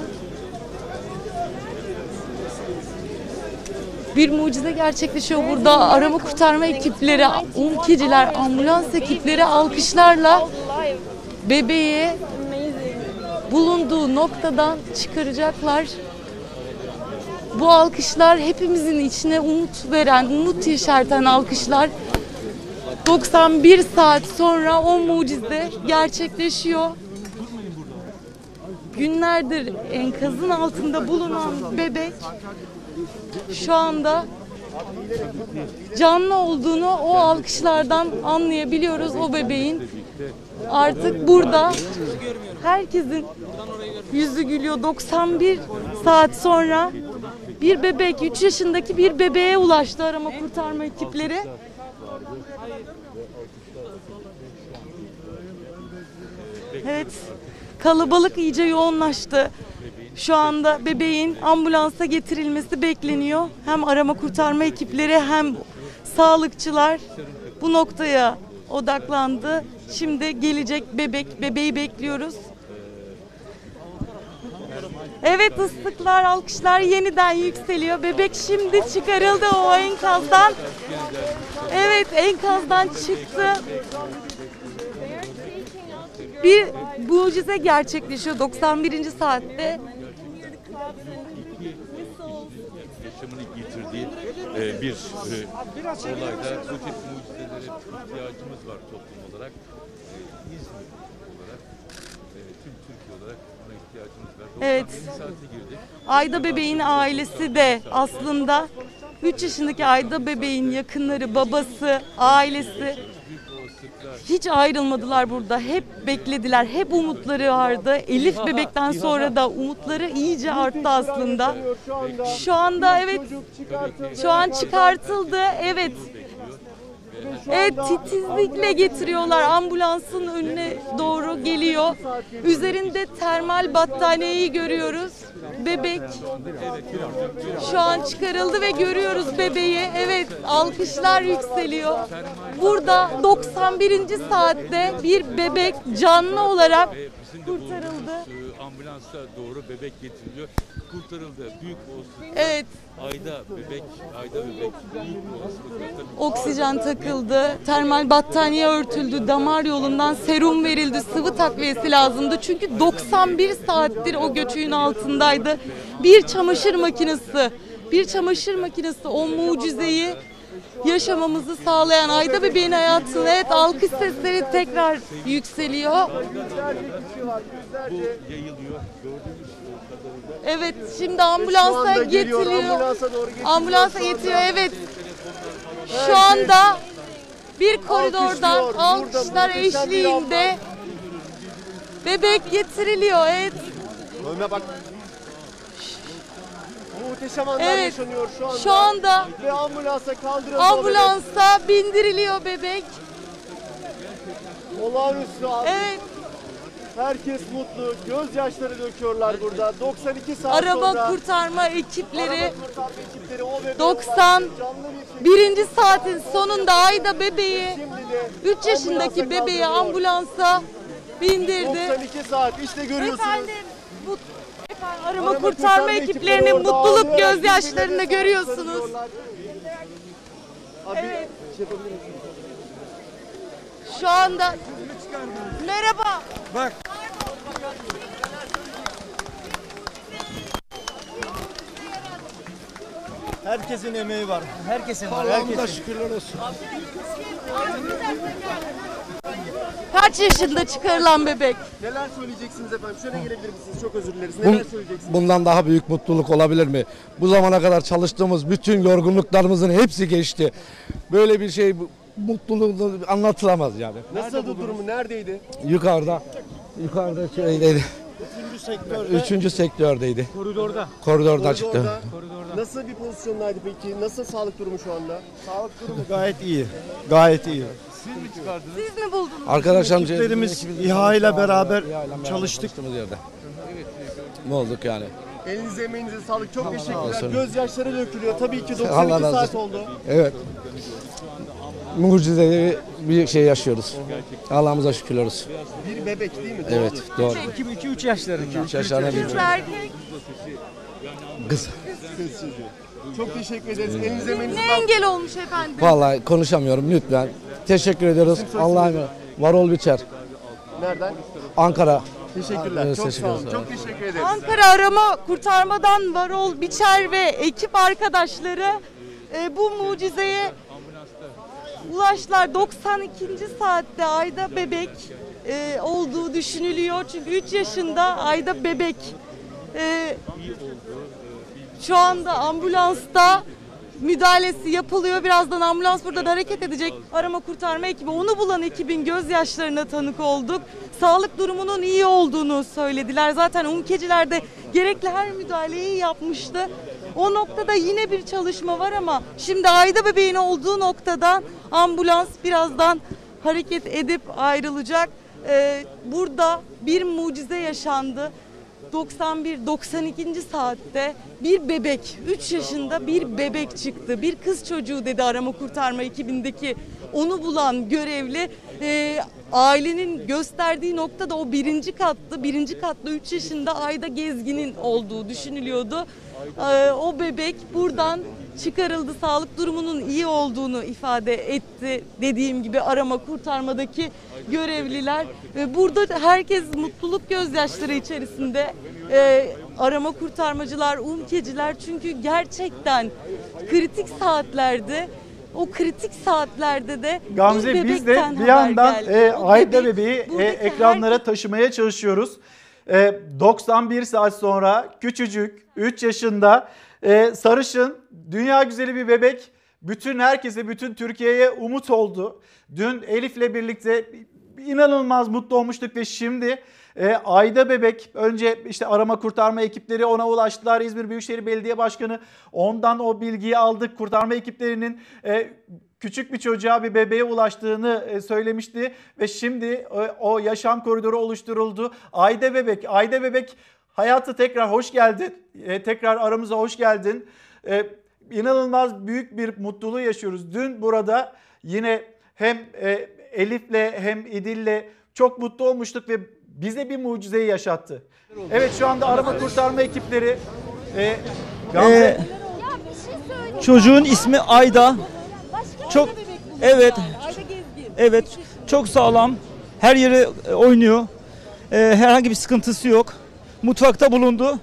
bir mucize gerçekleşiyor burada. Arama kurtarma ekipleri, UMKE'ciler, ambulans ekipleri alkışlarla bebeği bulunduğu noktadan çıkaracaklar. Bu alkışlar hepimizin içine umut veren, umut yeşerten alkışlar. doksan bir saat sonra o mucize gerçekleşiyor. Günlerdir enkazın altında bulunan bebek şu anda canlı olduğunu o alkışlardan anlayabiliyoruz. O bebeğin artık burada herkesin yüzü gülüyor. doksan bir saat sonra bir bebek, üç yaşındaki bir bebeğe ulaştı arama kurtarma ekipleri. Evet, kalabalık iyice yoğunlaştı. Şu anda bebeğin ambulansa getirilmesi bekleniyor. Hem arama kurtarma ekipleri hem sağlıkçılar bu noktaya odaklandı. Şimdi gelecek bebek, bebeği bekliyoruz. Evet, ıslıklar, alkışlar yeniden yükseliyor. Bebek şimdi çıkarıldı o enkazdan. Evet, enkazdan çıktı. Bir mucize gerçekleşiyor doksan birinci saatte. Yaşamını yitirdiği e, bir e, olayda bu tip mucizelere ihtiyacımız var toplum olarak. E, İzmir olarak, e, tüm Türkiye olarak buna ihtiyacımız var. Evet. saate girdik. Ayda bebeğin ailesi de aslında üç yaşındaki Ayda bebeğin yakınları, babası, ailesi hiç ayrılmadılar burada. Hep beklediler. Hep umutları vardı. Elif bebekten sonra da umutları iyice arttı aslında. Şu anda evet, şu an çıkartıldı. Evet. Evet, titizlikle getiriyorlar. Ambulansın önüne doğru geliyor. Üzerinde termal battaniyeyi görüyoruz. Bebek şu an çıkarıldı ve görüyoruz bebeği. Evet, alkışlar yükseliyor. Burada doksan birinci saatte bir bebek canlı olarak kurtarıldı. Ambulansa doğru bebek getiriliyor. Kurtarıldı. Büyük olasılıkla. Evet. Ayda bebek, ayda bebek büyük olasılıkla. Oksijen takıldı, termal battaniye örtüldü, damar yolundan serum verildi, sıvı takviyesi lazımdı. Çünkü doksan bir saattir o göçüğün altındaydı. Bir çamaşır makinesi, bir çamaşır makinesi o mucizeyi yaşamamızı sağlayan Ayda bebeğin hayatını, evet, alkış sesleri tekrar yükseliyor. Bu yayılıyor. Gördüğümüz kadarıyla. Evet, şimdi ambulansa getiriliyor. Ambulansa getiriyor, evet. Şu anda bir koridordan alkışlar eşliğinde bebek getiriliyor, evet. Önüme bak. Muhteşem anlar Evet, yaşanıyor şu anda. şu anda ve ambulansa kaldırıldı. ambulansa bindiriliyor bebek. Olağanüstü abi. Evet. Herkes mutlu. Gözyaşları döküyorlar burada. doksan iki saat Araba sonra. kurtarma ekipleri Araba kurtarma ekipleri o bebeği doksan birinci saatin sonunda Ayda bebeği, üç yaşındaki bebeği ambulansa bindirdi. doksan iki saat işte görüyorsunuz. Efendim, bu efendim, arama kurtarma ekiplerinin mutluluk gözyaşlarını görüyorsunuz. Abi, Evet. Şey yapabilir misin? Şu anda merhaba. Bak. Herkesin emeği var. Herkesin var. Allah'ımıza Herkesin. şükürler olsun. Kaç yaşında çıkarılan bebek? Neler söyleyeceksiniz efendim? Şöyle gelebilir misiniz? Çok özür dileriz. Neler Bun- söyleyeceksiniz? Bundan daha büyük mutluluk olabilir mi? Bu zamana kadar çalıştığımız bütün yorgunluklarımızın hepsi geçti. Böyle bir şey bu- mutluluğu anlatılamaz yani. Nasıldı durumu? Neredeydi? Yukarıda, yukarıda şeydeydi. Üçüncü sektörde. Üçüncü sektördeydi. Koridorda. Koridorda çıktı. Nasıl bir pozisyondaydı peki? Nasıl sağlık durumu şu anda? Sağlık durumu Gayet iyi. Gayet iyi. Siz mi çıkardınız? Siz mi buldunuz? Arkadaşlar Ekiplerimiz İHA ile beraber çalıştık. Çalıştığımız yerde. Ne olduk yani? Elinize emeğinize sağlık. Çok Allah teşekkürler. olsun. Gözyaşları dökülüyor. Tabii ki doksan Allah iki razı saat olsun. oldu. Evet. Mucizevi bir şey yaşıyoruz. Allah'ımıza şükürler olsun. Bir bebek değil mi? Evet, doğru. iki üç yaşlarında. iki üç yaşlarında bir çocuk. Erkek. Kız. Kız çocuğu. Çok teşekkür ederiz. Elinize emeğinize Ne sağlık. engel olmuş efendim? Vallahi konuşamıyorum lütfen. Teşekkür ediyoruz. Allah'a emanet. Varol Biçer. Nereden? Ankara. Teşekkürler. Evet, Çok teşekkür sağ olun. ederiz. Çok teşekkür ederiz. Ankara Arama Kurtarmadan Varol Biçer ve ekip arkadaşları e, bu mucizeye ulaştılar. doksan ikinci saatte ayda bebek e, olduğu düşünülüyor. Çünkü üç yaşında ayda bebek. E, şu anda ambulansta müdahalesi yapılıyor. Birazdan ambulans buradan hareket edecek. Arama kurtarma ekibi, onu bulan ekibin gözyaşlarına tanık olduk. Sağlık durumunun iyi olduğunu söylediler. Zaten Umkeciler de gerekli her müdahaleyi yapmıştı. O noktada yine bir çalışma var ama şimdi ayda bebeğin olduğu noktadan ambulans birazdan hareket edip ayrılacak. Ee, burada bir mucize yaşandı. doksan bir doksan ikinci saatte bir bebek, üç yaşında bir bebek çıktı. Bir kız çocuğu dedi arama kurtarma ekibindeki onu bulan görevli. Ee, ailenin gösterdiği nokta da o birinci kattı. Birinci katta üç yaşında ayda gezginin olduğu düşünülüyordu. Ee, o bebek buradan çıkarıldı. Sağlık durumunun iyi olduğunu ifade etti. Dediğim gibi arama kurtarmadaki görevliler. Ve burada herkes mutluluk gözyaşları içerisinde. Ee, arama kurtarmacılar, umkeciler, çünkü gerçekten kritik saatlerde, o kritik saatlerde de Gamze bir biz de bebekten bir haber yandan geldi. e, O ayda bebek, bebeği e, buradaki ekranlara taşımaya çalışıyoruz. E, doksan bir saat sonra küçücük üç yaşında e, sarışın dünya güzeli bir bebek bütün herkese, bütün Türkiye'ye umut oldu. Dün Elif'le birlikte inanılmaz mutlu olmuştuk ve şimdi e, ayda bebek, önce işte arama kurtarma ekipleri ona ulaştılar. İzmir Büyükşehir Belediye Başkanı ondan o bilgiyi aldık. Kurtarma ekiplerinin e, küçük bir çocuğa, bir bebeğe ulaştığını e, söylemişti ve şimdi e, o yaşam koridoru oluşturuldu. Ayda bebek, ayda bebek hayatı tekrar hoş geldin. E, tekrar aramıza hoş geldin. E, inanılmaz büyük bir mutluluğu yaşıyoruz. Dün burada yine hem e, Elif'le hem İdil'le çok mutlu olmuştuk ve bize bir mucizeyi yaşattı. Evet, şu anda arama kurtarma ekipleri e, Gamze. Ee, çocuğun ismi Ayda. Çok evet. Evet, çok sağlam. Her yeri oynuyor. Ee, herhangi bir sıkıntısı yok. Mutfakta bulundu.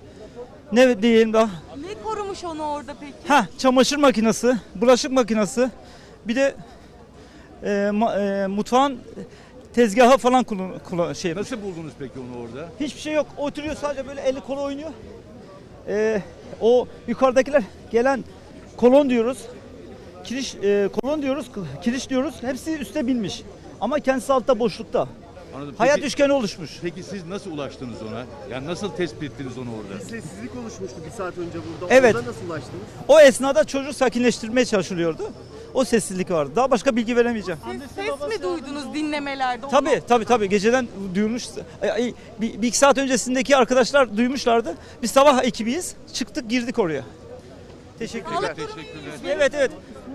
Ne diyeyim daha? Ne korumuş onu orada peki? Ha, çamaşır makinesi, bulaşık makinesi. Bir de e, ma, e, mutfağın tezgahı falan kullan, kullan şey. Nasıl buldunuz peki onu orada? Hiçbir şey yok. Oturuyor, sadece böyle eli kolu oynuyor. Ee, o yukarıdakiler gelen kolon diyoruz. Kiriş e, kolon diyoruz, kiriş diyoruz. Hepsi üste binmiş. Ama kendisi altta boşlukta. Anladım. Hayat Peki- üçgeni oluşmuş. Peki siz nasıl ulaştınız ona? Yani nasıl tespit ettiniz onu orada? Bir sessizlik oluşmuştu bir saat önce burada. Evet. Orada nasıl ulaştınız? O esnada çocuğu sakinleştirmeye çalışılıyordu. O sessizlik vardı. Daha başka bilgi veremeyeceğim. Siz ses mi duydunuz dinlemelerde? O Tabii tabii tabii geceden duyulmuş. Ay, ay, Bir, bir iki saat öncesindeki arkadaşlar duymuşlardı. Biz sabah ekibiyiz. Çıktık, girdik oraya. Teşekkürler. Teşekkürler. Evet evet.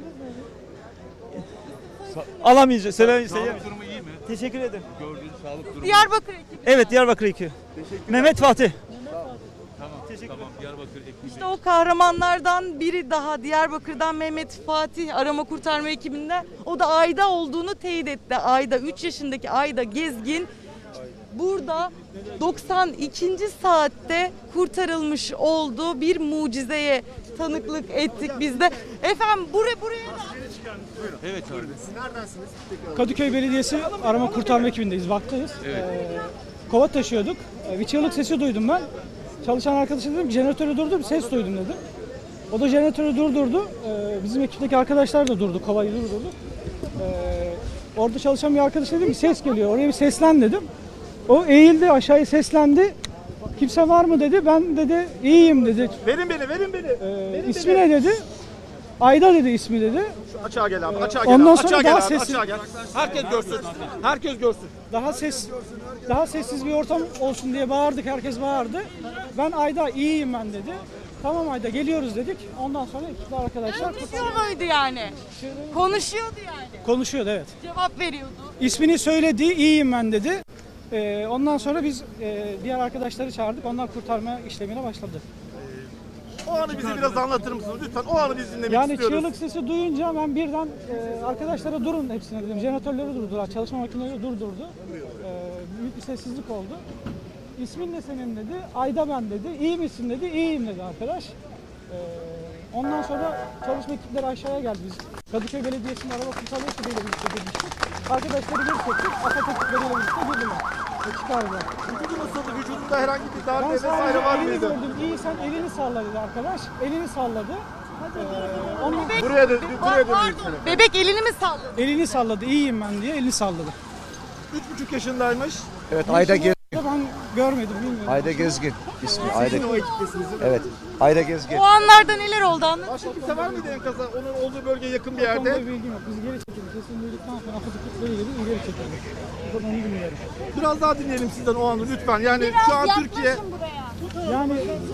Alamayacağız. Söyleyemeyeceğim. Sağlık durumu iyi mi? Teşekkür ederim. Gördüğünüz sağlık durumu. Diyarbakır ekibi. Evet, Diyarbakır iki. Mehmet Fatih. Tamam. Tamam, Diyarbakır ekibi. İşte o kahramanlardan biri daha Diyarbakır'dan Mehmet Fatih arama kurtarma ekibinden. O da Ayda olduğunu teyit etti. Ayda üç yaşındaki Ayda Gezgin burada doksan ikinci saatte kurtarılmış olduğu bir mucizeye tanıklık ettik biz de. Efendim buraya buraya Evet abi. Siz neredensiniz? Kadıköy Belediyesi arama kurtarma ekibindeyiz, vaktayız. Evet. Ee, kova taşıyorduk. Ee, bir çığlık sesi duydum ben. Çalışan arkadaşa dedim jeneratörü durdur, bir ses duydum dedim. O da jeneratörü durdurdu. Ee, bizim ekipteki arkadaşlar da durdu, kovayı durdurdu. Ee, orada çalışan bir arkadaş dedim bir ses geliyor, oraya bir seslen dedim. O eğildi, aşağıya seslendi. Kimse var mı dedi, ben dedi iyiyim dedi. Verin beni, verin beni. Ee, verin ismi beni. ne dedi? Ayda dedi ismi dedi. Şu açığa gel abi, açığa gel Ondan abi, sonra açığa daha gel abi, sessiz. açığa gel. Herkes görsün, herkes görsün. Daha ses, daha sessiz bir ortam olsun diye bağırdık, herkes bağırdı. Ben Ayda iyiyim ben dedi. Tamam Ayda geliyoruz dedik. Ondan sonra ekipli arkadaşlar konuşuyor muydu yani? Konuşuyordu yani. konuşuyordu evet. Cevap veriyordu. İsmini söyledi, iyiyim ben dedi. Ee, ondan sonra biz e, diğer arkadaşları çağırdık. Onlar kurtarma işlemine başladı. O anı bize biraz anlatır mısınız lütfen? O anı biz dinlemek Yani istiyoruz. çığlık sesi duyunca ben birden e, arkadaşlara durun hepsine dedim. Jeneratörleri durdurdular, çalışma makineleri durdurdu. E, büyük bir sessizlik oldu. İsmin ne senin dedi. Ayda ben dedi. İyi misin dedi. İyiyim dedi arkadaş. E, ondan sonra çalışma ekipleri aşağıya geldi. Biz Kadıköy Belediyesi'nin araba kurtarma ekibiyle birlikte girmiştik. Arkadaşları geri çektik. AFAD ekipleriyle birlikte girdiler. E, çıkardılar. Vücudu nasıldı? Vücudunda herhangi bir darbe Ben vesaire sadece var elini mıydı? gördüm. İyi sen elini salla dedi arkadaş. Elini salladı. Ee, ondan... Buraya dön, buraya dön. Bebek elini mi salladı? Elini salladı. İyiyim ben diye elini salladı. Üç buçuk yaşındaymış. Evet, Ayda Gezgin. Ben görmedim, bilmiyorum. Ayda Gezgin ismi. Siz Ayda. yine o ekiptesiniz değil mi? Evet. Ayda Gezgin. O anlarda neler oldu anladın? Başka kimse var mıydı enkaza? Onun olduğu bölgeye yakın bir Bu konuda yerde. bilgim yok. Biz geri çekildik. Sesini duyduktan sonra AFAD ekipleriyle bir geri çekildik. Bu konuda onu bilmiyorum. Biraz daha dinleyelim sizden o anı lütfen. Yani şu an Türkiye... Yani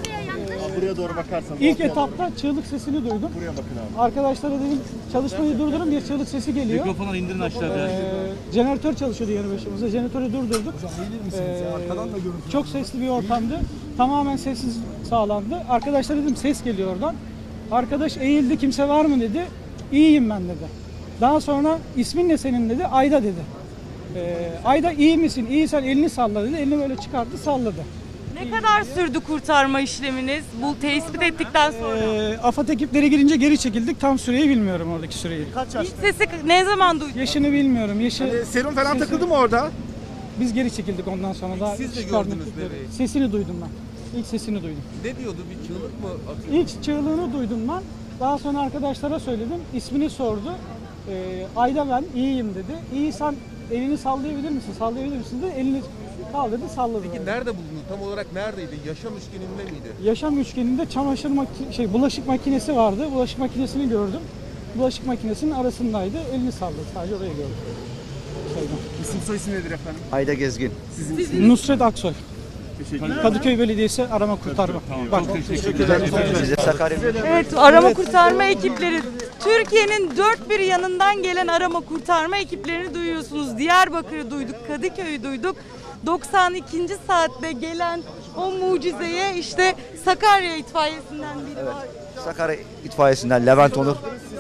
buraya doğru bakarsanız. ilk etapta çığlık sesini duydum. Buraya bakın abi. Arkadaşlara dedim çalışmayı durdurun, bir çığlık sesi geliyor. Mikrofonu indirin aşağıya. Ee, jeneratör çalışıyordu yanı başımızda. Jeneratörü durdurduk. Ee, çok sesli bir ortamdı. Tamamen sessiz sağlandı. Arkadaşlar dedim ses geliyor oradan. Arkadaş eğildi, kimse var mı dedi. İyiyim ben dedi. Daha sonra ismin ne senin dedi. Ayda dedi. Ee, Ayda iyi misin? İyiysen elini salla dedi. Elini böyle çıkarttı, salladı. Ne kadar sürdü kurtarma işleminiz? Bu tespit ettikten sonra. Ee, AFAD ekipleri girince geri çekildik. Tam süreyi bilmiyorum, oradaki süreyi. Kaç yaş? İlk sesi ne zaman duydun? Yaşını bilmiyorum. Yaşı, Hani serum falan sesi- takıldı mı orada? Biz geri çekildik ondan sonra. Daha Siz de çıkardık gördünüz ekipleri. bebeği. Sesini duydum ben. İlk sesini duydum. Ne diyordu? Bir çığlık mı atıyor? İlk çığlığını duydum ben. Daha sonra arkadaşlara söyledim. İsmini sordu. Ee, Ayda ben iyiyim dedi. İyiysen elini sallayabilir misin? Sallayabilir misin dedi. Elini kaldırdı, salladı. Peki böyle. nerede bulundu? Tam olarak neredeydi? Yaşam üçgeninde miydi? Yaşam üçgeninde çamaşır maki- şey bulaşık makinesi vardı. Bulaşık makinesini gördüm. Bulaşık makinesinin arasındaydı. Elini salladı. Sadece orayı gördüm. Şeyden. İsim soy isim nedir efendim? Ayda Gezgin. Sizin isminiz? Nusret Aksoy. Teşekkürler. Kadıköy Belediyesi arama kurtarma. Bak, Teşekkürler. Size Sakarya. Evet, arama kurtarma ekipleri. Türkiye'nin dört bir yanından gelen arama kurtarma ekiplerini duyuyorsunuz. Diyarbakır'ı duyduk, Kadıköy'ü duyduk. doksan ikinci saatte gelen o mucizeye işte Sakarya itfaiyesinden biri var. Sakarya itfaiyesinden Levent Onur.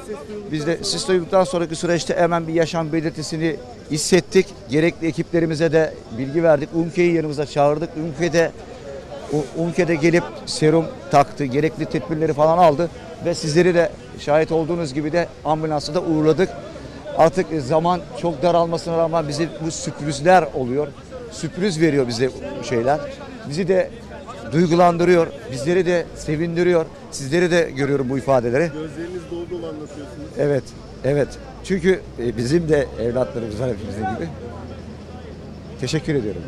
Biz de siz duyduktan sonraki süreçte hemen bir yaşam belirtisini hissettik. Gerekli ekiplerimize de bilgi verdik. UMKE'yi yanımıza çağırdık. UMKE'de UMKE'de gelip serum taktı. Gerekli tedbirleri falan aldı. Ve sizleri de şahit olduğunuz gibi de ambulansa da uğurladık. Artık zaman çok daralmasına rağmen bize bu sürprizler oluyor. Sürpriz veriyor bize bu şeyler. Bizi de duygulandırıyor. Bizleri de sevindiriyor. Sizleri de görüyorum bu ifadeleri. Gözleriniz dolu dolu anlatıyorsunuz. Evet, evet. Çünkü bizim de evlatlarımız var hepimizin gibi. Teşekkür ediyorum.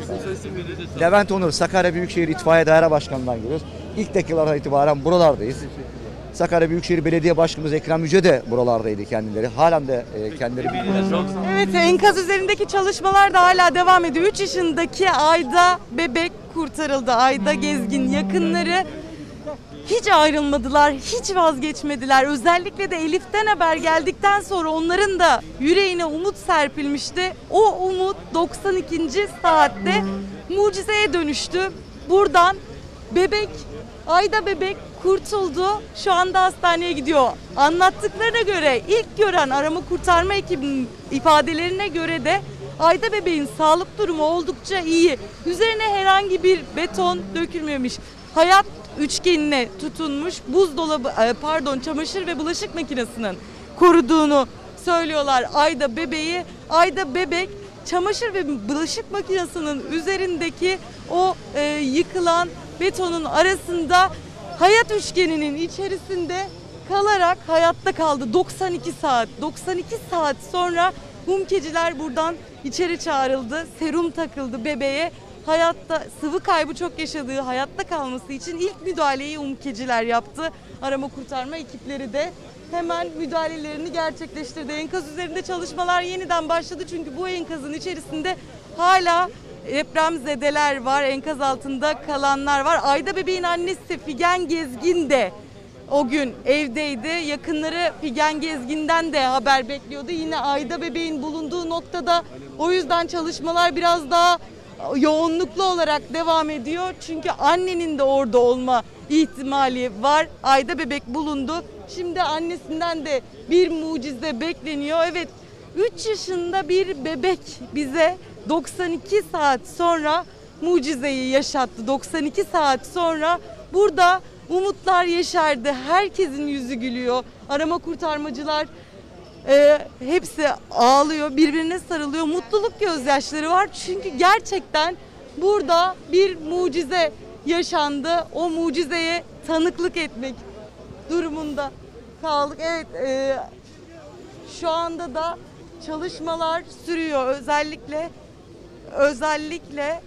Levent Onur, Sakarya Büyükşehir İtfaiye Daire Başkanı'ndan geliyoruz. İlk dakikalardan itibaren buralardayız. Sakarya Büyükşehir Belediye Başkanımız Ekrem Yüce de buralardaydı kendileri. Halen de e, kendileri... Evet, enkaz üzerindeki çalışmalar da hala devam ediyor. üç yaşındaki Ayda bebek kurtarıldı. Ayda Gezgin yakınları hiç ayrılmadılar, hiç vazgeçmediler. Özellikle de Elif'ten haber geldikten sonra onların da yüreğine umut serpilmişti. O umut doksan ikinci saatte mucizeye dönüştü. Buradan Bebek, Ayda bebek kurtuldu. Şu anda hastaneye gidiyor. Anlattıklarına göre ilk gören arama kurtarma ekibinin ifadelerine göre de Ayda bebeğin sağlık durumu oldukça iyi. Üzerine herhangi bir beton dökülmemiş. Hayat üçgenine tutunmuş buzdolabı pardon çamaşır ve bulaşık makinesinin koruduğunu söylüyorlar Ayda bebeği. Ayda bebek çamaşır ve bulaşık makinesinin üzerindeki o e, yıkılan betonun arasında hayat üçgeninin içerisinde kalarak hayatta kaldı. doksan iki saat. doksan iki saat sonra Umkeciler buradan içeri çağrıldı. Serum takıldı bebeğe. Hayatta sıvı kaybı çok yaşadığı hayatta kalması için ilk müdahaleyi Umkeciler yaptı. Arama kurtarma ekipleri de hemen müdahalelerini gerçekleştirdi. Enkaz üzerinde çalışmalar yeniden başladı çünkü bu enkazın içerisinde hala depremzedeler var, enkaz altında kalanlar var. Ayda bebeğin annesi Figen Gezgin de o gün evdeydi. Yakınları Figen Gezgin'den de haber bekliyordu. Yine Ayda bebeğin bulunduğu noktada, o yüzden çalışmalar biraz daha yoğunluklu olarak devam ediyor. Çünkü annenin de orada olma ihtimali var. Ayda bebek bulundu. Şimdi annesinden de bir mucize bekleniyor. Evet, üç yaşında bir bebek bize doksan iki saat sonra mucizeyi yaşattı. doksan iki saat sonra burada umutlar yeşerdi. Herkesin yüzü gülüyor. Arama kurtarmacılar e, hepsi ağlıyor, birbirine sarılıyor. Mutluluk gözyaşları var. Çünkü gerçekten burada bir mucize yaşandı. O mucizeye tanıklık etmek durumunda kaldık. Evet, e, şu anda da çalışmalar sürüyor. Özellikle özellikle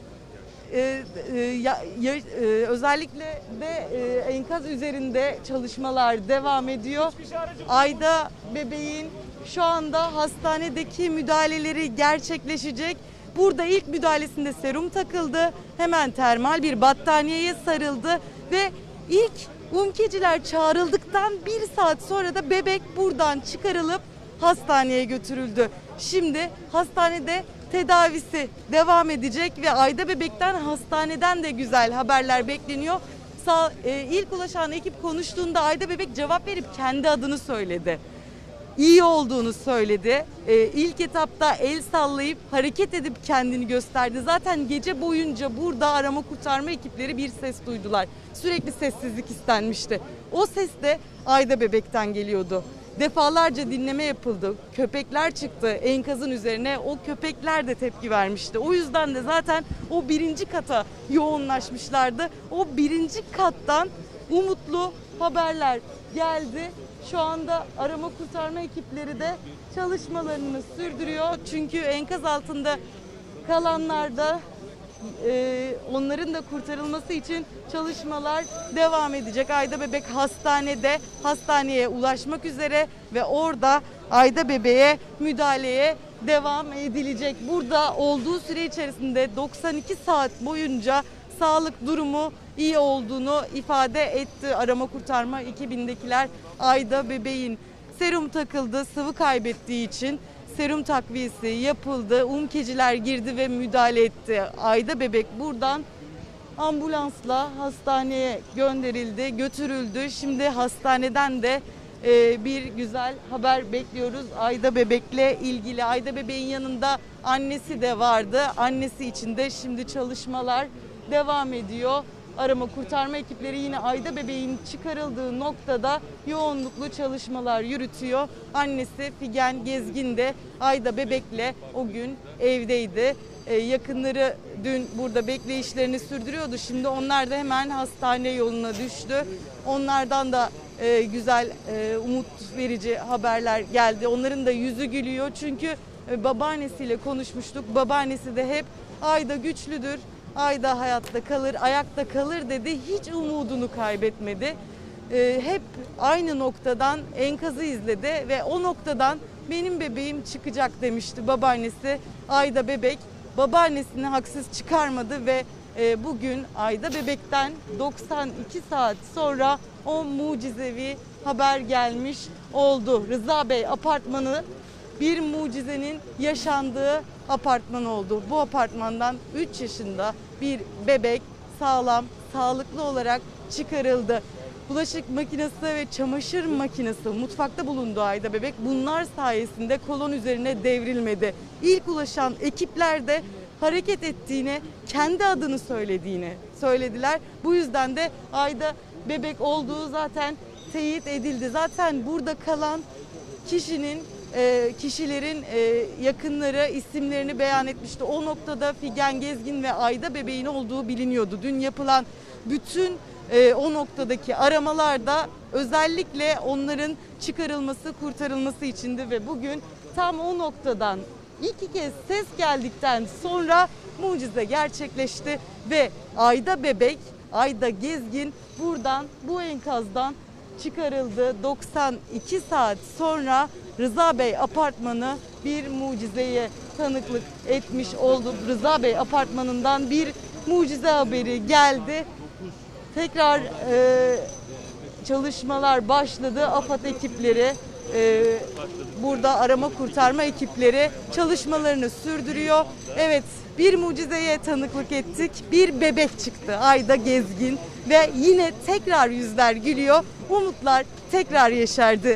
e, e, ya, ya, e, özellikle de e, enkaz üzerinde çalışmalar devam ediyor. Ayda bebeğin şu anda hastanedeki müdahaleleri gerçekleşecek. Burada ilk müdahalesinde serum takıldı. Hemen termal bir battaniyeye sarıldı ve ilk Umkeciler çağrıldıktan bir saat sonra da bebek buradan çıkarılıp hastaneye götürüldü. Şimdi hastanede tedavisi devam edecek ve Ayda bebekten, hastaneden de güzel haberler bekleniyor. Sa e, ilk ulaşan ekip konuştuğunda Ayda bebek cevap verip kendi adını söyledi. İyi olduğunu söyledi. E, ilk etapta el sallayıp hareket edip kendini gösterdi. Zaten gece boyunca burada arama kurtarma ekipleri bir ses duydular. Sürekli sessizlik istenmişti. O ses de Ayda bebekten geliyordu. Defalarca dinleme yapıldı. Köpekler çıktı enkazın üzerine. O köpekler de tepki vermişti. O yüzden de zaten o birinci kata yoğunlaşmışlardı. O birinci kattan umutlu haberler geldi. Şu anda arama kurtarma ekipleri de çalışmalarını sürdürüyor. Çünkü enkaz altında kalanlar da e, onların da kurtarılması için çalışmalar devam edecek. Ayda bebek hastanede, hastaneye ulaşmak üzere ve orada Ayda bebeğe müdahaleye devam edilecek. Burada olduğu süre içerisinde doksan iki saat boyunca sağlık durumu iyi olduğunu ifade etti arama kurtarma ekibindekiler. Ayda bebeğin serum takıldı, sıvı kaybettiği için serum takviyesi yapıldı. Umkeciler girdi ve müdahale etti. Ayda bebek buradan ambulansla hastaneye gönderildi, götürüldü. Şimdi hastaneden de e, bir güzel haber bekliyoruz Ayda bebekle ilgili. Ayda bebeğin yanında annesi de vardı. Annesi için de şimdi çalışmalar devam ediyor. Arama kurtarma ekipleri yine Ayda bebeğin çıkarıldığı noktada yoğunluklu çalışmalar yürütüyor. Annesi Figen Gezgin de Ayda bebekle o gün evdeydi. Ee, yakınları dün burada bekleyişlerini sürdürüyordu. Şimdi onlar da hemen hastane yoluna düştü. Onlardan da e, güzel, e, umut verici haberler geldi. Onların da yüzü gülüyor çünkü e, babaannesiyle konuşmuştuk. Babaannesi de hep Ayda güçlüdür, Ayda hayatta kalır, ayakta kalır dedi. Hiç umudunu kaybetmedi. Ee, hep aynı noktadan enkazı izledi ve o noktadan benim bebeğim çıkacak demişti babaannesi. Ayda bebek babaannesini haksız çıkarmadı ve e, bugün Ayda bebekten doksan iki saat sonra o mucizevi haber gelmiş oldu. Rıza Bey apartmanı bir mucizenin yaşandığı apartman oldu. Bu apartmandan üç yaşında bir bebek sağlam, sağlıklı olarak çıkarıldı. Bulaşık makinesi ve çamaşır makinesi mutfakta bulunduğu Ayda bebek bunlar sayesinde kolon üzerine devrilmedi. İlk ulaşan ekipler de hareket ettiğini, kendi adını söylediğini söylediler. Bu yüzden de Ayda bebek olduğu zaten teyit edildi. Zaten burada kalan kişinin kişilerin yakınları isimlerini beyan etmişti. O noktada Figen Gezgin ve Ayda bebeğin olduğu biliniyordu. Dün yapılan bütün o noktadaki aramalarda özellikle onların çıkarılması, kurtarılması içindi ve bugün tam o noktadan iki kez ses geldikten sonra mucize gerçekleşti ve Ayda bebek, Ayda Gezgin buradan, bu enkazdan çıkarıldı. doksan iki saat sonra Rıza Bey apartmanı bir mucizeye tanıklık etmiş oldu. Rıza Bey apartmanından bir mucize haberi geldi. Tekrar e, çalışmalar başladı. AFAD ekipleri, e, burada arama kurtarma ekipleri çalışmalarını sürdürüyor. Evet, bir mucizeye tanıklık ettik. Bir bebek çıktı, Ayda Gezgin ve yine tekrar yüzler gülüyor. Umutlar tekrar yeşerdi.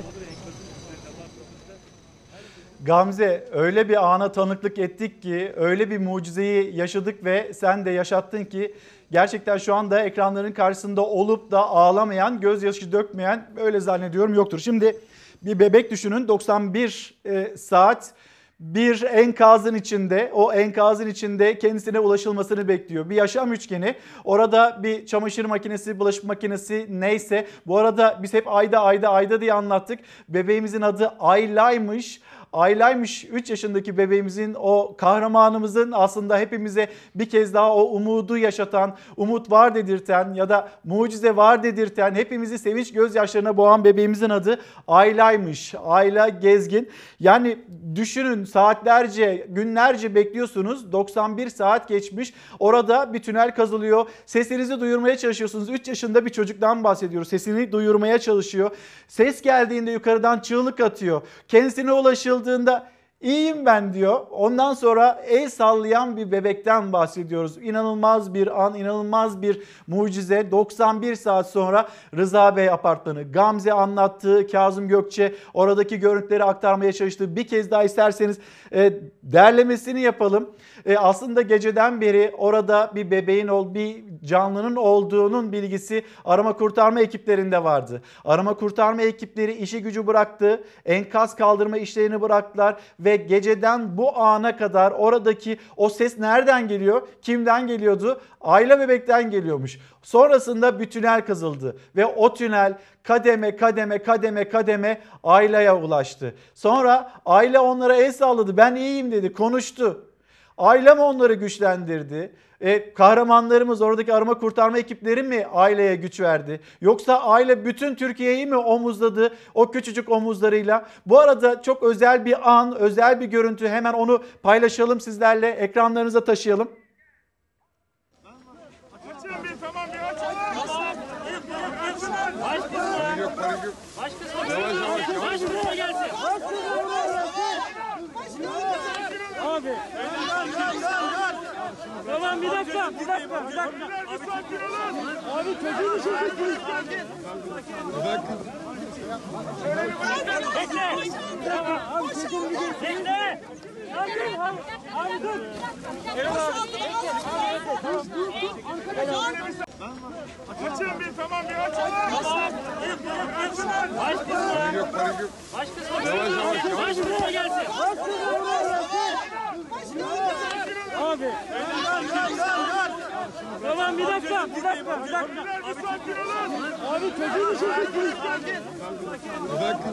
Gamze, öyle bir ana tanıklık ettik ki, öyle bir mucizeyi yaşadık ve sen de yaşattın ki gerçekten şu anda ekranların karşısında olup da ağlamayan, gözyaşı dökmeyen, öyle zannediyorum yoktur. Şimdi bir bebek düşünün, doksan bir e, saat bir enkazın içinde, o enkazın içinde kendisine ulaşılmasını bekliyor. Bir yaşam üçgeni. Orada bir çamaşır makinesi, bulaşık makinesi neyse. Bu arada biz hep Ayda Ayda Ayda diye anlattık. Bebeğimizin adı Ayla'ymış. Ayla'ymış, üç yaşındaki bebeğimizin, o kahramanımızın aslında hepimize bir kez daha o umudu yaşatan, umut var dedirten ya da mucize var dedirten, hepimizi sevinç gözyaşlarına boğan bebeğimizin adı Ayla'ymış. Ayla Gezgin. Yani düşünün, saatlerce, günlerce bekliyorsunuz. doksan bir saat geçmiş. Orada bir tünel kazılıyor. Sesinizi duyurmaya çalışıyorsunuz. üç yaşında bir çocuktan bahsediyoruz. Sesini duyurmaya çalışıyor. Ses geldiğinde yukarıdan çığlık atıyor. Kendisine ulaşıldığında iyiyim ben diyor. Ondan sonra el sallayan bir bebekten bahsediyoruz. İnanılmaz bir an, inanılmaz bir mucize. doksan bir saat sonra Rıza Bey apartmanı, Gamze anlattığı, Kazım Gökçe oradaki görüntüleri aktarmaya çalıştığı, bir kez daha isterseniz e, derlemesini yapalım. E, aslında geceden beri orada bir bebeğin, bir canlının olduğunun bilgisi arama kurtarma ekiplerinde vardı. Arama kurtarma ekipleri işi gücü bıraktı, enkaz kaldırma işlerini bıraktılar ve geceden bu ana kadar oradaki o ses nereden geliyor? Kimden geliyordu? Ayla bebekten geliyormuş. Sonrasında bir tünel kazıldı ve o tünel kademe kademe kademe kademe Ayla'ya ulaştı. Sonra Ayla onlara el salladı. Ben iyiyim dedi, konuştu. Ayla mı onları güçlendirdi? E, kahramanlarımız, oradaki arama kurtarma ekipleri mi Ayla'ya güç verdi? Yoksa Ayla bütün Türkiye'yi mi omuzladı o küçücük omuzlarıyla? Bu arada çok özel bir an, özel bir görüntü, hemen onu paylaşalım sizlerle, ekranlarınıza taşıyalım. Açın bir, tamam bir açalım. Tamam. Başkası. Yok, yok. Başkası. Yavaş yavaş yavaş. Başkası gelsin. Abi. Tamam bir dakika, bir dakika, bir dakika. Abi sakin olun. Abi çocuğun işi sakin. Bir dakika. Bekle. Abi çocuğun bir bekle. Abi abi dur. Açın bir, tamam bir açalım. Tamam. Başkası. Yok, yok. Başkası. Yavaş yavaş yavaş. Başkası gelsin. Abi. Tamam bir dakika, bir dakika, bir dakika. Abi sakin olun. Abi çocuğun işi sakin. Bir dakika.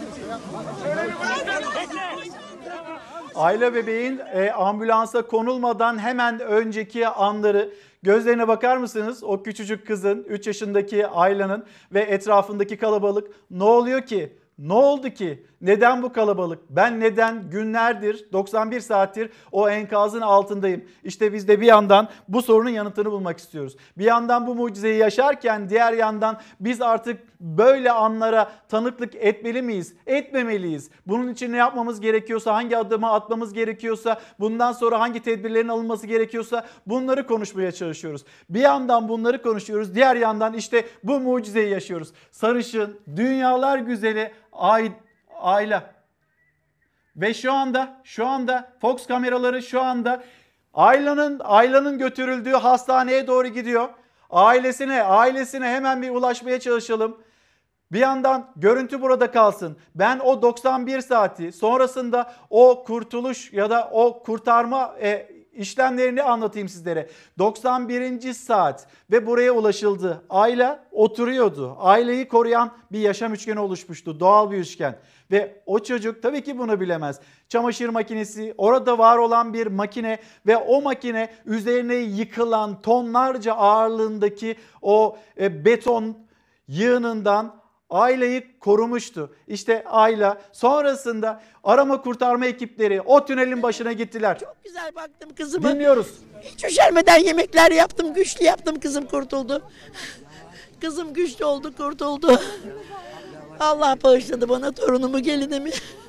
Bekle. Ayla bebeğin e, ambulansa konulmadan hemen önceki anları, gözlerine bakar mısınız? O küçücük kızın, üç yaşındaki Ayla'nın ve etrafındaki kalabalık. Ne oluyor ki? Ne oldu ki? Neden bu kalabalık? Ben neden günlerdir, doksan bir saattir o enkazın altındayım? İşte biz de bir yandan bu sorunun yanıtını bulmak istiyoruz. Bir yandan bu mucizeyi yaşarken diğer yandan biz artık böyle anlara tanıklık etmeli miyiz? Etmemeliyiz. Bunun için ne yapmamız gerekiyorsa, hangi adımı atmamız gerekiyorsa, bundan sonra hangi tedbirlerin alınması gerekiyorsa bunları konuşmaya çalışıyoruz. Bir yandan bunları konuşuyoruz, diğer yandan işte bu mucizeyi yaşıyoruz. Sarışın, dünyalar güzeli Ay, Ayla. Ve şu anda, şu anda Fox kameraları şu anda Ayla'nın Ayla'nın götürüldüğü hastaneye doğru gidiyor. Ailesine, ailesine hemen bir ulaşmaya çalışalım. Bir yandan görüntü burada kalsın. Ben o doksan bir saati sonrasında o kurtuluş ya da o kurtarma e, işlemlerini anlatayım sizlere. doksan birinci saat ve buraya ulaşıldı. Ayla oturuyordu. Aileyi koruyan bir yaşam üçgeni oluşmuştu. Doğal bir üçgen. Ve o çocuk tabii ki bunu bilemez. Çamaşır makinesi, orada var olan bir makine ve o makine üzerine yıkılan tonlarca ağırlığındaki o e, beton yığınından Ayla'yı korumuştu. İşte Ayla sonrasında arama kurtarma ekipleri o tünelin başına gittiler. Çok güzel baktım kızıma. Dinliyoruz. Hiç üşenmeden yemekler yaptım, güçlü yaptım, kızım kurtuldu. Kızım güçlü oldu, kurtuldu. Allah bağışladı bana torunumu, gelinimi.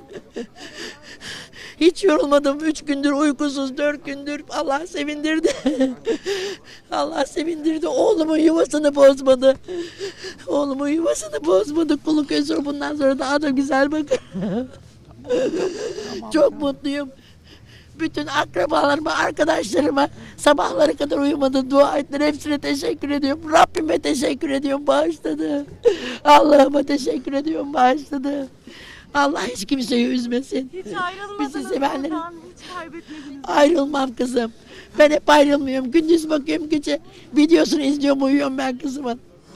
Hiç yorulmadım. Üç gündür uykusuz, dört gündür. Allah sevindirdi. Allah sevindirdi. Oğlumun yuvasını bozmadı. Oğlumun yuvasını bozmadı. Kulu közür, bundan sonra daha da güzel bakın. Çok mutluyum. Bütün akrabalarıma, arkadaşlarıma sabahlara kadar uyumadı, dua ettiler. Hepsine teşekkür ediyorum. Rabbime teşekkür ediyorum, bağışladı. Allah'ıma teşekkür ediyorum, bağışladı. Allah hiç kimseyi üzmesin. Hiç ayrılmadınız. Bizi sevenlerim. Hiç kaybetmediniz. Ayrılmam kızım. Ben hep ayrılmıyorum. Gündüz bakıyorum, gece videosunu izliyorum, uyuyorum ben kızımın.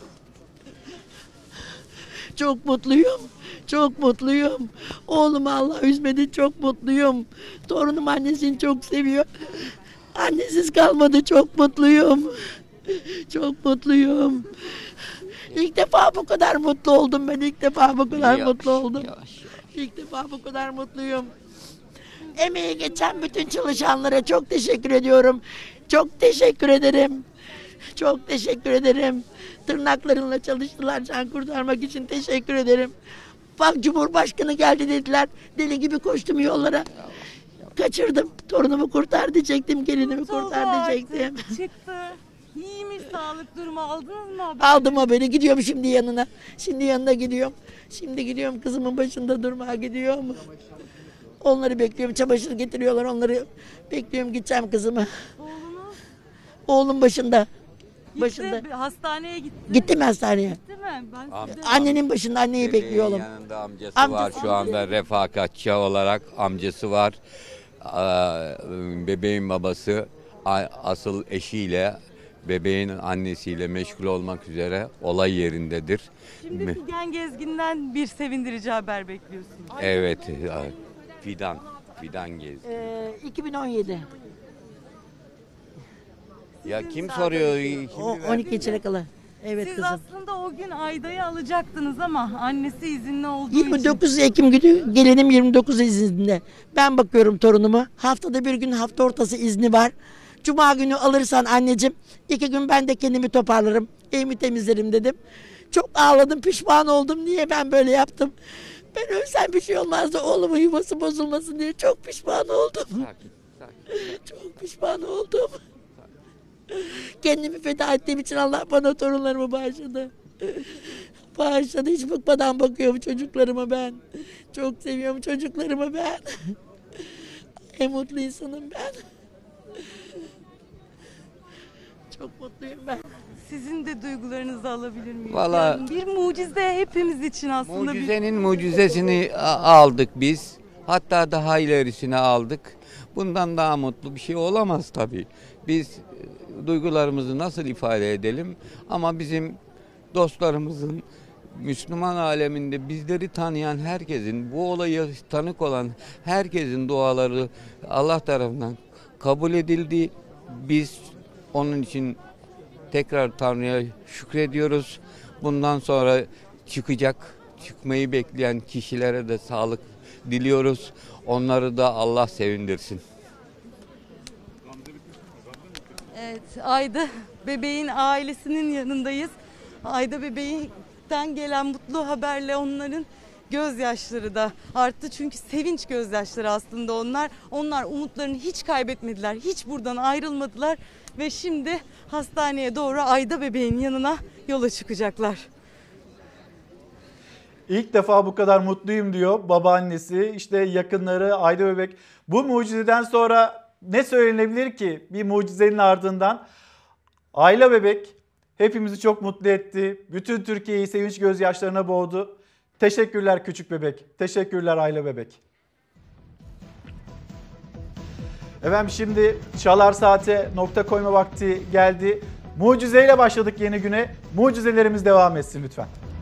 Çok mutluyum. Çok mutluyum. Oğlumu Allah üzmedi, çok mutluyum. Torunum annesini çok seviyor. Annesiz kalmadı, çok mutluyum. Çok mutluyum. İlk defa bu kadar mutlu oldum ben. İlk defa bu kadar yavaş, mutlu oldum. Yavaş, yavaş. İlk defa bu kadar mutluyum. Emeği geçen bütün çalışanlara çok teşekkür ediyorum. Çok teşekkür ederim. Çok teşekkür ederim. Tırnaklarınla çalıştılar can kurtarmak için, teşekkür ederim. Bak Cumhurbaşkanı geldi dediler. Deli gibi koştum yollara. Kaçırdım. Torunumu kurtar diyecektim. Gelinimi kurtar diyecektim. Çıktı. İyiymiş, sağlık durumu aldınız mı haberi? Aldım haberi. Gidiyorum şimdi yanına. Şimdi yanına gidiyorum. Şimdi gidiyorum, kızımın başında durmaya gidiyorum. Onları bekliyorum. Çamaşır getiriyorlar. Onları bekliyorum. Gideceğim kızımı. Oğlunuz? Oğlum başında. Gitti, Başında. hastaneye gitti. Gittim hastaneye. Gitti mi? Ben Am- size- Annenin başında, anneyi Bebeğin bekliyorum. yanında amcası, Amcası var şu anda refakatçi olarak amcası var. Aa, Bebeğin babası a- asıl eşiyle bebeğin annesiyle meşgul olmak üzere olay yerindedir. Şimdi Me- Figen Gezgin'den bir sevindirici haber bekliyorsunuz. Evet, Fidan, Fidan gezdi. Ee, iki bin on yedi. Ya kim soruyor? Şimdi O, on iki içine kala. Evet Siz kızım. aslında o gün Ayda'yı alacaktınız ama annesi izinli olduğu yirmi dokuz için. Ekim günü gelinim yirmi dokuz izninde. Ben bakıyorum torunuma. Haftada bir gün hafta ortası izni var. Cuma günü alırsan anneciğim, iki gün ben de kendimi toparlarım. Evimi temizlerim dedim. Çok ağladım, pişman oldum. Niye ben böyle yaptım? Ben ölsem bir şey olmazdı. Oğlumun yuvası bozulmasın diye çok pişman oldum. Çok pişman oldum. Kendimi feda ettiğim için Allah bana torunlarımı bağışladı. Bağışladı. Hiç bıkmadan bakıyorum çocuklarıma ben. Çok seviyorum çocuklarımı ben. En mutlu insanım ben. Çok mutluyum ben. Sizin de duygularınızı alabilir miyim? Vallahi- Yani bir mucize hepimiz için aslında. bir- Mucizenin mucizesini a- aldık biz. Hatta daha ilerisini aldık. Bundan daha mutlu bir şey olamaz tabii. Biz e, duygularımızı nasıl ifade edelim? Ama bizim dostlarımızın, Müslüman aleminde bizleri tanıyan herkesin, bu olayı tanık olan herkesin duaları Allah tarafından kabul edildi. Biz onun için tekrar Tanrı'ya şükrediyoruz. Bundan sonra çıkacak çıkmayı bekleyen kişilere de sağlık diliyoruz. Onları da Allah sevindirsin. Evet, Ayda bebeğin ailesinin yanındayız. Ayda bebeğinden gelen mutlu haberle onların gözyaşları da arttı. Çünkü sevinç gözyaşları aslında onlar. Onlar umutlarını hiç kaybetmediler. Hiç buradan ayrılmadılar. Ve şimdi hastaneye doğru Ayda bebeğin yanına yola çıkacaklar. İlk defa bu kadar mutluyum diyor babaannesi, işte yakınları, Ayda bebek. Bu mucizeden sonra ne söylenebilir ki bir mucizenin ardından? Ayla bebek hepimizi çok mutlu etti. Bütün Türkiye'yi sevinç gözyaşlarına boğdu. Teşekkürler küçük bebek. Teşekkürler Ayla bebek. Efendim şimdi Çalar Saat'e nokta koyma vakti geldi. Mucizeyle başladık yeni güne. Mucizelerimiz devam etsin lütfen.